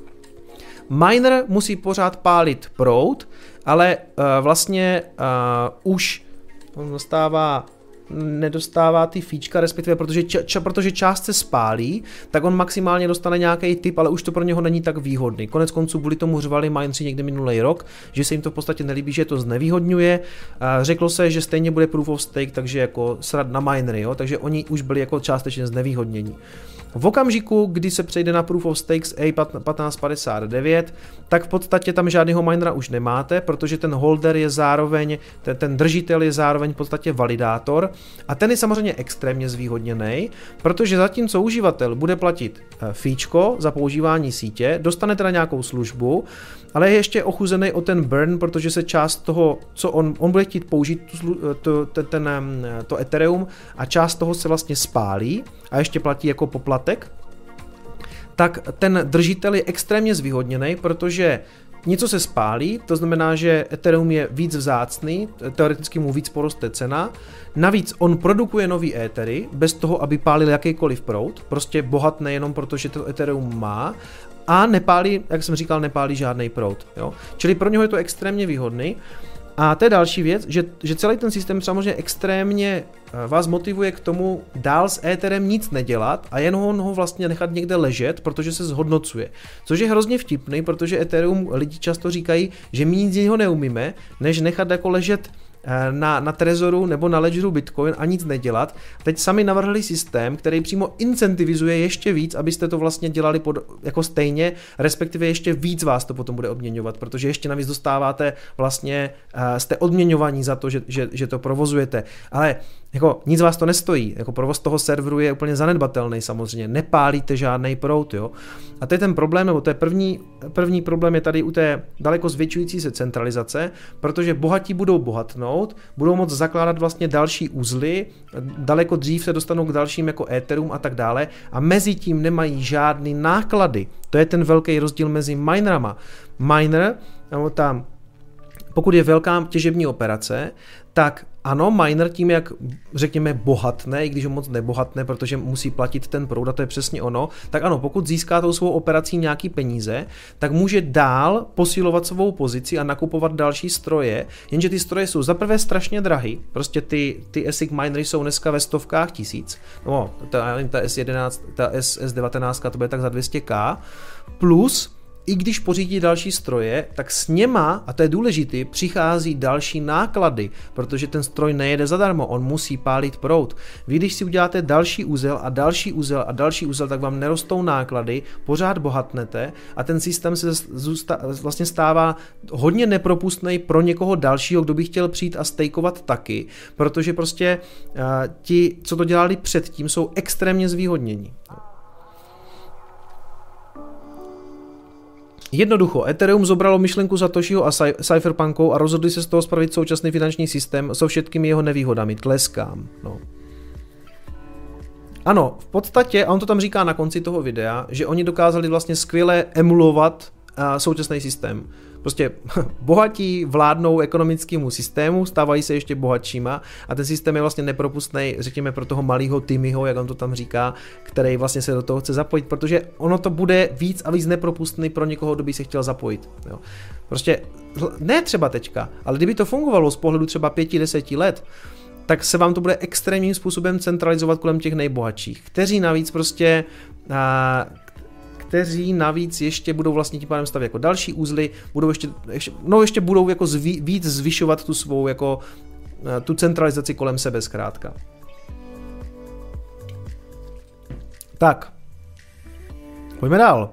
Miner musí pořád pálit proud, ale uh, vlastně uh, už on dostává, nedostává ty fíčka, respektive protože, ča, protože část se spálí, tak on maximálně dostane nějaký tip, ale už to pro něho není tak výhodný. Konec konců kvůli tomu řvali mineři někdy minulý rok, že se jim to v podstatě nelíbí, že to znevýhodňuje. Řeklo se, že stejně bude proof of stake, takže jako srad na minery, jo? Takže oni už byli jako částečně znevýhodnění. V okamžiku, kdy se přejde na Proof of Stakes E I P patnáct padesát devět, tak v podstatě tam žádného minera už nemáte, protože ten holder je zároveň, ten, ten držitel je zároveň v podstatě validátor a ten je samozřejmě extrémně zvýhodněný, protože zatímco uživatel bude platit fíčko za používání sítě, dostane teda nějakou službu, ale je ještě ochuzený o ten burn, protože se část toho, co on, on bude chtít použít, tu, to, ten, ten, to Ethereum a část toho se vlastně spálí a ještě platí jako poplatek, tak ten držitel je extrémně zvýhodněný, protože něco se spálí, to znamená, že Ethereum je víc vzácný, teoreticky mu víc poroste cena, navíc on produkuje nový Ethery, bez toho, aby pálil jakýkoliv proud, prostě bohatný jenom protože to Ethereum má, a nepálí, jak jsem říkal, nepálí žádný proud. Jo? Čili pro něho je to extrémně výhodný. A to je další věc, že, že celý ten systém samozřejmě extrémně vás motivuje k tomu dál s Etherem nic nedělat a jen ho, ho vlastně nechat někde ležet, protože se zhodnocuje. Což je hrozně vtipný, protože Ethereum lidi často říkají, že my nic z něho neumíme, než nechat jako ležet na, na Trezoru nebo na Ledgeru Bitcoin a nic nedělat. Teď sami navrhli systém, který přímo incentivizuje ještě víc, abyste to vlastně dělali pod, jako stejně, respektive ještě víc vás to potom bude odměňovat, protože ještě navíc dostáváte vlastně, uh, jste odměňovaní za to, že, že, že to provozujete. Ale jako nic vás to nestojí, jako provoz toho serveru je úplně zanedbatelný samozřejmě, nepálíte žádný proud, jo. A to je ten problém, nebo to je první, první problém je tady u té daleko zvětšující se centralizace, protože bohatí budou bohatnout, budou moct zakládat vlastně další uzly, daleko dřív se dostanou k dalším jako Ethereum a tak dále a mezi tím nemají žádný náklady. To je ten velký rozdíl mezi minerama. Miner, nebo tam, pokud je velká těžební operace, tak ano, miner tím, jak řekněme bohatne, i když ho moc nebohatne, protože musí platit ten proud, a to je přesně ono, tak ano, pokud získá tou svou operací nějaký peníze, tak může dál posilovat svou pozici a nakupovat další stroje, jenže ty stroje jsou zaprvé strašně drahý, prostě ty, ty ASIC minery jsou dneska ve stovkách tisíc, no, ta, ta S jedenáct, ta S devatenáct, to bude tak za dvě stě tisíc, plus i když pořídí další stroje, tak s něma, a to je důležité, přichází další náklady, protože ten stroj nejede zadarmo, on musí pálit proud. Vy, když si uděláte další úzel a další úzel a další úzel, tak vám nerostou náklady, pořád bohatnete a ten systém se zůsta, vlastně stává hodně nepropustný pro někoho dalšího, kdo by chtěl přijít a stejkovat taky, protože prostě uh, ti, co to dělali předtím, jsou extrémně zvýhodnění. Jednoducho, Ethereum zobralo myšlenku Satoshiho a Cypherpunkou a rozhodli se z toho spravit současný finanční systém se všetkými jeho nevýhodami. Tleskám. No. Ano, v podstatě, a on to tam říká na konci toho videa, že oni dokázali vlastně skvěle emulovat uh, současný systém. Prostě bohatí vládnou ekonomickému systému, stávají se ještě bohatšíma a ten systém je vlastně nepropustný, řekněme, pro toho malého Timmyho, jak on to tam říká, který vlastně se do toho chce zapojit, protože ono to bude víc a víc nepropustný pro někoho, kdo by se chtěl zapojit. Jo. Prostě ne třeba teďka, ale kdyby to fungovalo z pohledu třeba pěti, deseti let, tak se vám to bude extrémním způsobem centralizovat kolem těch nejbohatších, kteří navíc prostě a, kteří navíc ještě budou vlastně tím pádem stavět jako další úzly, budou ještě, ještě no ještě budou jako zví, víc zvyšovat tu svou jako tu centralizaci kolem sebe zkrátka. Tak. Pojďme dál.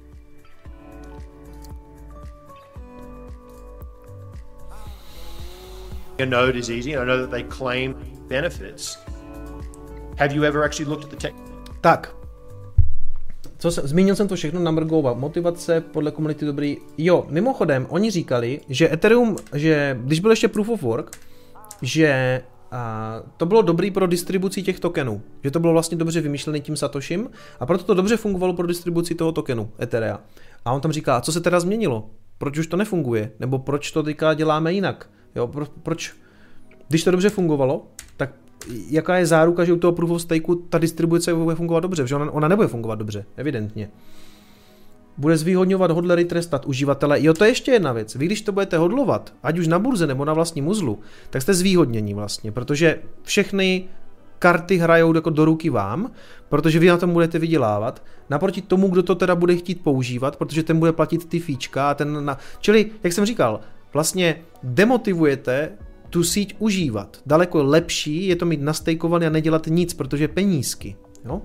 A node is easy. I know that they claim benefits. Have you ever actually looked at the tech? Tak. Co jsem, zmínil jsem to všechno, number go, motivace podle komunity dobrý. Jo, mimochodem, oni říkali, že Ethereum, že když byl ještě Proof of Work, že a, to bylo dobrý pro distribuci těch tokenů, že to bylo vlastně dobře vymyšlené tím Satoshim a proto to dobře fungovalo pro distribuci toho tokenu Etherea. A on tam říká, co se teda změnilo? Proč už to nefunguje? Nebo proč to teďka děláme jinak? Jo, pro, proč? Když to dobře fungovalo, tak jaká je záruka, že u toho Proof of Stakeu ta distribuce bude fungovat dobře, protože ona, ona nebude fungovat dobře, evidentně. Bude zvýhodňovat hodlery, trestat uživatele. Jo, to je ještě jedna věc. Vy, když to budete hodlovat, ať už na burze nebo na vlastním uzlu, tak jste zvýhodnění vlastně, protože všechny karty hrajou jako do ruky vám, protože vy na tom budete vydělávat, naproti tomu, kdo to teda bude chtít používat, protože ten bude platit ty fíčka a ten na... Čili, jak jsem říkal, vlastně demotivujete tu síť užívat. Daleko lepší je to mít nastejkovaný a nedělat nic, protože penízky. Jo?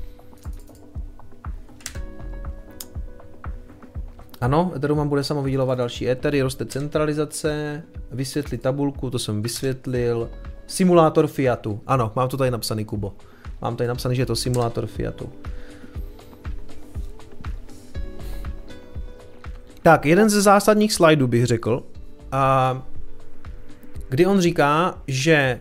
Ano, Ethereum bude samo vydělovat další Ethery, roste centralizace, vysvětlit tabulku, to jsem vysvětlil. Simulátor Fiatu. Ano, mám to tady napsaný, Kubo. Mám tady napsaný, že je to simulátor Fiatu. Tak, jeden ze zásadních slajdů bych řekl, a kdy on říká, že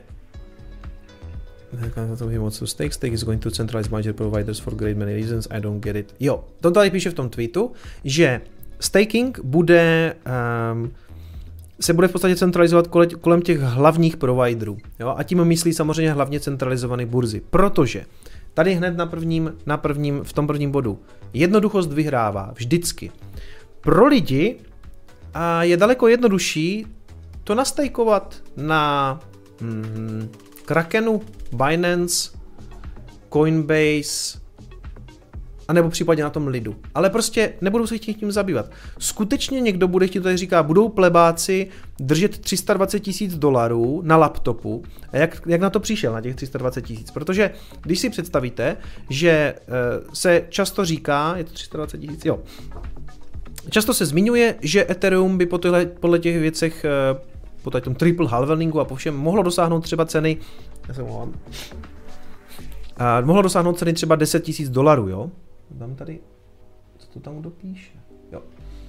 stake, stake is going to centralize major providers for great many reasons, I don't get it. Jo, to tady píše v tom tweetu, že staking bude um, se bude v podstatě centralizovat kolem těch hlavních providerů. Jo? A tím myslí samozřejmě hlavně centralizované burzy. Protože tady hned na prvním, na prvním, v tom prvním bodu jednoduchost vyhrává vždycky. Pro lidi a je daleko jednodušší to nastajkovat na hmm, Krakenu, Binance, Coinbase, a nebo případně na tom lidu. Ale prostě nebudou se chtít tím zabývat. Skutečně někdo bude chtít, tady říká, budou plebáci držet tři sta dvacet tisíc dolarů na laptopu. A jak, jak na to přišel, na těch tři sta dvacet tisíc? Protože když si představíte, že uh, se často říká, je to tři sta dvacet tisíc, jo. Často se zmiňuje, že Ethereum by po tyhle, podle těch věcech, uh, po tom triple halveningu a po všem, mohlo dosáhnout třeba ceny, já se mluvám, uh, mohlo dosáhnout ceny třeba deset tisíc dolarů, jo. Dám tady, co to tam kdo píše? Jo.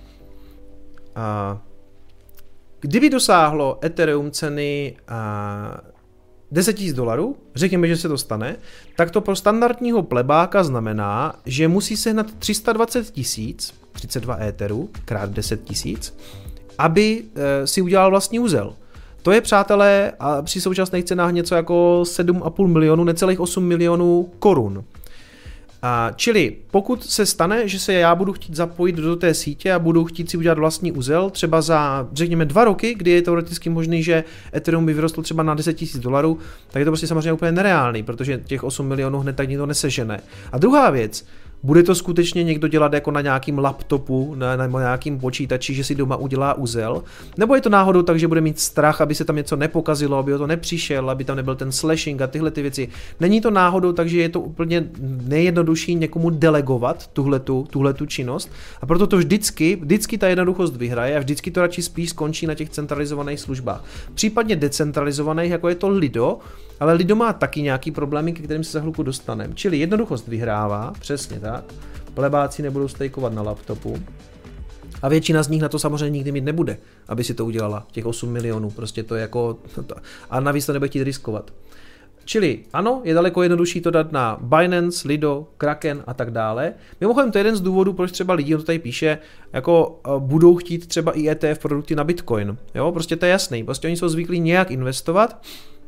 A kdyby dosáhlo Ethereum ceny a deset tisíc dolarů, řekněme, že se to stane, tak to pro standardního plebáka znamená, že musí sehnat tři sta dvacet tisíc, třicet dva Etherů, krát deset tisíc, aby e, si udělal vlastní úzel. To je, přátelé, a při současných cenách něco jako sedm a půl milionu, necelých osm milionů korun. A čili pokud se stane, že se já budu chtít zapojit do té sítě a budu chtít si udělat vlastní uzel, třeba za, řekněme, dva roky, kdy je teoreticky možný, že Ethereum by vyrostl třeba na deset tisíc dolarů, tak je to prostě samozřejmě úplně nereálný, protože těch osm milionů hned tak nikdo nesežene. A druhá věc, bude to skutečně někdo dělat jako na nějakým laptopu, na, na nějakým počítači, že si doma udělá uzel? Nebo je to náhodou tak, že bude mít strach, aby se tam něco nepokazilo, aby ho to nepřišel, aby tam nebyl ten slashing a tyhle ty věci? Není to náhodou tak, že je to úplně nejjednodušší někomu delegovat tuhletu, tuhletu činnost? A proto to vždycky, vždycky ta jednoduchost vyhraje a vždycky to radši spíš skončí na těch centralizovaných službách. Případně decentralizovaných, jako je to Lido, ale Lido má taky nějaký problémy, ke kterým se za chvilku dostaneme. Čili jednoduchost vyhrává, přesně tak. Plebáci nebudou stejkovat na laptopu. A většina z nich na to samozřejmě nikdy mít nebude, aby si to udělala, těch osm milionů. Prostě to je jako... A navíc to nebude chtít riskovat. Čili ano, je daleko jednodušší to dát na Binance, Lido, Kraken a tak dále. Mimochodem to je jeden z důvodů, proč třeba lidi, on to tady píše, jako budou chtít třeba i E T F produkty na Bitcoin. Jo, prostě to je jasný. Prostě oni jsou zvyklí nějak investovat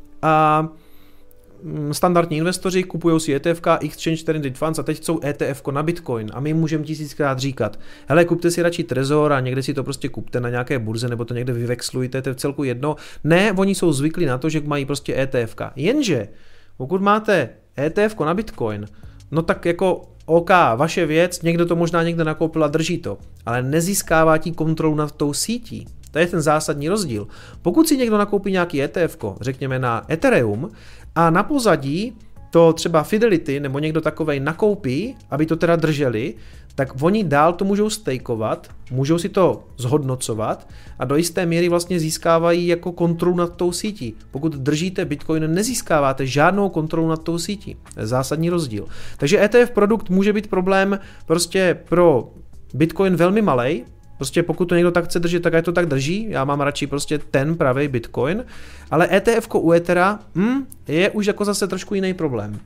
a standardní investoři kupují si E T F ka, Exchange Traded Funds a teď chcou E T F ko na Bitcoin a my můžeme tisíckrát říkat, hele, kupte si radši Trezor a někde si to prostě kupte na nějaké burze nebo to někde vyvexlujte, to je v celku jedno. Ne, oni jsou zvyklí na to, že mají prostě E T F ka. Jenže, pokud máte E T F ko na Bitcoin, no tak jako OK, vaše věc, někdo to možná někde nakoupil a drží to, ale nezískává ti kontrolu nad tou sítí. To je ten zásadní rozdíl. Pokud si někdo nakoupí nějaký E T F ko, řekněme na Ethereum, a na pozadí to třeba Fidelity nebo někdo takovej nakoupí, aby to teda drželi, tak oni dál to můžou stejkovat, můžou si to zhodnocovat a do jisté míry vlastně získávají jako kontrolu nad tou sítí. Pokud držíte Bitcoin, nezískáváte žádnou kontrolu nad tou sítí. To je zásadní rozdíl. Takže E T F produkt může být problém prostě pro Bitcoin velmi malej. Prostě pokud to někdo tak chce držet, tak je to tak drží. Já mám radši prostě ten pravý Bitcoin. Ale E T F ko u Ethera hm, je už jako zase trošku jiný problém.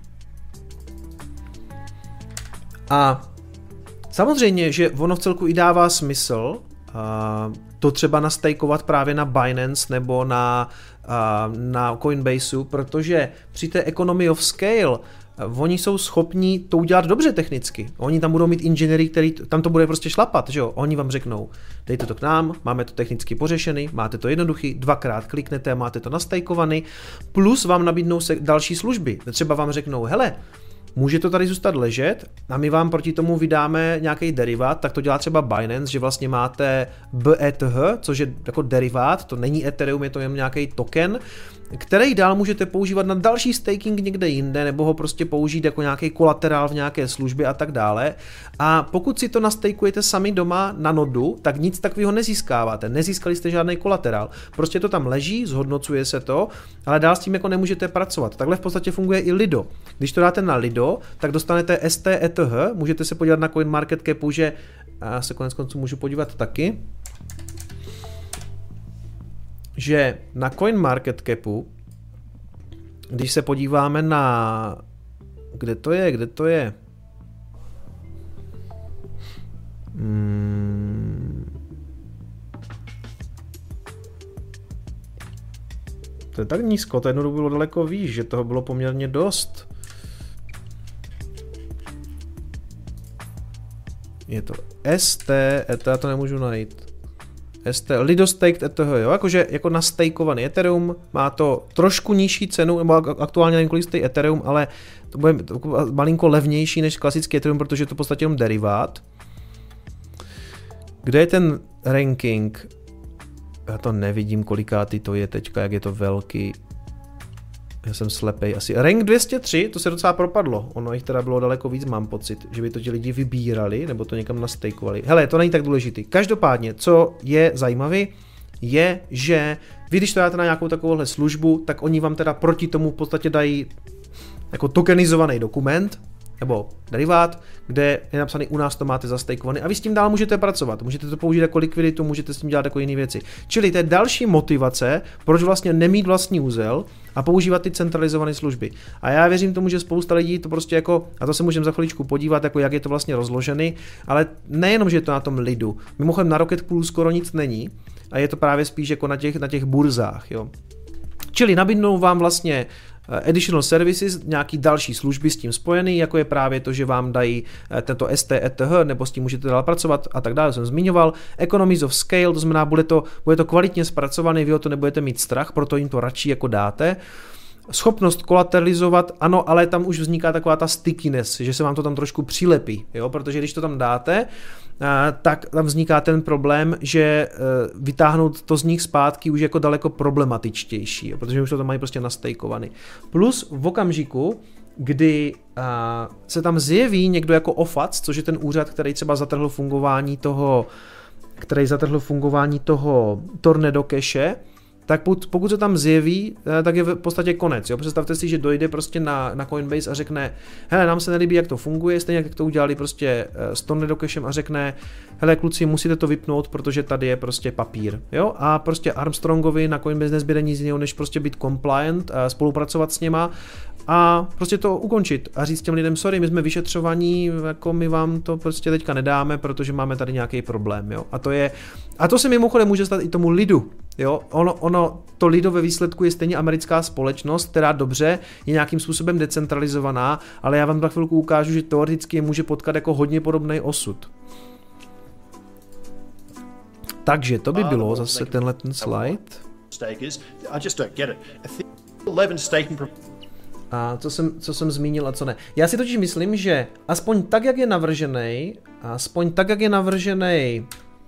A samozřejmě, že ono v celku i dává smysl a to třeba nastejkovat právě na Binance nebo na, a, na Coinbaseu, protože při té economy of scale oni jsou schopní to udělat dobře technicky. Oni tam budou mít inženýry, který tam to bude prostě šlapat, že jo? Oni vám řeknou, dejte to k nám, máme to technicky pořešený, máte to jednoduchý, dvakrát kliknete, máte to nastajkovaný, plus vám nabídnou se další služby. Třeba vám řeknou, hele, může to tady zůstat ležet a my vám proti tomu vydáme nějaký derivát, tak to dělá třeba Binance, že vlastně máte B E T H, což je jako derivát, to není Ethereum, je to jen nějaký token, který dál můžete používat na další staking někde jinde, nebo ho prostě použít jako nějaký kolaterál v nějaké službě a tak dále. A pokud si to nastakujete sami doma na nodu, tak nic takového nezískáváte. Nezískali jste žádný kolaterál. Prostě to tam leží, zhodnocuje se to, ale dál s tím jako nemůžete pracovat. Takhle v podstatě funguje i Lido. Když to dáte na Lido, tak dostanete S T E T H, můžete se podívat na CoinMarketCapu, že já se konec konců můžu podívat taky, že na CoinMarketCapu, když se podíváme na... Kde to je? Kde to je? Hmm. To je tak nízko, to jednou dobu bylo daleko výš, že toho bylo poměrně dost. Je to S T, já to nemůžu najít. S T, Lido Staked E T H, jo, jakože jako nastejkovaný Ethereum, má to trošku nižší cenu, nebo aktuálně nevím, kolik stojí Ethereum, ale to bude malinko levnější než klasický Ethereum, protože je to v podstatě jenom derivát. Kde je ten ranking? Já to nevidím, kolikátý to je teďka, jak je to velký. Já jsem slepej asi. Rank dvě stě tři, to se docela propadlo. Ono jich teda bylo daleko víc, mám pocit, že by to ti lidi vybírali, nebo to někam nastejkovali. Hele, to není tak důležitý. Každopádně, co je zajímavý, je, že vy, když to dáte na nějakou takovouhle službu, tak oni vám teda proti tomu v podstatě dají jako tokenizovaný dokument, nebo derivát, kde je napsaný, u nás to máte zastejkovaný a vy s tím dál můžete pracovat. Můžete to použít jako likviditu, můžete s tím dělat jako jiné věci. Čili to je další motivace, proč vlastně nemít vlastní úzel a používat ty centralizované služby. A já věřím tomu, že spousta lidí to prostě jako, a to se můžeme za chviličku podívat, jako jak je to vlastně rozložený, ale nejenom, že je to na tom Lidu. Mimochodem na Rocket Pool skoro nic není. a je to právě spíš jako na těch, na těch burzách. Jo. Čili nabídnou vám vlastně additional services, nějaký další služby s tím spojený, jako je právě to, že vám dají tento S T E T H, nebo s tím můžete dál pracovat a tak dále, jsem zmiňoval. Economies of scale, to znamená, bude to, bude to kvalitně zpracované, vy o to nebudete mít strach, proto jim to radši jako dáte. Schopnost kolateralizovat, ano, ale tam už vzniká taková ta stickiness, že se vám to tam trošku přilepí, jo? Protože když to tam dáte, tak tam vzniká ten problém, že vytáhnout to z nich zpátky už jako daleko problematičtější, jo? Protože už to tam mají prostě nastejkovaný. Plus v okamžiku, kdy se tam zjeví někdo jako O F A C, což je ten úřad, který třeba zatrhl fungování toho, který zatrhl fungování toho Tornado Cache, tak pokud se tam zjeví, tak je v podstatě konec. Jo? Představte si, že dojde prostě na, na Coinbase a řekne, hele, nám se nelíbí, jak to funguje, stejně jak to udělali prostě s Tornado Cashem a řekne, hele, kluci, musíte to vypnout, protože tady je prostě papír. Jo? A prostě Armstrongovi na Coinbase nezbyde nic jiného, než prostě být compliant, spolupracovat s něma a prostě to ukončit a říct těm lidem, sorry, my jsme vyšetřovaní, jako my vám to prostě teďka nedáme, protože máme tady nějaký problém. Jo? A to je, a to se mimochodem může stát i tomu lidu. Jo? Ono, ono, to lido ve výsledku je stejně americká společnost, která dobře je nějakým způsobem decentralizovaná, ale já vám za chvilku ukážu, že teoreticky je může potkat jako hodně podobný osud. Takže to by bylo zase tenhle ten slide. A co jsem, co jsem zmínil a co ne. Já si totiž myslím, že aspoň tak, jak je navržený, aspoň tak, jak je navržený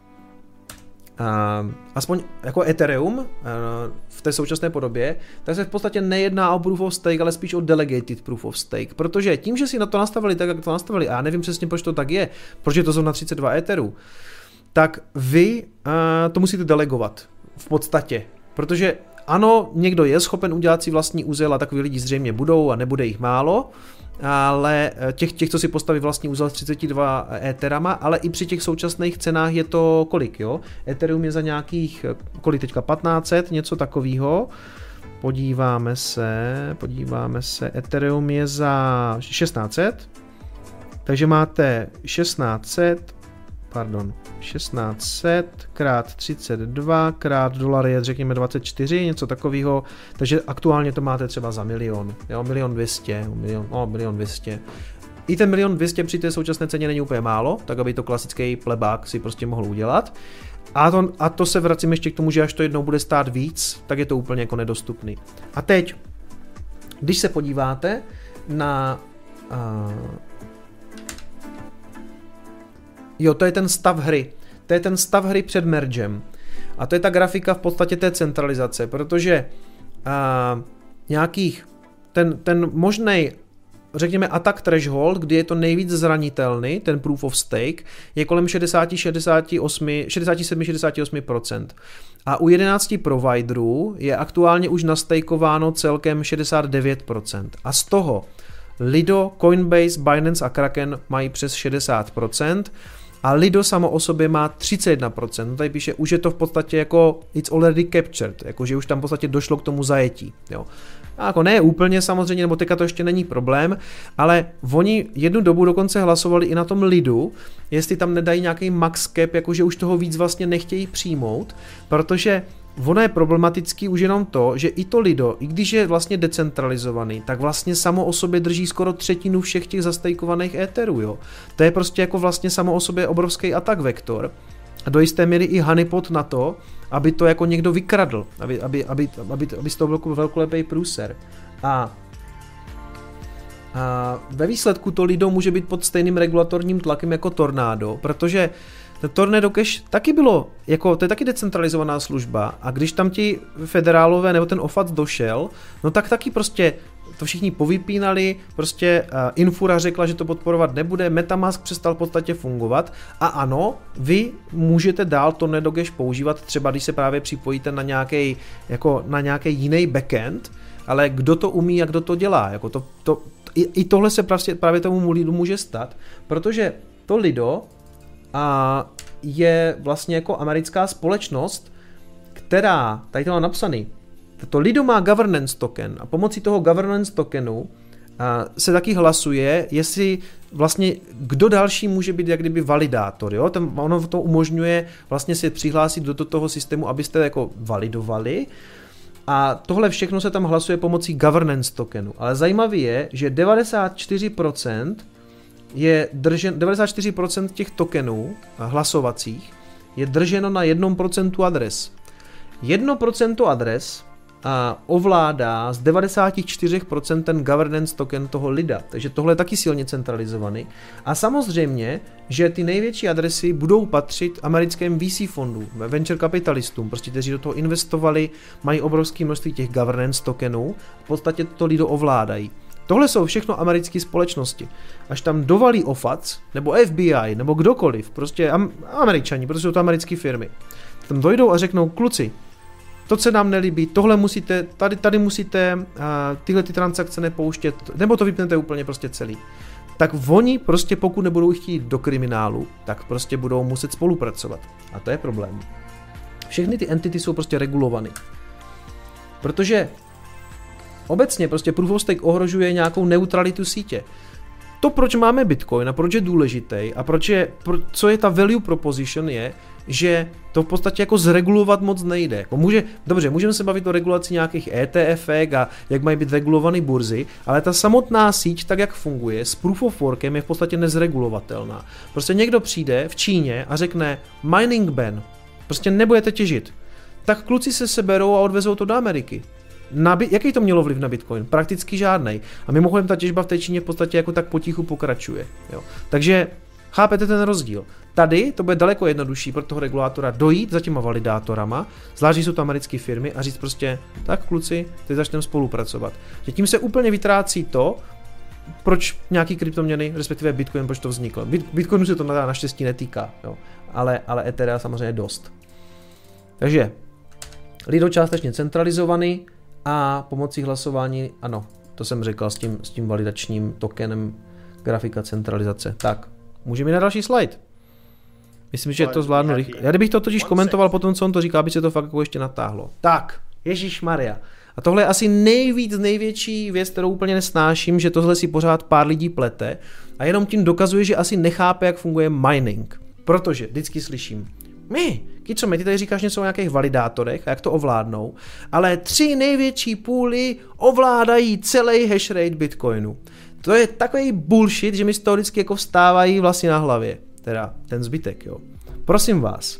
Uh, aspoň jako Ethereum uh, v té současné podobě, tak se v podstatě nejedná o proof of stake, ale spíš o delegated proof of stake, protože tím, že si na to nastavili tak, jak to nastavili, a já nevím přesně, proč to tak je, proč je to zrovna třicet dva Etherů, tak vy uh, to musíte delegovat v podstatě, protože ano, někdo je schopen udělat si vlastní úzel a takový lidi zřejmě budou a nebude jich málo, ale těch, těch, co si postaví vlastní úzel s třiceti dvěma Etherama, ale i při těch současných cenách je to kolik, jo? Ethereum je za nějakých, kolik teďka, patnáct set, něco takového. Podíváme se, podíváme se, Ethereum je za šestnáct set, takže máte šestnáct set, pardon, šestnáct set krát třicet dva krát dolar je řekněme dvacet čtyři, něco takového, takže aktuálně to máte třeba za milion, jo, milion dvěstě, milion, no, milion dvěstě. I ten milion dvěstě při té současné ceně není úplně málo, tak aby to klasický plebák si prostě mohl udělat. A to, a to se vracím ještě k tomu, že až to jednou bude stát víc, tak je to úplně jako nedostupný. A teď, když se podíváte na... Uh, Jo, to je ten stav hry. To je ten stav hry před mergem. A to je ta grafika v podstatě té centralizace, protože uh, nějakých, ten, ten možnej, řekněme, attack threshold, kdy je to nejvíc zranitelný, ten proof of stake, je kolem šedesát, šedesát osm, šedesát sedm, šedesát osm procent. A u jedenácti providerů je aktuálně už nastejkováno celkem šedesát devět procent. A z toho Lido, Coinbase, Binance a Kraken mají přes šedesát procent. A Lido samo o sobě má třicet jedna procent, tady píše, už je to v podstatě jako it's already captured, jako že už tam v podstatě došlo k tomu zajetí, jo. A jako ne úplně samozřejmě, nebo teďka to ještě není problém, ale oni jednu dobu dokonce hlasovali i na tom Lidu, jestli tam nedají nějaký max cap, jakože už toho víc vlastně nechtějí přijmout, protože ono je problematický už jenom to, že i to Lido, i když je vlastně decentralizovaný, tak vlastně samo o sobě drží skoro třetinu všech těch zastejkovaných Etherů, jo. To je prostě jako vlastně samo o sobě obrovský attack vektor a do jisté míry i honeypot na to, aby to jako někdo vykradl, aby, aby, aby, aby, aby z toho byl velkolepý průser. A A ve výsledku to Lido může být pod stejným regulatorním tlakem jako Tornado, protože to Tornado Cash taky bylo, jako, to je taky decentralizovaná služba a když tam ti federálové nebo ten O F A C došel, no tak taky prostě to všichni povypínali, prostě uh, Infura řekla, že to podporovat nebude, Metamask přestal v podstatě fungovat a ano, vy můžete dál Tornado Cash používat, třeba když se právě připojíte na nějaký, jako na nějaký jiný backend, ale kdo to umí a kdo to dělá, jako to, to, i, i tohle se právě, právě tomu Lidu může stát, protože to Lido a je vlastně jako americká společnost, která, tady to mám napsaný, to Lido má governance token a pomocí toho governance tokenu se taky hlasuje, jestli vlastně kdo další může být jak kdyby validátor. Jo? Tam ono to umožňuje vlastně se přihlásit do toho systému, abyste jako validovali. A tohle všechno se tam hlasuje pomocí governance tokenu. Ale zajímavé je, že devadesát čtyři procent je držen, devadesát čtyři procent těch tokenů hlasovacích je drženo na jednom procentu adres. jedno procento adres a ovládá z devadesát čtyři procent ten governance token toho lida. Takže tohle je taky silně centralizovaný. A samozřejmě, že ty největší adresy budou patřit americkým V C fondům, venture kapitalistům, prostě kteří do toho investovali, mají obrovské množství těch governance tokenů, v podstatě to lido ovládají. Tohle jsou všechno americké společnosti. Až tam dovalí O F A C, nebo F B I, nebo kdokoliv, prostě am- Američani, protože jsou to americké firmy. Tam dojdou a řeknou, kluci, to se nám nelíbí, tohle musíte, tady, tady musíte uh, tyhle ty transakce nepouštět, nebo to vypnete úplně prostě celý. Tak oni prostě pokud nebudou chtít do kriminálu, tak prostě budou muset spolupracovat. A to je problém. Všechny ty entity jsou prostě regulované. Protože obecně prostě proof of stake ohrožuje nějakou neutralitu sítě. To, proč máme Bitcoin a proč je důležitý a proč je, pro, co je ta value proposition je, že to v podstatě jako zregulovat moc nejde. Jako může, dobře, můžeme se bavit o regulaci nějakých E T F a jak mají být regulované burzy, ale ta samotná síť, tak jak funguje, s proof of workem je v podstatě nezregulovatelná. Prostě někdo přijde v Číně a řekne mining ban, prostě nebudete těžit. Tak kluci se seberou a odvezou to do Ameriky. Na, jaký to mělo vliv na Bitcoin? Prakticky žádnej. A mimochodem ta těžba v té Číně v podstatě jako tak potichu pokračuje. Jo. Takže chápete ten rozdíl. Tady to bude daleko jednodušší pro toho regulátora dojít za těma validátorama, zvlášť jsou to americké firmy a říct prostě, tak kluci, teď začneme spolupracovat. Že tím se úplně vytrácí to, proč nějaký kryptoměny, respektive Bitcoin, proč to vzniklo. Bitcoinu se to naštěstí netýká, jo. Ale, ale Ethereum samozřejmě dost. Takže lido částečně centralizovaný a pomocí hlasování, ano, to jsem říkal s tím, s tím validačním tokenem grafika centralizace. Tak, můžeme jít na další slide. Myslím, že to zvládnu rychle. Já kdybych to totiž komentoval potom, co on to říká, aby se to fakt jako ještě natáhlo. Tak, Ježišmarja. A tohle je asi nejvíc, největší věc, kterou úplně nesnáším, že tohle si pořád pár lidí plete a jenom tím dokazuje, že asi nechápe, jak funguje mining. Protože vždycky slyším, my, Kico, ty tady říkáš něco o nějakých validátorech a jak to ovládnou, ale tři největší půly ovládají celý hash rate Bitcoinu. To je takový bullshit, že mi z toho vždycky jako vstávají vlastně na hlavě. Teda ten zbytek, jo. Prosím vás.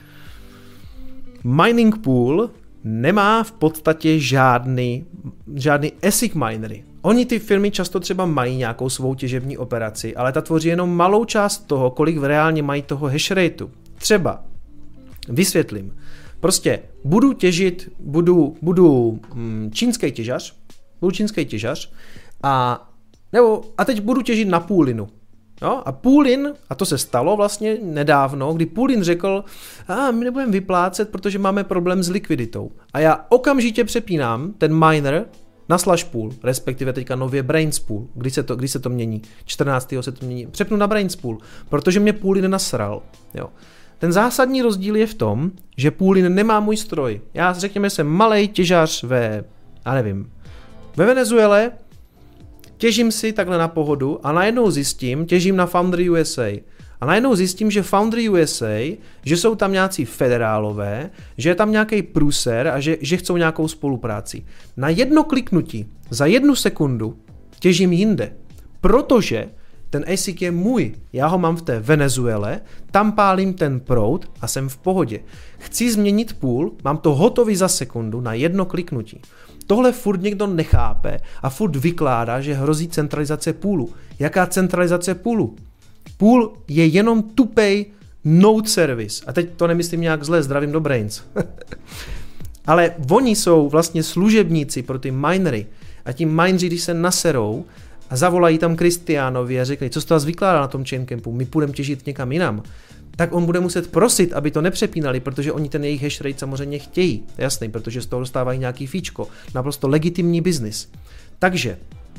Mining pool nemá v podstatě žádný, žádný A S I C minery. Oni ty firmy často třeba mají nějakou svou těžební operaci, ale ta tvoří jenom malou část toho, kolik reálně mají toho hash rateu. Třeba, vysvětlím, prostě budu těžit, budu, budu hm, čínský těžař, budu čínský těžař a, nebo, a teď budu těžit na půlinu. Jo? A Poolin, a to se stalo vlastně nedávno, kdy Poolin řekl, a my nebudeme vyplácet, protože máme problém s likviditou. A já okamžitě přepínám ten miner na slash pool, respektive teďka nově brains pool, kdy se to, kdy se to mění, čtrnáctého se to mění, přepnu na brains pool, protože mě Poolin nasral. Jo. Ten zásadní rozdíl je v tom, že Poolin nemá můj stroj. Já řekněme, jsem malej těžař ve, já nevím, ve Venezuele, těžím si takhle na pohodu a najednou zjistím, těžím na Foundry U S A. A najednou zjistím, že Foundry U S A, že jsou tam nějací federálové, že je tam nějaký průser a že, že chcou nějakou spolupráci. Na jedno kliknutí, za jednu sekundu, těžím jinde. Protože ten A S I C je můj, já ho mám v té Venezuele, tam pálím ten proud a jsem v pohodě. Chci změnit půl, mám to hotový za sekundu na jedno kliknutí. Tohle furt někdo nechápe a furt vykládá, že hrozí centralizace půlu. Jaká centralizace půlu? Půl je jenom tupej node service. A teď to nemyslím nějak zle, zdravím do brains. Ale oni jsou vlastně služebníci pro ty minery. A ti mineři, když se naserou a zavolají tam Kristiánovi a řekli, co jsi to vás vykládá na tom chaincampu, my půjdeme těžit někam jinam, tak on bude muset prosit, aby to nepřepínali, protože oni ten jejich hash rate samozřejmě chtějí. Jasný, protože z toho dostávají nějaký fíčko. Naprosto legitimní biznis. Takže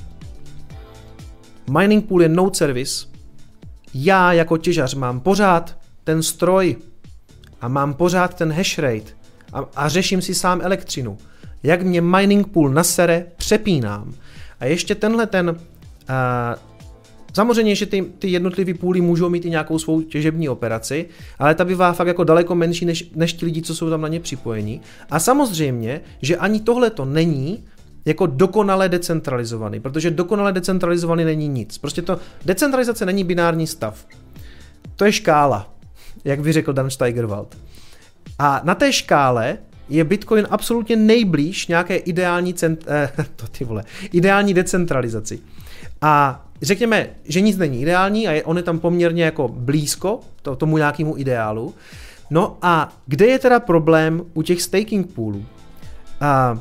mining pool je node service. Já jako těžař mám pořád ten stroj a mám pořád ten hash rate a, a řeším si sám elektřinu. Jak mě mining pool nasere, přepínám. A ještě tenhle ten, uh, samozřejmě, že ty, ty jednotlivý půly můžou mít i nějakou svou těžební operaci, ale ta bývá fakt jako daleko menší než, než ti lidi, co jsou tam na ně připojení. A samozřejmě, že ani tohle to není jako dokonale decentralizovaný, protože dokonale decentralizovaný není nic. Prostě to, decentralizace není binární stav. To je škála, jak by řekl Dan Steigerwald. A na té škále je Bitcoin absolutně nejblíž nějaké ideální, cent, eh, to ty vole, ideální decentralizaci. A řekněme, že nic není ideální a je, on je tam poměrně jako blízko to, tomu nějakému ideálu. No a kde je teda problém u těch staking poolů? A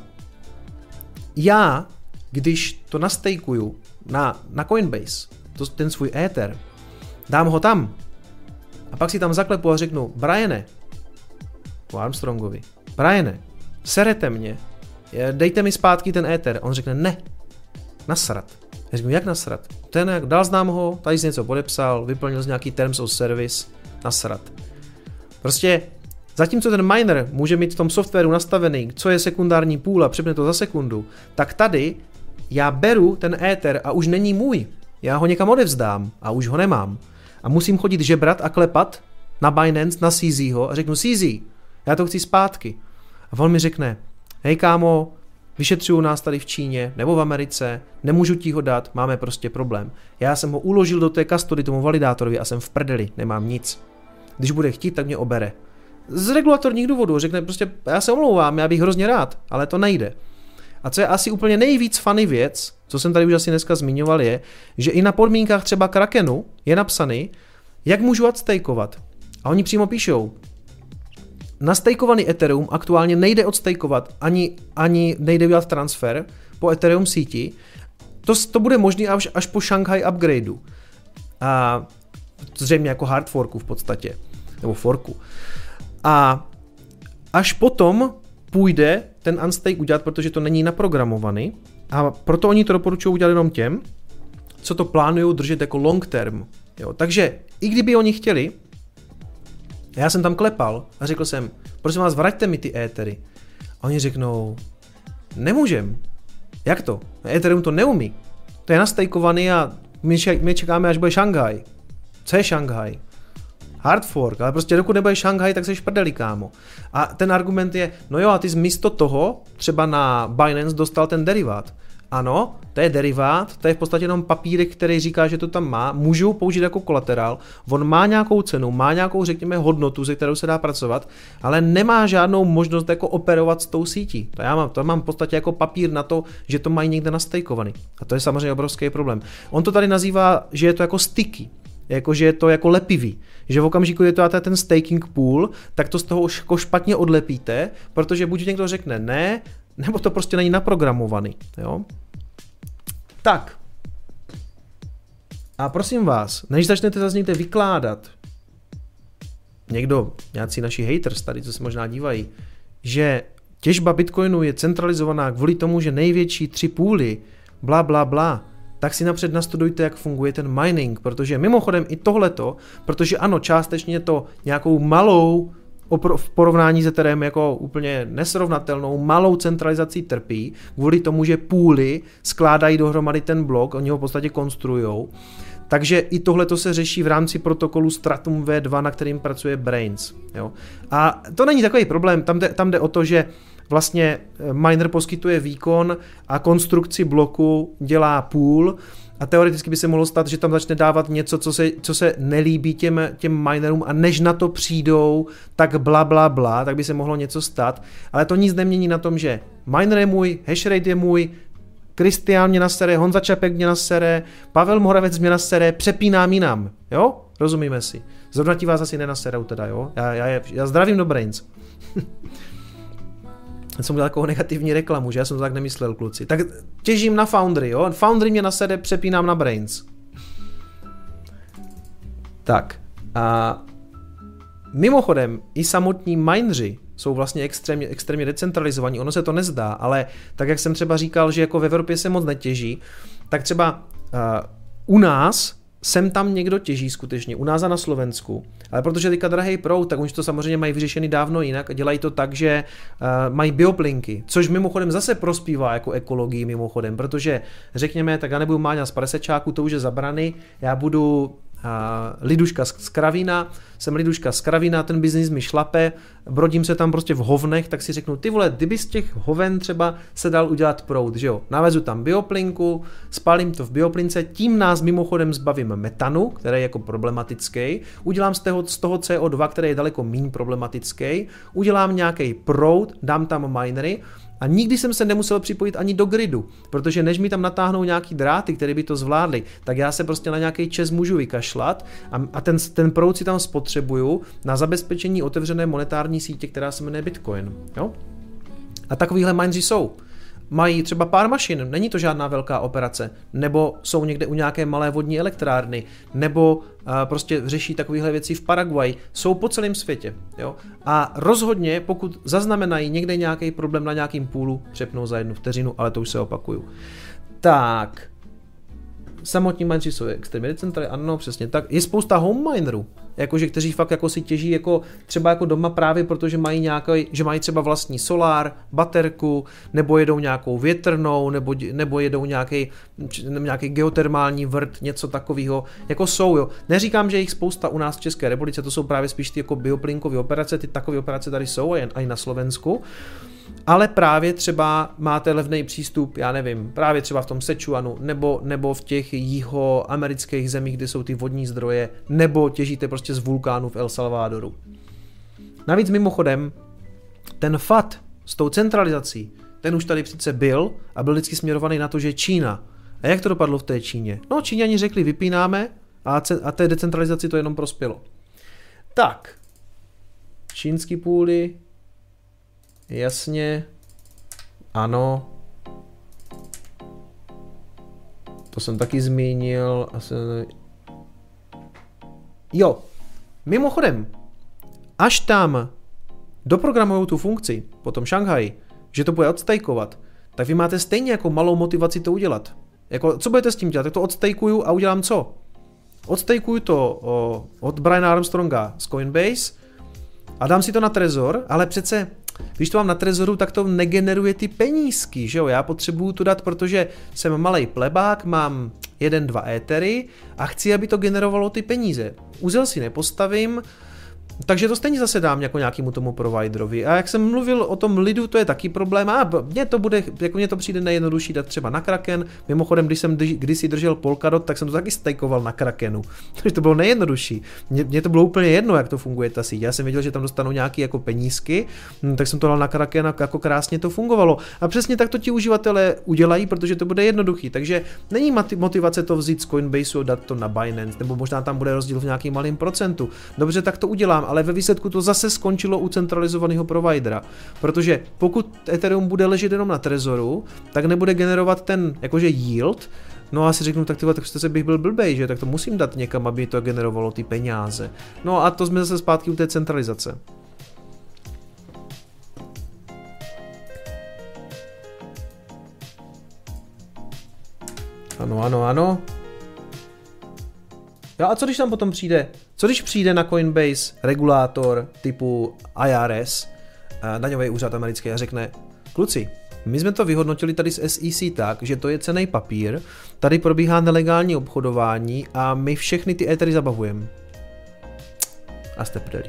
já, když to nastejkuju na, na Coinbase, to, ten svůj Ether, dám ho tam a pak si tam zaklepu a řeknu, Briane, po Armstrongovi, Briane, serete mě, dejte mi zpátky ten Ether. On řekne, ne, nasrat. Já řeknu, jak nasrat? Ten jak dal znám ho, tady jsi něco podepsal, vyplnil z nějaký terms of service, nasrat. Prostě zatímco ten miner může mít v tom softwaru nastavený, co je sekundární půl a přepne to za sekundu, tak tady já beru ten Ether a už není můj. Já ho někam odevzdám a už ho nemám. A musím chodit žebrat a klepat na Binance, na C Z ho a řeknu C Z, já to chci zpátky. A on mi řekne, hej kámo, vyšetřují nás tady v Číně nebo v Americe, nemůžu ti ho dát, máme prostě problém. Já jsem ho uložil do té custody tomu validátorovi a jsem v prdeli, nemám nic. Když bude chtít, tak mě obere. Z regulatorních důvodů řekne prostě, já se omlouvám, já bych hrozně rád, ale to nejde. A co je asi úplně nejvíc funny věc, co jsem tady už asi dneska zmiňoval, je, že i na podmínkách třeba Krakenu je napsaný, jak můžu odstejkovat. A oni přímo píšou, nastejkovaný Ethereum aktuálně nejde odstejkovat, ani, ani nejde udělat transfer po Ethereum síti. To, to bude možné až, až po Shanghai upgradeu. A zřejmě jako hard forku v podstatě. Nebo forku. A až potom půjde ten unstake udělat, protože to není naprogramovaný. A proto oni to doporučují udělat jenom těm, co to plánují držet jako long term. Jo, takže i kdyby oni chtěli, já jsem tam klepal a řekl jsem, prosím vás, vraťte mi ty étery. A oni řeknou, nemůžem. Jak to? Ethereum to neumí. To je nastejkovaný a my, my čekáme, až bude Šanghaj. Co je Šanghaj? Hard fork, ale prostě dokud nebude Šanghaj, tak seš prdeli, kámo. A ten argument je, no jo, a ty jsi místo toho třeba na Binance dostal ten derivát. Ano, to je derivát, to je v podstatě jenom papírek, který říká, že to tam má, můžu použít jako kolaterál, on má nějakou cenu, má nějakou, řekněme, hodnotu, se kterou se dá pracovat, ale nemá žádnou možnost jako operovat s tou sítí. To já mám, to mám v podstatě jako papír na to, že to mají někde nastejkovaný. A to je samozřejmě obrovský problém. On to tady nazývá, že je to jako sticky, jako že je to jako lepivý, že v okamžiku je to ten staking pool, tak to z toho jako špatně odlepíte, protože buď někdo řekne ne, nebo to prostě není naprogramovaný, jo? Tak. A prosím vás, než začnete zase někde vykládat, někdo, nějací naši haters tady, co se možná dívají, že těžba Bitcoinu je centralizovaná kvůli tomu, že největší tři půly, bla bla bla, tak si napřed nastudujte, jak funguje ten mining, protože mimochodem i tohleto, protože ano, částečně to nějakou malou v porovnání s Ethereum jako úplně nesrovnatelnou malou centralizací trpí, kvůli tomu, že půly skládají dohromady ten blok, oni ho v podstatě konstruujou. Takže i tohleto se řeší v rámci protokolu Stratum V dva, na kterým pracuje Brains. Jo. A to není takový problém, tam jde, tam jde o to, že vlastně miner poskytuje výkon a konstrukci bloku dělá půl a teoreticky by se mohlo stát, že tam začne dávat něco, co se, co se nelíbí těm, těm minerům a než na to přijdou, tak bla bla bla, tak by se mohlo něco stát. Ale to nic nemění na tom, že miner je můj, hashrate je můj, Kristián mě nasere, Honza Čapek mě nasere, Pavel Moravec mě nasere, přepínám jinam, jo? Rozumíme si. Zrovna ti vás asi nenaserou teda, jo? Já, já, je, já zdravím do Brains. Já jsem udělal takovou negativní reklamu, že já jsem to tak nemyslel, kluci. Tak těžím na Foundry, jo? Foundry mě nasede, přepínám na Brains. Tak. A mimochodem, i samotní mineři jsou vlastně extrémně, extrémně decentralizovaní. Ono se to nezdá, ale tak, jak jsem třeba říkal, že jako v Evropě se moc netěží, tak třeba uh, u nás sem tam někdo těží skutečně, u nás a na Slovensku, ale protože teďka drahej proud, tak už to samozřejmě mají vyřešený dávno jinak a dělají to tak, že uh, mají bioplinky, což mimochodem zase prospívá jako ekologii mimochodem, protože řekněme, tak já nebudu máňat z prasečáku, to už je zabrany, já budu a liduška z Kravína, jsem liduška z Kravína, ten biznis mi šlape, brodím se tam prostě v hovnech, tak si řeknu, ty vole, kdyby z těch hoven třeba se dal udělat proud, že jo, navezu tam bioplinku, spálím to v bioplince, tím nás mimochodem zbavím metanu, který je jako problematický, udělám z toho, z toho C O dva, který je daleko méně problematický, udělám nějaký proud, dám tam minery, a nikdy jsem se nemusel připojit ani do gridu, protože než mi tam natáhnou nějaký dráty, které by to zvládly, tak já se prostě na nějaký čes můžu vykašlat a, a ten, ten proud si tam spotřebuju na zabezpečení otevřené monetární sítě, která se jmenuje Bitcoin. Jo? A takovýhle mineři jsou. Mají třeba pár mašin, není to žádná velká operace, nebo jsou někde u nějaké malé vodní elektrárny, nebo uh, prostě řeší takovéhle věci v Paraguaji, jsou po celém světě. Jo? A rozhodně, pokud zaznamenají někde nějaký problém na nějakým půlu, přepnou za jednu vteřinu, ale to už se opakuju. Tak, samotní mineři jsou extrémně decentralizovaní, ano, přesně tak. Je spousta home minerů, jakože kteří fakt jako si těží jako třeba jako doma právě protože mají nějaký, že mají třeba vlastní solár, baterku, nebo jedou nějakou větrnou, nebo, nebo jedou nějaký, nějaký geotermální vrt, něco takového, jako jsou, jo. Neříkám, že jich spousta u nás v České republice, to jsou právě spíš ty jako bioplinkové operace, ty takové operace tady jsou a i na Slovensku. Ale právě třeba máte levný přístup, já nevím, právě třeba v tom Sečuanu, nebo, nebo v těch jihoamerických zemích, kde jsou ty vodní zdroje, nebo těžíte prostě z vulkánů v El Salvadoru. Navíc mimochodem, ten F A T s tou centralizací, ten už tady přece byl a byl vždycky směrovaný na to, že Čína. A jak to dopadlo v té Číně? No, Číňani řekli, vypínáme a, a té decentralizaci to jenom prospělo. Tak, čínský půly, jasně, ano, to jsem taky zmínil, asi... jo, mimochodem, až tam doprogramujou tu funkci, potom Šanghaji, že to bude odstajkovat, tak vy máte stejně jako malou motivaci to udělat. Jako, co budete s tím dělat? Tak to odstajkuju a udělám co? Odstajkuju to o, od Briana Armstronga z Coinbase a dám si to na Trezor, ale přece když to mám na Trezoru, tak to negeneruje ty penízky, že jo? Já potřebuju to dát, protože jsem malej plebák, mám jeden, dva étery a chci, aby to generovalo ty peníze. Úzel si nepostavím, takže to stejně zase dám jako nějakému tomu providerovi. A jak jsem mluvil o tom lidu, to je taky problém. A mně to bude, jako mně to přijde nejjednodušší dát třeba na Kraken. Mimochodem, když jsem kdysi držel Polkadot, tak jsem to taky stajkoval na Krakenu. Takže to bylo nejjednodušší. Mně, mně to bylo úplně jedno, jak to funguje ta síť. Já jsem věděl, že tam dostanou nějaké jako penízky, tak jsem to dal na Kraken a jako krásně to fungovalo. A přesně tak to ti uživatelé udělají, protože to bude jednoduchý. Takže není motivace to vzít z Coinbaseu a dát to na Binance, nebo možná tam bude rozdíl v nějakým malým procentu. Dobře, tak to udělám, ale ve výsledku to zase skončilo u centralizovaného providera, protože pokud Ethereum bude ležet jenom na Trezoru, tak nebude generovat ten jakože yield, no a si řeknu, tak tyhle, tak se bych byl blbej, že tak to musím dát někam, aby to generovalo ty peníze. No a to jsme zase zpátky u té centralizace. Ano, ano, ano. Jo, a co když tam potom přijde? Co když přijde na Coinbase regulátor typu I R S, daňový úřad americký, a řekne, kluci, my jsme to vyhodnotili tady z S E C tak, že to je cenný papír, tady probíhá nelegální obchodování a my všechny ty étery zabavujeme. A jste prdeli.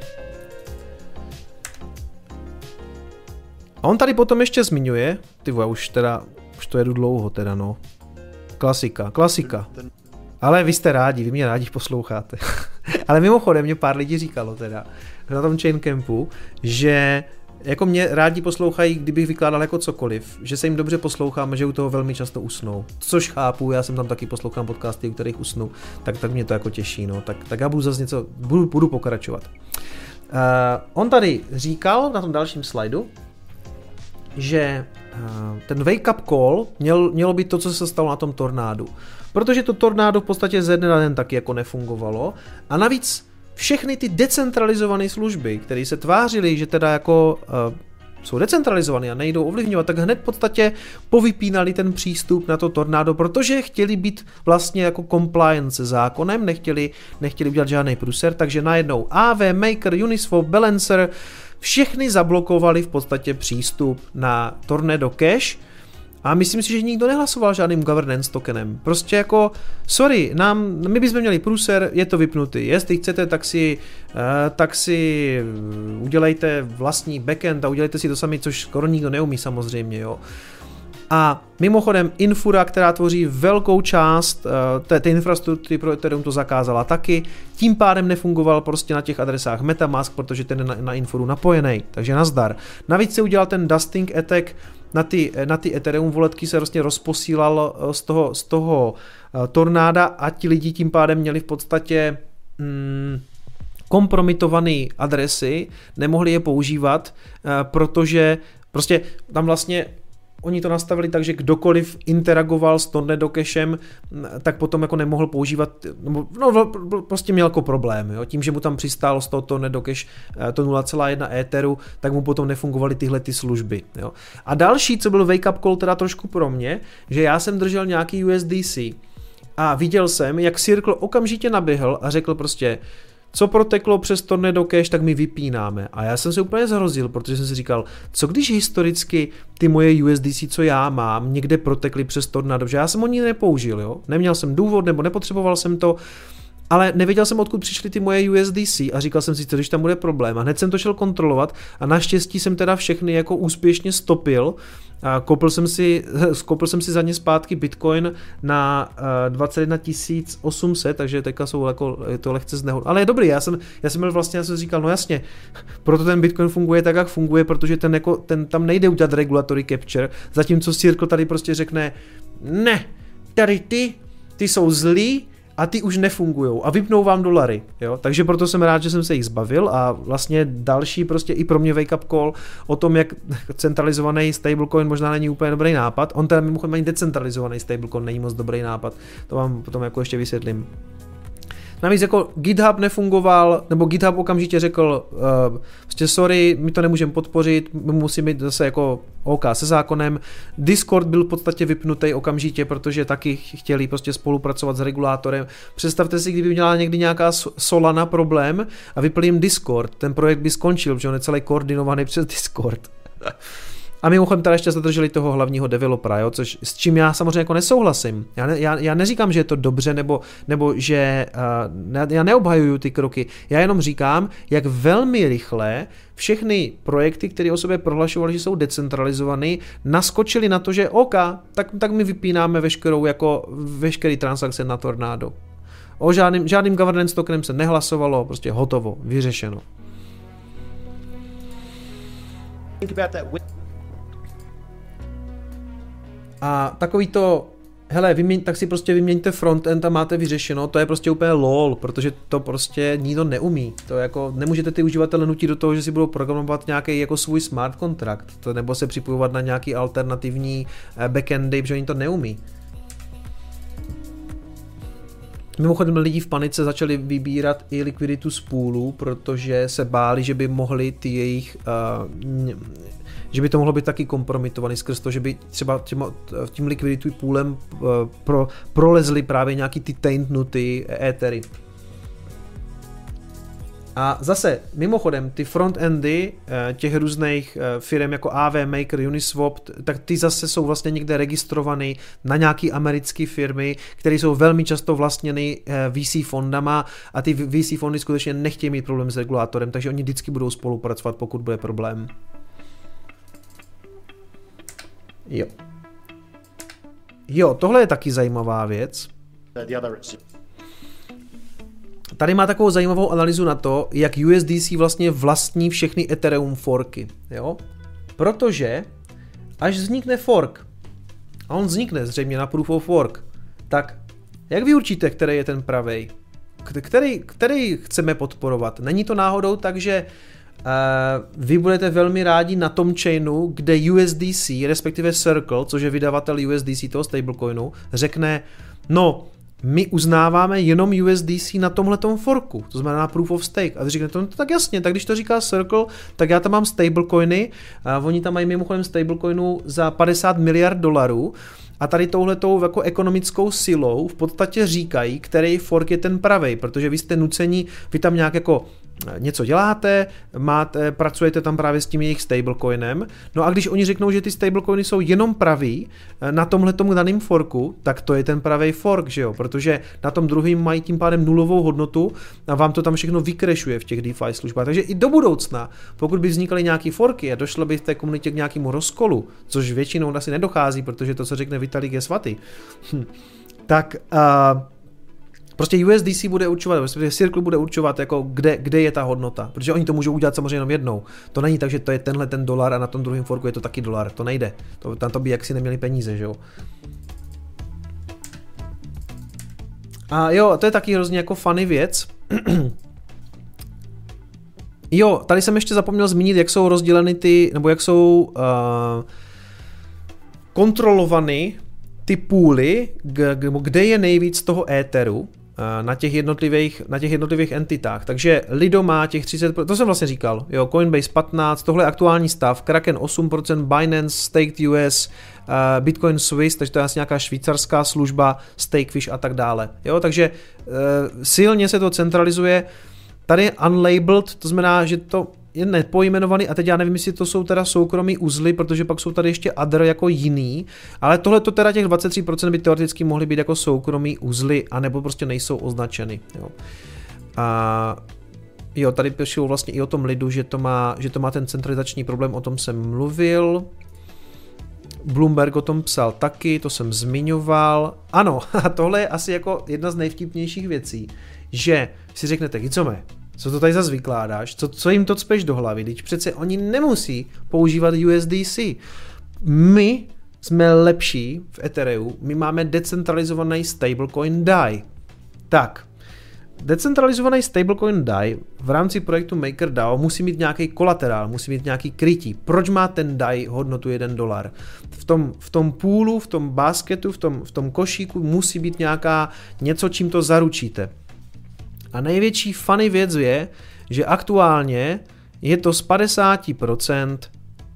A on tady potom ještě zmiňuje, ty vole, už teda, už to jedu dlouho teda, no. Klasika, klasika. Ale vy jste rádi, vy mě rádi posloucháte. Ale mimochodem mě pár lidí říkalo teda na tom Chain Campu, že jako mě rádi poslouchají, kdybych vykládal jako cokoliv, že se jim dobře poslouchám a že u toho velmi často usnou. Což chápu, já jsem tam taky poslouchám podcasty, u kterých usnu, tak, tak mě to jako těší, no. Tak, tak já budu zase něco, budu, budu pokračovat. Uh, on tady říkal na tom dalším slajdu, že uh, ten wake up call měl, mělo být to, co se stalo na tom tornádu. Protože to tornádo v podstatě ze dne na den taky jako nefungovalo a navíc všechny ty decentralizované služby, které se tvářily, že teda jako uh, jsou decentralizovaný a nejdou ovlivňovat, tak hned v podstatě povypínali ten přístup na to Tornado, protože chtěli být vlastně jako compliance se zákonem, nechtěli, nechtěli udělat žádný průser, takže najednou A V, Maker, Uniswap, Balancer, všechny zablokovali v podstatě přístup na Tornado Cash a myslím si, že nikdo nehlasoval žádným governance tokenem. Prostě jako, sorry, nám, my bychom měli průser, je to vypnutý. Jestli chcete, tak si, uh, tak si udělejte vlastní backend a udělejte si to sami, což skoro nikdo neumí samozřejmě, jo. A mimochodem Infura, která tvoří velkou část uh, té, té infrastruktury, pro kterou to zakázala taky, tím pádem nefungoval prostě na těch adresách Metamask, protože ten je na, na Infuru napojený, takže nazdar. Navíc se udělal ten dusting attack, na ty, na ty Ethereum voletky se vlastně rozposílal z toho, z toho uh, tornáda a ti lidi tím pádem měli v podstatě mm, kompromitované adresy, nemohli je používat, uh, protože prostě tam vlastně oni to nastavili tak, že kdokoliv interagoval s Tornado Cashem, tak potom jako nemohl používat, no prostě měl jako problém, jo? Tím, že mu tam přistálo z toho Tornado Cash to nula celá jedna Etheru, tak mu potom nefungovaly tyhle ty služby, jo? A další, co byl wake up call teda trošku pro mě, že já jsem držel nějaký U S D C a viděl jsem, jak Circle okamžitě naběhl a řekl prostě, co proteklo přes Tornado Cash, tak my vypínáme. A já jsem se úplně zhrozil, protože jsem si říkal, co když historicky ty moje U S D C, co já mám, někde protekly přes Tornado, že já jsem ho nikdy nepoužil, jo? Neměl jsem důvod, nebo nepotřeboval jsem to, ale nevěděl jsem, odkud přišly ty moje U S D C a říkal jsem si, co když tam bude problém. A hned jsem to šel kontrolovat a naštěstí jsem teda všechny jako úspěšně stopil. A koupil jsem si, koupil jsem si za ně zpátky Bitcoin na dvacet jedna tisíc osm set, takže teďka jsou jako, je to lehce znehod. Ale je dobrý, já jsem, já jsem byl vlastně, já jsem říkal, no jasně, proto ten Bitcoin funguje tak, jak funguje, protože ten, jako, ten tam nejde udělat regulatory capture, zatímco Circle tady prostě řekne, ne, tady ty, ty jsou zlí, a ty už nefungujou a vypnou vám dolary, jo? Takže proto jsem rád, že jsem se jich zbavil a vlastně další prostě i pro mě wake up call o tom, jak centralizovaný stablecoin možná není úplně dobrý nápad, on teda mimochodem ani decentralizovaný stablecoin není moc dobrý nápad, to vám potom jako ještě vysvětlím. Navíc jako GitHub nefungoval, nebo GitHub okamžitě řekl, uh, prostě sorry, my to nemůžeme podpořit, my musíme být zase jako OK se zákonem. Discord byl v podstatě vypnutý okamžitě, protože taky chtěli prostě spolupracovat s regulátorem. Představte si, kdyby měla někdy nějaká Solana problém a vypl jim Discord, ten projekt by skončil, protože on je celý koordinovaný přes Discord. A mimochodem tady ještě zadrželi toho hlavního developera, jo, což, s čím já samozřejmě jako nesouhlasím. Já, ne, já, já neříkám, že je to dobře, nebo, nebo že uh, já neobhajuju ty kroky. Já jenom říkám, jak velmi rychle všechny projekty, které o sobě prohlašovaly, že jsou decentralizované, naskočili na to, že OK, tak, tak my vypínáme veškerou, jako, veškerý transakce na Tornado. O žádným, žádným governance tokenem se nehlasovalo, prostě hotovo, vyřešeno. A takový to, hele, vyměň, tak si prostě vyměňte frontend a máte vyřešeno, to je prostě úplně lol, protože to prostě nikdo neumí. To jako, nemůžete ty uživatele nutit do toho, že si budou programovat nějaký jako svůj smart kontrakt, to, nebo se připojovat na nějaký alternativní backendy, protože oni to neumí. Mimochodem lidi v panice začali vybírat i likviditu z poolů, protože se báli, že by mohli ty jejich, uh, že by to mohlo být taky kompromitovaný skrz to, že by třeba tím, tím likviditu poolem uh, pro, prolezly právě nějaký ty taintnuty étery. A zase, mimochodem, ty frontendy těch různých firm jako A V, Maker, Uniswap, tak ty zase jsou vlastně někde registrovaný na nějaký americké firmy, které jsou velmi často vlastněny V C fondama a ty V C fondy skutečně nechtějí mít problém s regulátorem, takže oni vždycky budou spolupracovat, pokud bude problém. Jo. Jo, tohle je taky zajímavá věc. Tady má takovou zajímavou analýzu na to, jak U S D C vlastně vlastní všechny Ethereum forky, jo? Protože až vznikne fork, a on vznikne zřejmě na Proof of Work, tak jak vy určíte, který je ten pravej? Který, který chceme podporovat? Není to náhodou tak, že uh, vy budete velmi rádi na tom chainu, kde U S D C, respektive Circle, což je vydavatel U S D C toho stablecoinu, řekne, no, my uznáváme jenom U S D C na tomhletom forku, to znamená Proof of Stake. A ty říkáte, no, tak jasně, tak když to říká Circle, tak já tam mám stablecoiny, a oni tam mají mimochodem stablecoinu za padesát miliard dolarů, a tady touhletou jako ekonomickou silou v podstatě říkají, který fork je ten pravej, protože vy jste nuceni, vy tam nějak jako něco děláte, máte, pracujete tam právě s tím jejich stablecoinem, no a když oni řeknou, že ty stablecoiny jsou jenom pravý na tomhletom daném forku, tak to je ten pravej fork, že jo, protože na tom druhým mají tím pádem nulovou hodnotu a vám to tam všechno vykrešuje v těch DeFi službách. Takže i do budoucna, pokud by vznikaly nějaký forky a došlo by v té komunitě k nějakému rozkolu, což většinou asi nedochází, protože to, co řekne Vitalik, je svatý, hm. tak uh, prostě U S D C bude určovat, prostě Circle bude určovat, jako kde, kde je ta hodnota, protože oni to můžou udělat samozřejmě jenom jednou. To není tak, že to je tenhle ten dolar a na tom druhém forku je to taky dolar, to nejde. To, tam to by jaksi neměli peníze, že jo. A jo, to je taky hrozně jako funny věc. Jo, tady jsem ještě zapomněl zmínit, jak jsou rozděleny ty, nebo jak jsou uh, kontrolovaný ty půly, kde je nejvíc toho éteru na těch jednotlivých, na těch jednotlivých entitách. Takže Lido má těch třicet procent, to jsem vlastně říkal, jo, Coinbase patnáct, tohle je aktuální stav, Kraken osm procent, Binance, Staked U S, uh, Bitcoin Swiss, takže to je asi nějaká švýcarská služba, Stakefish a tak dále. Jo, takže uh, silně se to centralizuje. Tady je unlabeled, to znamená, že to je nepojmenovaný a teď já nevím, jestli to jsou teda soukromí uzly, protože pak jsou tady ještě other jako jiný, ale tohle to teda těch dvacet tři procent by teoreticky mohly být jako soukromí uzly, anebo prostě nejsou označeny. Jo. A jo, tady píšou vlastně i o tom Lidu, že to má, že to má ten centralizační problém, o tom jsem mluvil. Bloomberg o tom psal taky, to jsem zmiňoval. Ano, a tohle je asi jako jedna z nejvtipnějších věcí, že si řeknete, Gicome, co to tady zase vykládáš, co, co jim to cpeš do hlavy, když přece oni nemusí používat U S D C. My jsme lepší v Ethereum, my máme decentralizovaný stablecoin D A I. Tak, decentralizovaný stablecoin D A I v rámci projektu MakerDAO musí mít nějaký kolaterál, musí mít nějaký krytí. Proč má ten D A I hodnotu jeden dolar? V tom, v tom půlu, v tom basketu, v tom, v tom košíku musí být nějaká něco, čím to zaručíte. A největší funny věc je, že aktuálně je to z padesát procent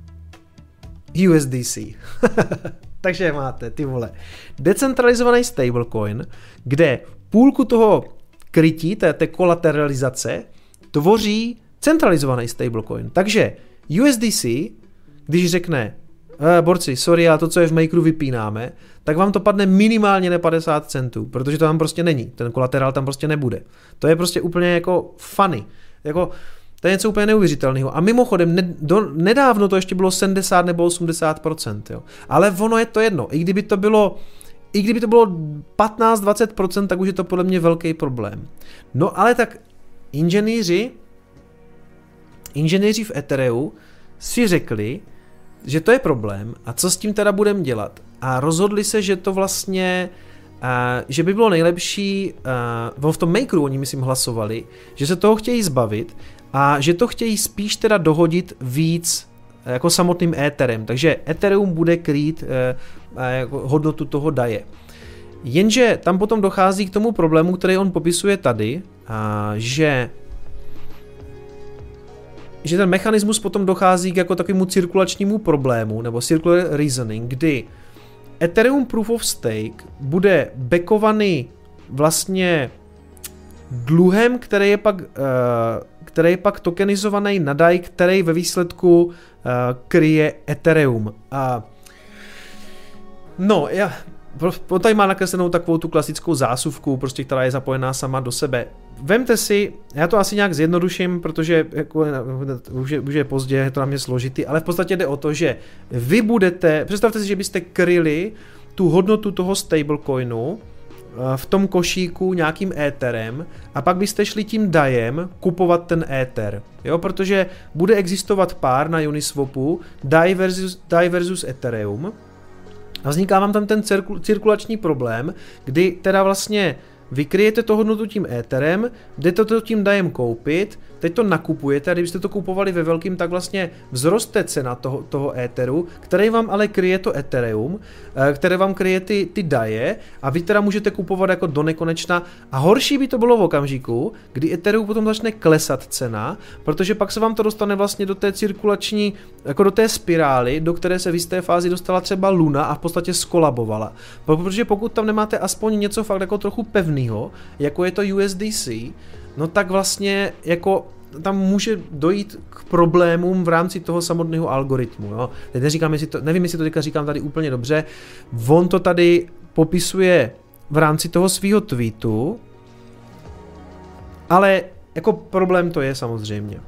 U S D C. Takže máte, ty vole, decentralizovaný stablecoin, kde půlku toho krytí, té, té kolateralizace, tvoří centralizovaný stablecoin. Takže U S D C, když řekne, eh, borci, sorry, a to, co je v Makeru, vypínáme, tak vám to padne minimálně na padesát centů, protože to tam prostě není. Ten kolaterál tam prostě nebude. To je prostě úplně jako funny. Jako, to je něco úplně neuvěřitelného. A mimochodem, ne, do, nedávno to ještě bylo sedmdesát nebo osmdesát procent. Jo. Ale ono je to jedno. I kdyby to bylo, i kdyby to bylo patnáct až dvacet procent, tak už je to podle mě velký problém. No ale tak inženýři, inženýři v Ethereum si řekli, že to je problém a co s tím teda budeme dělat. A rozhodli se, že to vlastně, uh, že by bylo nejlepší, uh, v tom Makeru oni myslím hlasovali, že se toho chtějí zbavit a že to chtějí spíš teda dohodit víc uh, jako samotným Etherem. Takže Ethereum bude krýt uh, uh, hodnotu toho D A I. Jenže tam potom dochází k tomu problému, který on popisuje tady, uh, že že ten mechanismus potom dochází k jako takovému cirkulačnímu problému, nebo circular reasoning, kdy Ethereum Proof of Stake bude backovaný vlastně dluhem, který je pak, uh, který je pak tokenizovaný na D A I, který ve výsledku uh, kryje Ethereum. A no, já, on tady má nakreslenou takovou tu klasickou zásuvku, prostě, která je zapojená sama do sebe. Vemte si, já to asi nějak zjednoduším, protože jako, už, je, už je pozdě, je to na mě složitý, ale v podstatě jde o to, že vy budete, představte si, že byste kryli tu hodnotu toho stablecoinu v tom košíku nějakým Etherem a pak byste šli tím dajem kupovat ten Ether, jo, protože bude existovat pár na Uniswapu D A I versus, D A I versus Ethereum a vzniká vám tam ten cirkulační problém, kdy teda vlastně vy kryjete to hodnotu tím Etherem, jdete to tím dajem koupit, teď to nakupujete a kdybyste to kupovali ve velkým, tak vlastně vzroste cena toho, toho Etheru, který vám ale kryje to Ethereum, které vám kryje ty, ty daje a vy teda můžete kupovat jako do nekonečna a horší by to bylo v okamžiku, kdy Ethereum potom začne klesat cena, protože pak se vám to dostane vlastně do té cirkulační, jako do té spirály, do které se v jisté fázi dostala třeba Luna a v podstatě skolabovala. Protože pokud tam nemáte aspoň něco fakt jako trochu pevného, jako je to U S D C, no tak vlastně jako tam může dojít k problémům v rámci toho samotného algoritmu. Jo. Teď neříkám, jestli to, nevím, jestli to teďka říkám tady úplně dobře. On to tady popisuje v rámci toho svýho tweetu, ale jako problém to je samozřejmě.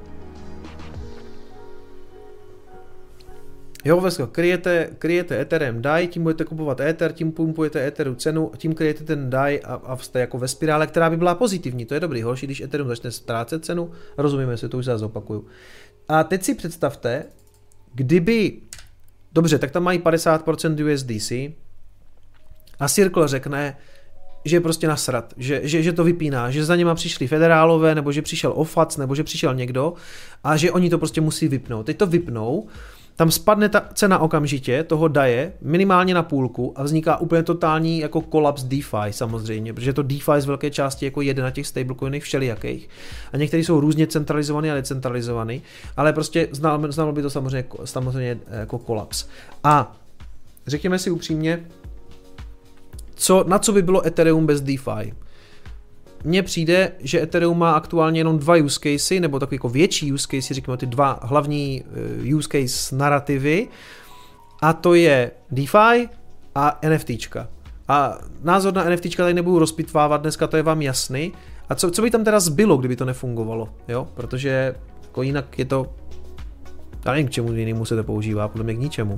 Jo, vesko, kryjete, kryjete Ethereum D A I, tím budete kupovat Ether, tím pumpujete Etheru cenu, tím kryjete ten D A I a, a jste jako ve spirále, která by byla pozitivní. To je dobrý, horší, když Ethereum začne ztrácet cenu, rozumíme si, to už zase zopakuju. A teď si představte, kdyby, dobře, tak tam mají padesát procent U S D C a Circle řekne, že je prostě nasrat, že, že, že to vypíná, že za něma přišli federálové, nebo že přišel O F A C, nebo že přišel někdo a že oni to prostě musí vypnout. Teď to vypnou, tam spadne ta cena okamžitě toho D A I minimálně na půlku a vzniká úplně totální jako kolaps DeFi samozřejmě, protože to DeFi z velké části jako jede na těch stablecoinech všelijakých a některý jsou různě centralizovaný a decentralizovaný, ale prostě znalo, znalo by to samozřejmě, samozřejmě jako kolaps. A řekněme si upřímně, co, na co by bylo Ethereum bez DeFi? Mně přijde, že Ethereum má aktuálně jenom dva use casey, nebo takový jako větší use casey, řekněme ty dva hlavní use case narrativy, a to je DeFi a NFTčka. A názor na NFTčka tady nebudu rozpitvávat, dneska to je vám jasný. A co, co by tam teda zbylo, kdyby to nefungovalo, jo? Protože jako jinak je to, já nevím, k čemu jinému se to používá, podle mě k ničemu.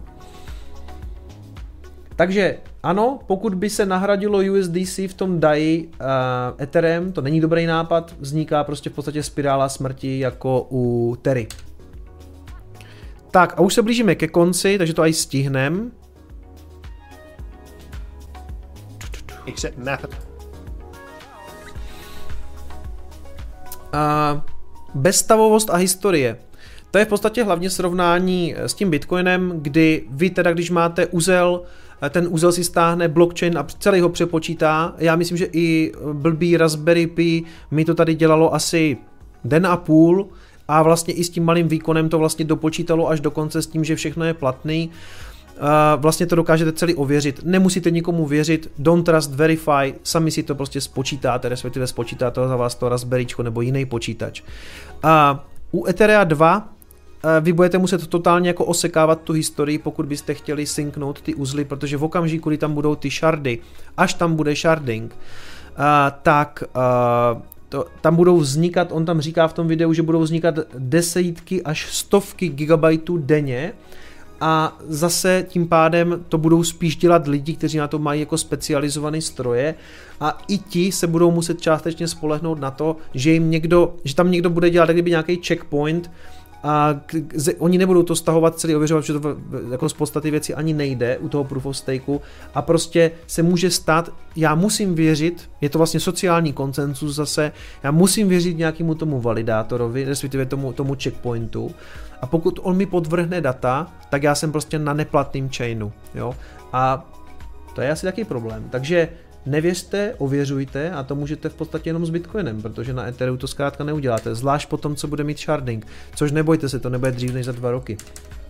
Takže ano, pokud by se nahradilo U S D C v tom D A I uh, Ethereum, to není dobrý nápad, vzniká prostě v podstatě spirála smrti jako u Terry. Tak a už se blížíme ke konci, takže to aj stihnem. Uh, bezstavovost a historie. To je v podstatě hlavně srovnání s tím Bitcoinem, kdy vy teda, když máte uzel, ten úzel si stáhne blockchain a celý ho přepočítá. Já myslím, že i blbý Raspberry Pi mi to tady dělalo asi den a půl a vlastně i s tím malým výkonem to vlastně dopočítalo až do konce s tím, že všechno je platný. Vlastně to dokážete celý ověřit. Nemusíte nikomu věřit, don't trust, verify, sami si to prostě spočítáte, respektive spočítá to za vás to Raspberryčko nebo jiný počítač. A u Etherea dva vy budete muset totálně jako osekávat tu historii, pokud byste chtěli synknout ty uzly, protože v okamžiku, kdy tam budou ty shardy, až tam bude sharding, uh, tak uh, to, tam budou vznikat, on tam říká v tom videu, že budou vznikat desítky až stovky gigabajtů denně a zase tím pádem to budou spíš dělat lidi, kteří na to mají jako specializované stroje a i ti se budou muset částečně spolehnout na to, že jim někdo, že tam někdo bude dělat tak kdyby nějaký checkpoint, a k, z, oni nebudou to stahovat celý ověřovat, protože to jako z podstaty věci ani nejde u toho proof of stakeu a prostě se může stát, já musím věřit, je to vlastně sociální konsenzus zase, já musím věřit nějakému tomu validátorovi, respektive tomu, tomu checkpointu a pokud on mi podvrhne data, tak já jsem prostě na neplatným chainu, jo, a to je asi taky problém, takže nevěřte, ověřujte a to můžete v podstatě jenom s Bitcoinem, protože na Ethereum to zkrátka neuděláte, zvlášť potom, co bude mít sharding, což nebojte se, to nebude dřív než za dva roky.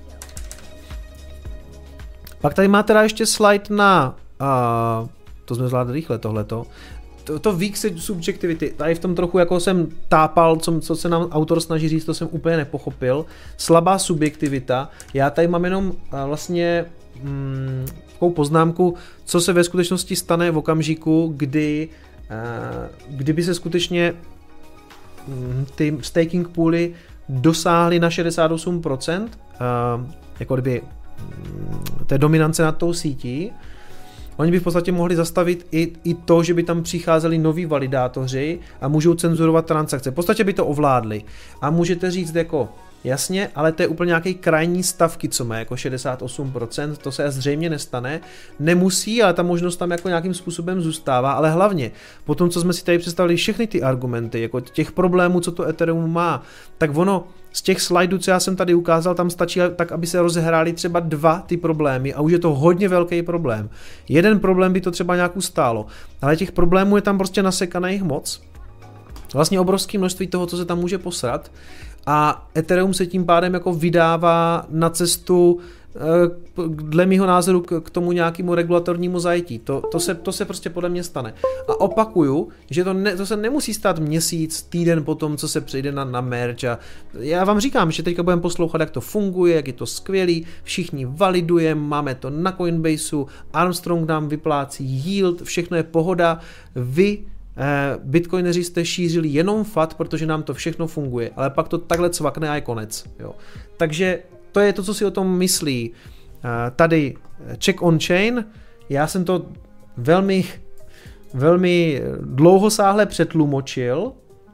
Pak tady má teda ještě slide na, uh, to jsme zvládli rychle tohleto, to, to weak subjectivity, tady v tom trochu jako jsem tápal, co, co se nám autor snaží říct, to jsem úplně nepochopil, slabá subjektivita, já tady mám jenom uh, vlastně mm, takovou poznámku, co se ve skutečnosti stane v okamžiku, kdy kdyby se skutečně ty staking pooly dosáhly na šedesát osm procent, jako kdyby té dominance nad tou sítí, oni by v podstatě mohli zastavit i, i to, že by tam přicházeli noví validátoři a můžou cenzurovat transakce. V podstatě by to ovládli. A můžete říct jako, jasně, ale to je úplně nějaký krajní stavky, co má jako šedesát osm procent, to se zřejmě nestane, nemusí, ale ta možnost tam jako nějakým způsobem zůstává, ale hlavně, po tom, co jsme si tady představili všechny ty argumenty, jako těch problémů, co to Ethereum má, tak ono z těch slajdů, co já jsem tady ukázal, tam stačí tak, aby se rozehrály třeba dva ty problémy a už je to hodně velký problém. Jeden problém by to třeba nějak ustálo, ale těch problémů je tam prostě nasekaných moc. Vlastně obrovské množství toho, co se tam může posrat a Ethereum se tím pádem jako vydává na cestu dle mýho názoru k tomu nějakému regulatornímu zajetí. To, to, se, to se prostě podle mě stane. A opakuju, že to, ne, to se nemusí stát měsíc, týden potom, co se přejde na, na merge. A já vám říkám, že teďka budeme poslouchat, jak to funguje, jak je to skvělý, všichni validujeme, máme to na Coinbaseu, Armstrong nám vyplácí yield, všechno je pohoda. Vy Bitcoineři jste šířili jenom F A T, protože nám to všechno funguje, ale pak to takhle cvakne a je konec. Jo. Takže to je to, co si o tom myslí tady Check on Chain. Já jsem to velmi, velmi dlouhosáhle přetlumočil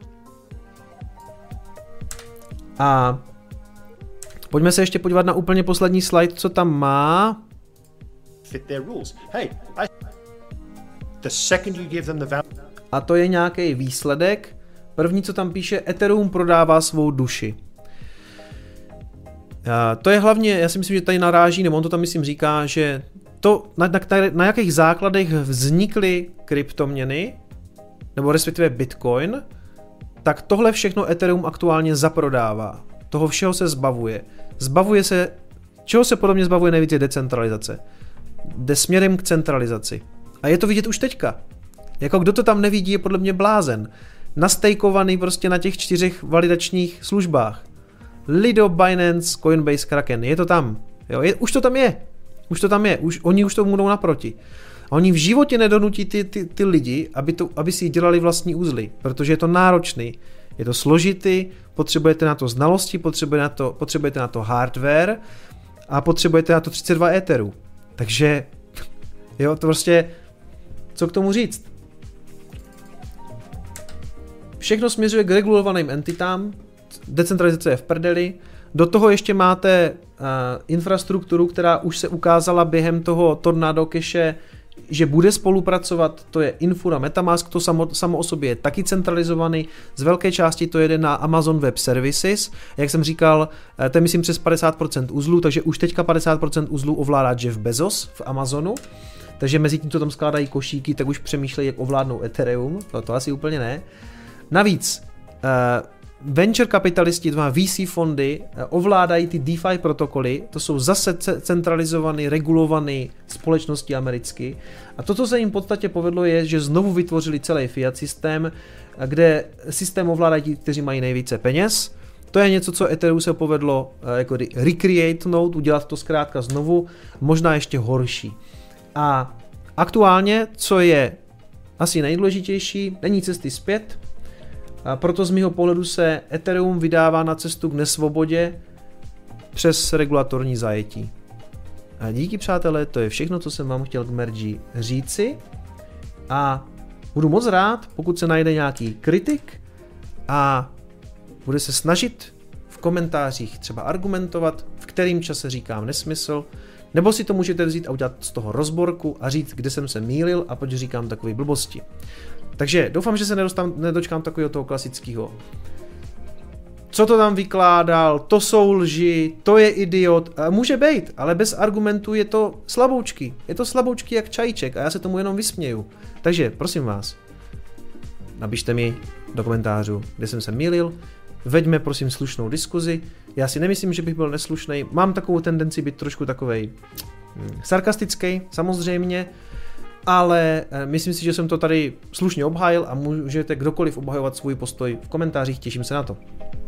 a pojďme se ještě podívat na úplně poslední slide, co tam má. Fit their rules. Hey, I... The second you give them the value... A to je nějaký výsledek. První, co tam píše, Ethereum prodává svou duši. A to je hlavně, já si myslím, že tady naráží, nebo on to tam myslím říká, že to, na, na, na jakých základech vznikly kryptoměny, nebo respektive Bitcoin, tak tohle všechno Ethereum aktuálně zaprodává. Toho všeho se zbavuje. Zbavuje se, čeho se podobně zbavuje nejvíc je decentralizace. Jde směrem k centralizaci. A je to vidět už teďka. Jako kdo to tam nevidí, je podle mě blázen. Nastejkovaný prostě na těch čtyřech validačních službách. Lido, Binance, Coinbase, Kraken, je to tam. Jo, je, už to tam je. Už to tam je. Už, oni už to budou naproti. A oni v životě nedonutí ty, ty, ty lidi, aby, to, aby si dělali vlastní uzly, protože je to náročný. Je to složitý, potřebujete na to znalosti, potřebujete na to, potřebujete na to hardware a potřebujete na to třicet dva éterů. Takže, jo, to prostě, co k tomu říct? Všechno směřuje k regulovaným entitám, decentralizace je v prdeli, do toho ještě máte uh, infrastrukturu, která už se ukázala během toho Tornado Cache, že bude spolupracovat, to je Infura Metamask, to samo, samo o sobě je taky centralizovaný, z velké části to jede na Amazon Web Services, jak jsem říkal, to je myslím přes padesát procent uzlů, takže už teďka padesát procent uzlů ovládá Jeff Bezos v Amazonu, takže mezi tím, co tam skládají košíky, tak už přemýšlejí, jak ovládnou Ethereum, to, to asi úplně ne. Navíc, uh, venture kapitalisti, to má V C fondy, ovládají ty DeFi protokoly, to jsou zase centralizované, regulované společnosti americky. A to, co se jim v podstatě povedlo, je, že znovu vytvořili celý fiat systém, kde systém ovládají ti, kteří mají nejvíce peněz. To je něco, co Ethereum se povedlo jako recreate node, udělat to zkrátka znovu, možná ještě horší. A aktuálně, co je asi nejdůležitější, není cesty zpět. A proto z mého pohledu se Ethereum vydává na cestu k nesvobodě přes regulatorní zajetí. A díky, přátelé, to je všechno, co jsem vám chtěl k mergi říci. A budu moc rád, pokud se najde nějaký kritik a bude se snažit v komentářích třeba argumentovat, v kterým čase říkám nesmysl, nebo si to můžete vzít a udělat z toho rozborku a říct, kde jsem se mýlil a proč říkám takové blbosti. Takže doufám, že se nedostám, nedočkám takového toho klasického. Co to tam vykládal, to jsou lži, to je idiot. Může být, ale bez argumentů je to slaboučky. Je to slaboučky jak čajíček a já se tomu jenom vysměju. Takže prosím vás, napište mi do komentářů, kde jsem se mýlil. Veďme prosím slušnou diskuzi. Já si nemyslím, že bych byl neslušnej. Mám takovou tendenci být trošku takovej hm, sarkastický, samozřejmě. Ale myslím si, že jsem to tady slušně obhájil a můžete kdokoliv obhajovat svůj postoj v komentářích, těším se na to.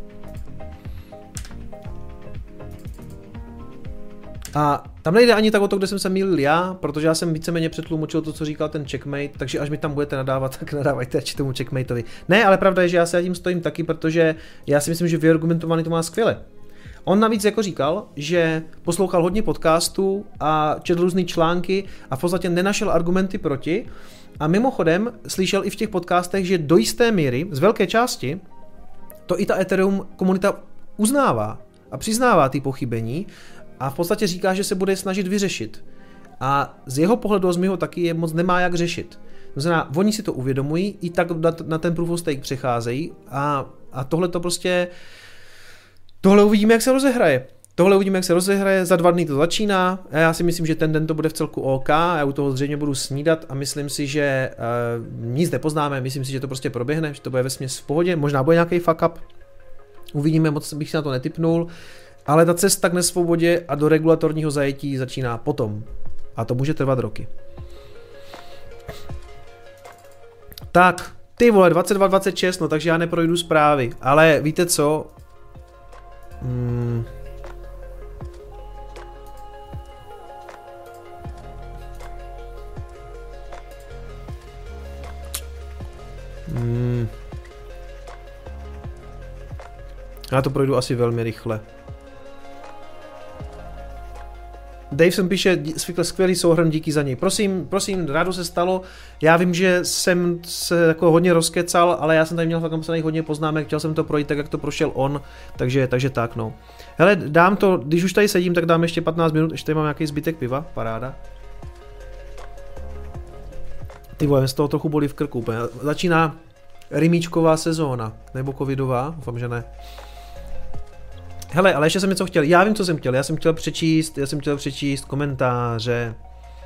A tam nejde ani tak o to, kde jsem se mýlil já, protože já jsem víceméně přetlumočil to, co říkal ten Checkmate, takže až mi tam budete nadávat, tak nadávajte radši tomu Checkmateovi. Ne, ale pravda je, že já se tím stojím taky, protože já si myslím, že vyargumentovaný to má skvěle. On navíc jako říkal, že poslouchal hodně podcastů a četl různé články a v podstatě nenašel argumenty proti. A mimochodem slyšel i v těch podcastech, že do jisté míry, z velké části, to i ta Ethereum komunita uznává. a přiznává ty pochybení a v podstatě říká, že se bude snažit vyřešit. A z jeho pohledu, z mého taky je moc nemá jak řešit. To znamená, oni si to uvědomují, i tak na ten proof of stake přecházejí a, a tohle to prostě, tohle uvidíme, jak se rozehraje. Tohle uvidíme, jak se rozehraje, za dva dny to začíná a já si myslím, že ten den to bude v celku OK, já u toho zřejmě budu snídat a myslím si, že uh, nic nepoznáme, myslím si, že to prostě proběhne, že to bude vesměs v pohodě, možná bude nějaký fuck up, uvidíme, moc bych si na to netipnul, ale ta cesta k nesvobodě a do regulatorního zajetí začíná potom a to může trvat roky. Tak, ty vole, dvacet dva dvacet šest, no takže já neprojdu zprávy, ale víte co? Hmm. Hmm. Já to projdu asi velmi rychle. Dave sem píše, skvělý souhrn, díky za něj. Prosím, prosím, rádo se stalo. Já vím, že jsem se jako hodně rozkecal, ale já jsem tady měl fakt napsaných hodně poznámek, chtěl jsem to projít tak, jak to prošel on, takže, takže tak no. Hele, dám to, když už tady sedím, tak dám ještě patnáct minut, ještě tady mám nějaký zbytek piva, paráda. Ty vole, z toho trochu bolí v krku úplně. Začíná rimíčková sezóna, nebo covidová, doufám, že ne. Hele, ale ještě jsem něco chtěl, já vím, co jsem chtěl, já jsem chtěl přečíst, já jsem chtěl přečíst komentáře.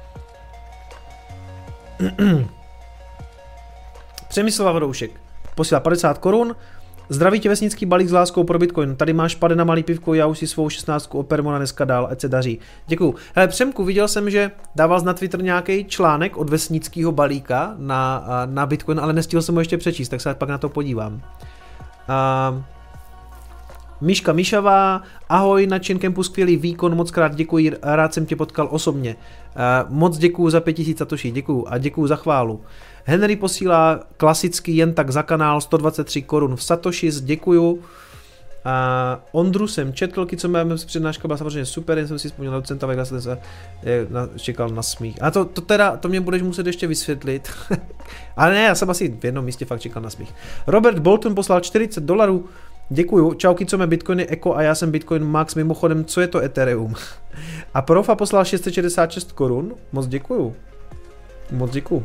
Přemysl Vodoušek posílá padesát korun. Zdraví tě vesnický balík s láskou pro Bitcoin. Tady máš pade na malý pivko, já už si svou šestnáctku opermu na dneska dál, ať se daří. Děkuju. Hele, Přemku, viděl jsem, že dával na Twitter nějaký článek od vesnického balíka na, na Bitcoin, ale nestihl jsem ho ještě přečíst, tak se pak na to podívám. Uh, Míška Míšavá, ahoj, na Chaincampu skvělý výkon, moc krát děkuji, rád jsem tě potkal osobně. Uh, moc děkuju za pět tisíc satoshi, děkuju a děkuju za chválu. Henry posílá klasicky jen tak za kanál sto dvacet tři korun v satoshis, děkuju. A Ondru jsem četl, co máme z přednáška, byla samozřejmě super, jen jsem si vzpomněl na docenta Vega, jsem se čekal na smích. A to, to teda, to mě budeš muset ještě vysvětlit. Ale ne, já jsem asi v jednom místě fakt čekal na smích. Robert Bolton poslal čtyřicet dolarů, děkuju. Čauky, co mě Bitcoin je Eko a já jsem Bitcoin Max, mimochodem, co je to Ethereum? A Profa poslal šest set šedesát šest korun, moc děkuju. Moc děkuju.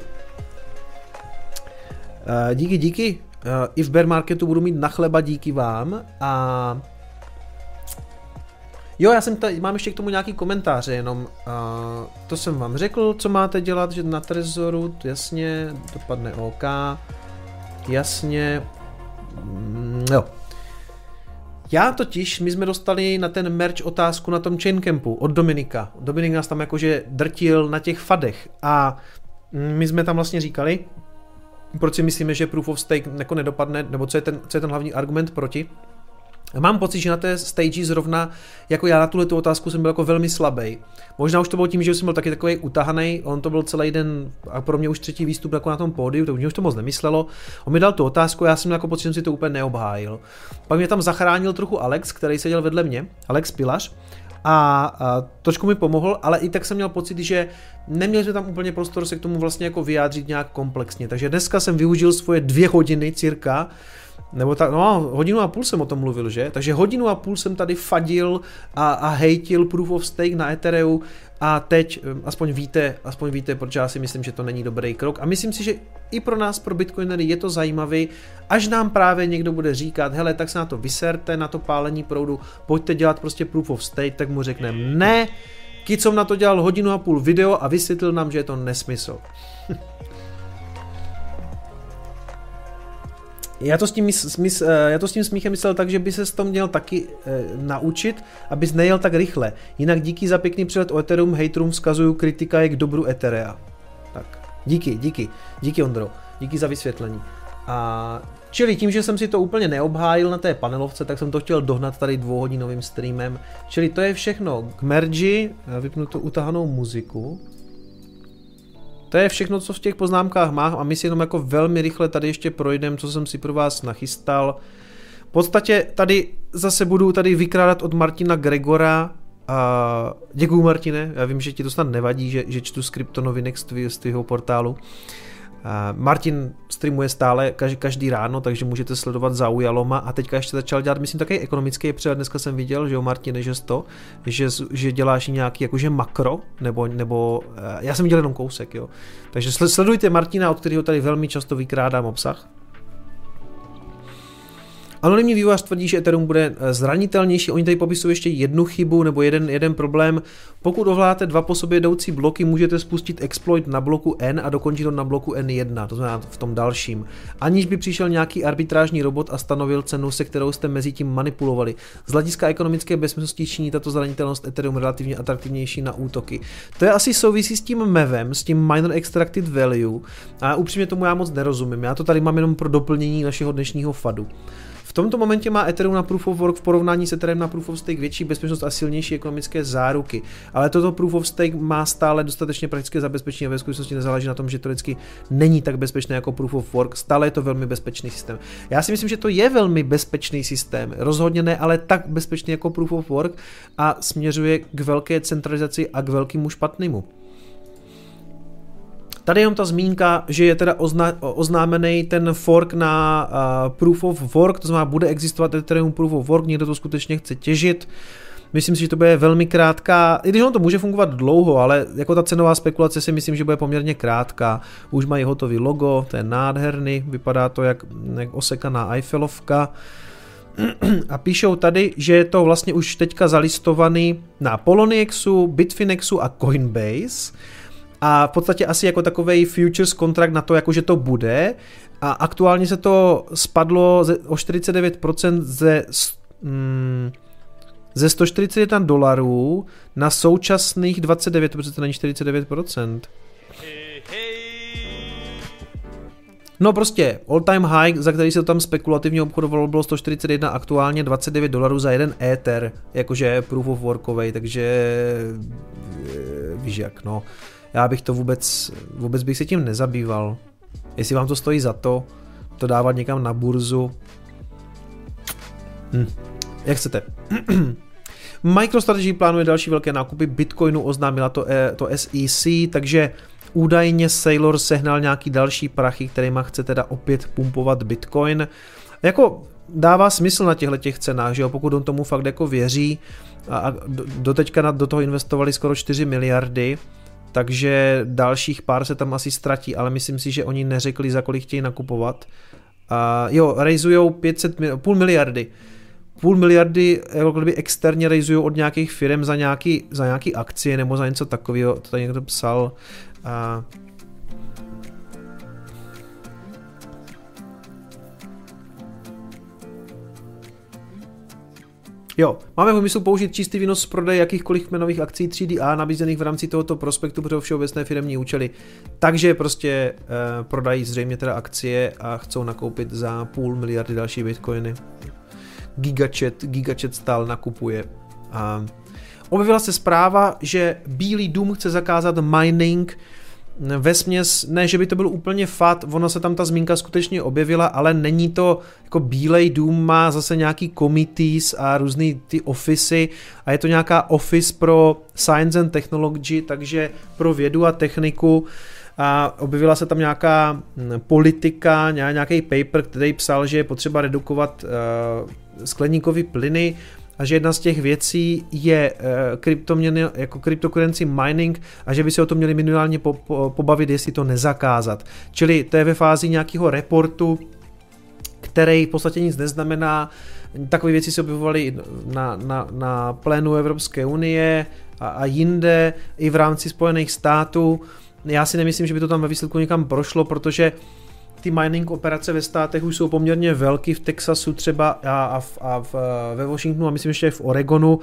Uh, díky, díky. Uh, I v bear marketu budu mít na chleba, díky vám. A jo, já jsem tady, mám ještě k tomu nějaký komentáře, jenom uh, to jsem vám řekl, co máte dělat, že na Trezoru, jasně, dopadne OK, jasně, mm, jo. Já totiž, my jsme dostali na ten merch otázku na tom Chaincampu od Dominika. Dominik nás tam jakože drtil na těch fadech a my jsme tam vlastně říkali, proč si myslíme, že proof of stake jako nedopadne, nebo co je ten, co je ten hlavní argument proti. Mám pocit, že na té stage zrovna, jako já na tuhle tu otázku jsem byl jako velmi slabý. Možná už to bylo tím, že jsem byl taky takový utahaný, on to byl celý den a pro mě už třetí výstup jako na tom pódiu, to už to moc nemyslelo. On mi dal tu otázku, já jsem jako pocit, že jsem si to úplně neobhájil. Pak mě tam zachránil trochu Alex, který seděl vedle mě, Alex Pilař. A, a trošku mi pomohl, ale i tak jsem měl pocit, že neměli jsme tam úplně prostor se k tomu vlastně jako vyjádřit nějak komplexně. Takže dneska jsem využil svoje dvě hodiny cirka, nebo tak, no hodinu a půl jsem o tom mluvil, že? Takže hodinu a půl jsem tady fadil a, a hejtil proof of stake na Ethereu a teď aspoň víte, aspoň víte, protože já si myslím, že to není dobrý krok a myslím si, že i pro nás, pro bitcoinery je to zajímavý, až nám právě někdo bude říkat, hele, tak se na to vyserte, na to pálení proudu, pojďte dělat prostě proof of stake, tak mu řekneme ne, Kicom na to dělal hodinu a půl video a vysvětlil nám, že je to nesmysl. Já to, s tím, smys, já to s tím smíchem myslel tak, že by se to měl taky e, naučit, abys nejel tak rychle. Jinak díky za pěkný přehled o Ethereum, hejterům vzkazuju, kritika je k dobru Etherea. Tak, díky, díky, díky Ondro, díky za vysvětlení. A čili tím, že jsem si to úplně neobhájil na té panelovce, tak jsem to chtěl dohnat tady dvouhodinovým streamem. Čili to je všechno k merži, vypnu tu utahanou muziku. To je všechno, co v těch poznámkách mám a my si jenom jako velmi rychle tady ještě projdeme, co jsem si pro vás nachystal. V podstatě tady zase budu tady vykrádat od Martina Gregora. A děkuju, Martine, já vím, že ti to snad nevadí, že, že čtu z kryptonovinek z tvýho portálu. Martin streamuje stále každý, každý ráno, takže můžete sledovat Zaujaloma a teďka ještě začal dělat, myslím, takový ekonomický přehled. Dneska jsem viděl, že jo, Martine, že to, že, že děláš nějaký jakože makro, nebo, nebo já jsem viděl jenom kousek, jo. Takže sledujte Martina, od kterého tady velmi často vykrádám obsah. Anonymní vývojář tvrdí, že Ethereum bude zranitelnější. Oni tady popisují ještě jednu chybu nebo jeden, jeden problém. Pokud ovládáte dva po sobě jdoucí bloky, můžete spustit exploit na bloku N a dokončit to na bloku N jedna, to znamená v tom dalším. Aniž by přišel nějaký arbitrážní robot a stanovil cenu, se kterou jste mezi tím manipulovali. Z hlediska ekonomické bezpečnosti činí tato zranitelnost Ethereum relativně atraktivnější na útoky. To je asi souvisí s tím mevem, s tím Miner Extracted Value. A upřímně tomu já moc nerozumím. Já to tady mám jenom pro doplnění našeho dnešního fadu. V tomto momentě má Ethereum na Proof of Work v porovnání s Ethereum na Proof of Stake větší bezpečnost a silnější ekonomické záruky, ale toto Proof of Stake má stále dostatečně praktické zabezpečení a ve skutečnosti nezáleží na tom, že teoreticky není tak bezpečné jako Proof of Work, stále je to velmi bezpečný systém. Já si myslím, že to je velmi bezpečný systém, rozhodně ne, ale tak bezpečný jako Proof of Work a směřuje k velké centralizaci a k velkému špatnému. Tady jenom ta zmínka, že je teda ozna, oznámený ten fork na uh, Proof of Work, to znamená, bude existovat Ethereum Proof of Work, někdo to skutečně chce těžit. Myslím si, že to bude velmi krátká, i když ono to může fungovat dlouho, ale jako ta cenová spekulace si myslím, že bude poměrně krátká. Už mají hotový logo, to je nádherný, vypadá to jak, jak osekaná Eiffelovka. A píšou tady, že je to vlastně už teďka zalistovaný na Poloniex, Bitfinexu a Coinbase. A v podstatě asi jako takovej futures kontrakt na to, jakože to bude. A aktuálně se to spadlo ze, o čtyřicet devět procent ze, mm, ze sto čtyřicet jedna dolarů na současných dvacet devět procent, to není čtyřicet devět procent. No prostě all time high, za který se to tam spekulativně obchodovalo, bylo sto čtyřicet jedna, aktuálně dvacet devět dolarů za jeden Ether, jakože proof of workovej, takže víš jak, no. Já bych to vůbec, vůbec bych se tím nezabýval. Jestli vám to stojí za to, to dávat někam na burzu. Hm. Jak chcete. MicroStrategy plánuje další velké nákupy Bitcoinu, oznámila to, to S E C, takže údajně Saylor sehnal nějaký další prachy, kterýma chce teda opět pumpovat Bitcoin. Jako dává smysl na těchto těch cenách, že jo, pokud on tomu fakt jako věří a doteďka do toho investovali skoro čtyři miliardy, takže dalších pár se tam asi ztratí, ale myslím si, že oni neřekli, za kolik chtějí nakupovat. A jo, rejzujou pět set, půl miliardy. Půl miliardy, jako kdyby externě rejzujou od nějakých firm za nějaký, za nějaký akcie nebo za něco takového, to tady někdo psal. A jo, máme v úmyslu použít čistý výnos z prodeje jakýchkoliv kmenových akcí tři D A nabízených v rámci tohoto prospektu pro všeobecné firemní účely. Takže prostě eh, prodají zřejmě teda akcie a chcou nakoupit za půl miliardy další bitcoiny. Gigachat, Gigachat stál nakupuje. A objevila se zpráva, že Bílý dům chce zakázat mining. Vesměs, ne, že by to byl úplně fat, ona se tam ta zmínka skutečně objevila, ale není to, jako Bílej dům má zase nějaký committees a různý ty officy a je to nějaká office pro science and technology, takže pro vědu a techniku a objevila se tam nějaká politika, nějaký paper, který psal, že je potřeba redukovat uh, skleníkové plyny, a že jedna z těch věcí je uh, kryptoměny, jako cryptocurrency mining a že by se o tom měli minimálně po, po, pobavit, jestli to nezakázat. Čili to je ve fázi nějakého reportu, který v podstatě nic neznamená. Takové věci se objevovaly na, na, na plénu Evropské unie a, a jinde, i v rámci Spojených států. Já si nemyslím, že by to tam ve výsledku někam prošlo, protože ty mining operace ve státech už jsou poměrně velký, v Texasu třeba a, a, v, a v, ve Washingtonu a myslím ještě v Oregonu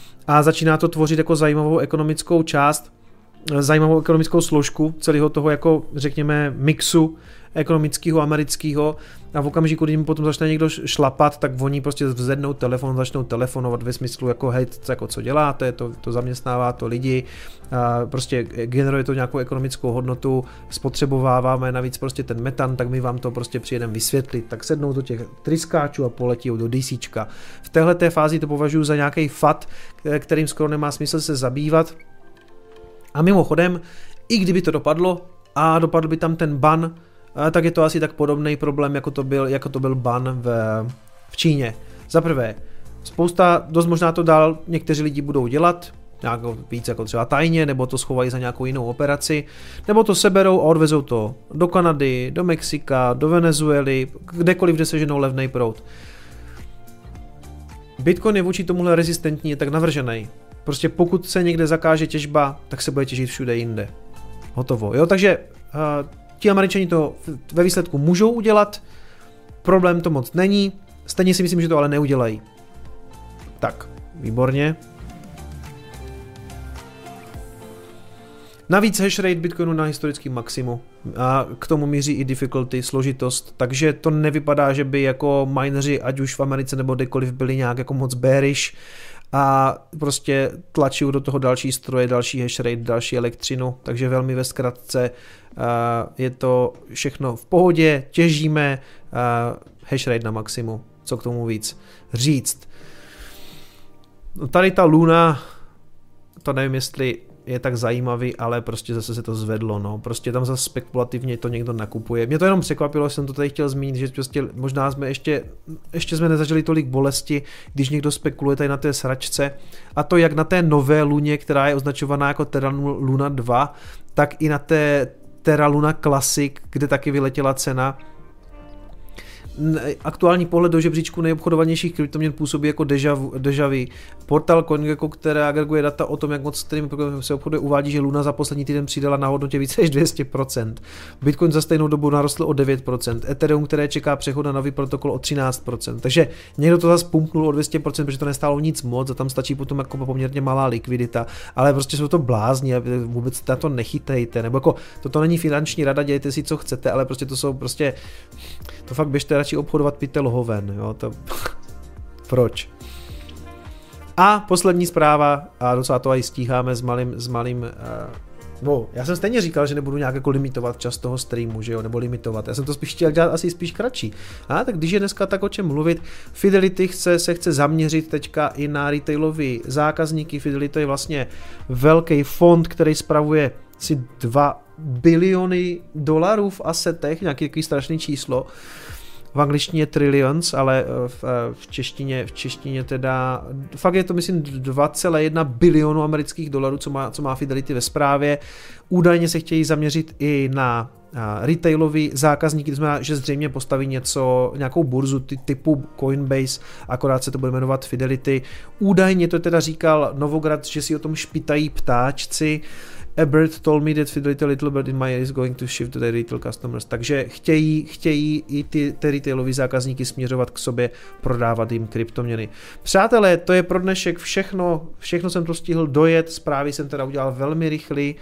a začíná to tvořit jako zajímavou ekonomickou část, zajímavou ekonomickou složku celého toho jako řekněme mixu ekonomického amerického a v okamžiku, kdy jim potom začne někdo šlapat, tak oni prostě vzednou telefon, začnou telefonovat ve smyslu jako hej, jako co děláte, to, to zaměstnává to lidi, a prostě generuje to nějakou ekonomickou hodnotu, spotřebováváme navíc prostě ten metan, tak my vám to prostě přijedeme vysvětlit, tak sednou do těch tryskáčů a poletí do DCčka. V téhleté fázi to považuji za nějaký fat, kterým skoro nemá smysl se zabývat. A mimochodem, i kdyby to dopadlo a dopadl by tam ten ban a tak je to asi tak podobný problém, jako to byl, jako to byl ban v, v Číně. Za prvé, spousta, dost možná to dál někteří lidi budou dělat, nějak víc jako třeba tajně, nebo to schovají za nějakou jinou operaci, nebo to seberou a odvezou to do Kanady, do Mexika, do Venezuely, kdekoliv, kde se ženou levnej proud. Bitcoin je vůči tomuhle rezistentní, je tak navržený. Prostě pokud se někde zakáže těžba, tak se bude těžit všude jinde. Hotovo. Jo, takže uh, ti Američani to ve výsledku můžou udělat, problém to moc není, stejně si myslím, že to ale neudělají. Tak, výborně. Navíc hash rate Bitcoinu na historickém maximu a k tomu míří i difficulty, složitost, takže to nevypadá, že by jako mineři, ať už v Americe nebo kdekoliv, byli nějak jako moc bearish a prostě tlačí do toho další stroje, další hash rate, další elektřinu, takže velmi ve zkratce je to všechno v pohodě, těžíme, hash rate na maximu, co k tomu víc říct. Tady ta Luna, to nevím, jestli je tak zajímavý, ale prostě zase se to zvedlo, no. Prostě tam zase spekulativně to někdo nakupuje. Mě to jenom překvapilo, že jsem to tady chtěl zmínit, že prostě možná jsme ještě, ještě jsme nezažili tolik bolesti, když někdo spekuluje tady na té sračce. A to jak na té nové Luně, která je označovaná jako Terra Luna dva, tak i na té Terra Luna Classic, kde taky vyletěla cena. Aktuální pohled do žebříčku nejobchodovanějších kryptoměn působí jako deja vu. Portal CoinGecko, která agreguje data o tom, jak moc kterým se obchoduje, uvádí, že Luna za poslední týden přidala na hodnotě více než dvě stě procent. Bitcoin za stejnou dobu narostl o devět procent. Ethereum, které čeká přechod na nový protokol, o třináct procent. Takže někdo to zase pumpnul o dvě stě procent, protože to nestálo nic moc a tam stačí potom jako poměrně malá likvidita. Ale prostě jsou to blázni a vůbec na to nechytejte. Nebo jako toto není finanční rada, dějte si co chcete, ale prostě to jsou prostě to fakt běžte radši obchodovat pytel hoven, jo, to proč? A poslední zpráva, a docela to aj stíháme s malým, s malým, uh, no, já jsem stejně říkal, že nebudu nějak jako limitovat čas toho streamu, že jo, nebo limitovat, já jsem to spíš chtěl dělat asi spíš kratší. A tak když je dneska tak o čem mluvit, Fidelity chce, se chce zaměřit teďka i na retailový zákazníky. Fidelity je vlastně velký fond, který spravuje asi dva biliony dolarů v asetech, nějaký takový strašný číslo. V angličtině trillions, ale v, v češtině, v češtině teda, fakt je to myslím dva celá jedna bilionu amerických dolarů, co má, co má Fidelity ve správě. Údajně se chtějí zaměřit i na retailový zákazníky, to znamená, že zřejmě postaví něco, nějakou burzu typu Coinbase, akorát se to bude jmenovat Fidelity. Údajně to teda říkal Novograd, že si o tom špitají ptáčci. A bird told me that Fidelity, a little bird in my ear, is going to shift to the retail customers. Takže chtějí, chtějí i ty, ty retailový zákazníky směřovat k sobě, prodávat jim kryptoměny. Přátelé, to je pro dnešek všechno, všechno jsem to stihl dojet, zprávy jsem teda udělal velmi rychlý.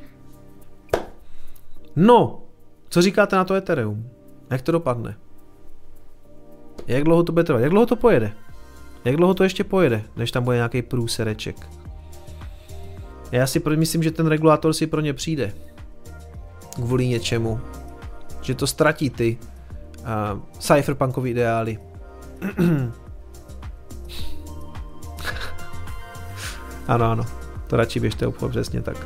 No, co říkáte na to Ethereum? Jak to dopadne? Jak dlouho to bude trvat? Jak dlouho to pojede? Jak dlouho to ještě pojede, než tam bude nějaký průsereček? Já si myslím, že ten regulátor si pro ně přijde. Kvůli něčemu. Že to ztratí ty uh, cypherpunkový ideály. Ano, ano. To radši běžte obchod, přesně tak.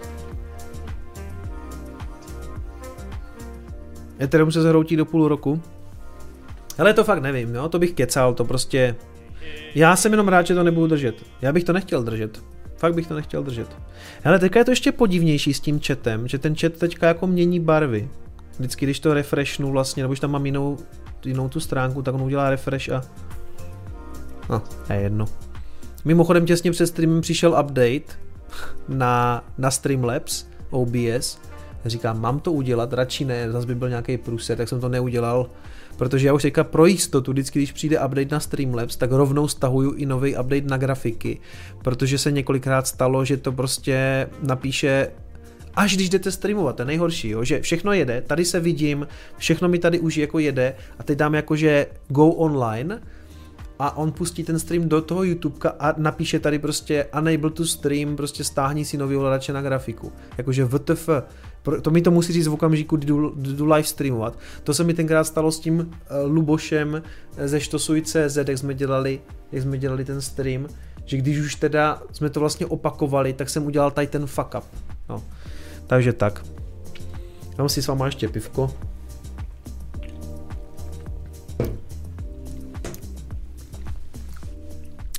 Ethereum se zhroutí do půl roku. Ale to fakt nevím, jo? To bych kecal, to prostě... Já jsem jenom rád, že to nebudu držet. Já bych to nechtěl držet. Fakt bych to nechtěl držet. Hele, teďka je to ještě podivnější s tím chatem, že ten chat teďka jako mění barvy. Vždycky, když to refreshnu vlastně, nebo když tam mám jinou, jinou tu stránku, tak on udělá refresh a... No, je jedno. Mimochodem těsně před streamem přišel update na, na Streamlabs O B S. Říkám, mám to udělat, radši ne, zase by byl nějaký průser, tak jsem to neudělal. Protože já už teďka pro jistotu, vždycky když přijde update na Streamlabs, tak rovnou stahuju i nový update na grafiky. Protože se několikrát stalo, že to prostě napíše, až když jdete streamovat, to je nejhorší, jo? Že všechno jede, tady se vidím, všechno mi tady už jako jede a teď dám jakože go online a on pustí ten stream do toho YouTubeka a napíše tady prostě unable to stream, prostě stáhni si nový ovladače na grafiku. Jakože W T F. To mi to musí říct v okamžiku, kdy jdu, jdu live streamovat. To se mi tenkrát stalo s tím uh, Lubošem ze Štosuj tečka cé zet, jak jsme dělali, jak jsme dělali ten stream, že když už teda jsme to vlastně opakovali, tak jsem udělal tady ten fuck up. No. Takže tak. Dám si s váma ještě pivko.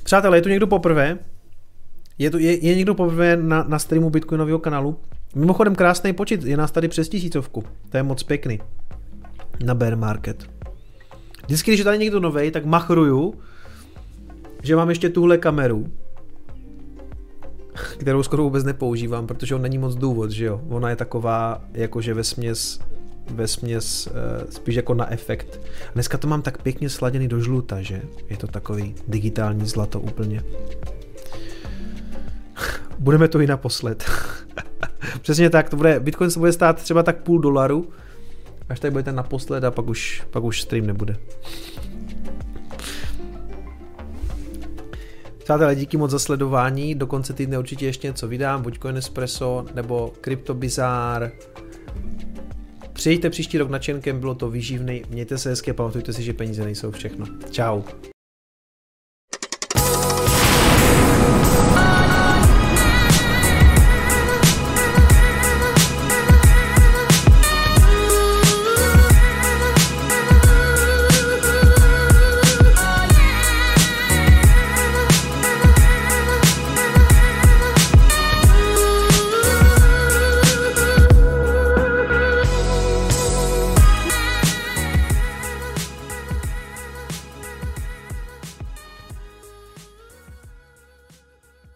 Přátelé, je tu někdo poprvé? Je, tu, je, je někdo poprvé na, na streamu Bitcoinového kanálu? Mimochodem krásný počet, je nás tady přes tisícovku. To je moc pěkný. Na bear market. Vždycky, když je tady někdo novej, tak machruju, že mám ještě tuhle kameru, kterou skoro vůbec nepoužívám, protože on není moc důvod, že jo. Ona je taková, jakože vesměs, vesměs spíš jako na efekt. Dneska to mám tak pěkně sladěný do žluta, že? Je to takový digitální zlato úplně. Budeme to i naposled. Přesně tak, to bude, Bitcoin se bude stát třeba tak půl dolaru, až tady bude ten naposled a pak už, pak už stream nebude. Přátelé, díky moc za sledování, do konce týdne určitě ještě něco vydám, buď Coinespresso nebo CryptoBizarre. Přijďte příští rok na Chaincamp, bylo to výživný, mějte se hezky a pamatujte si, že peníze nejsou všechno. Čau.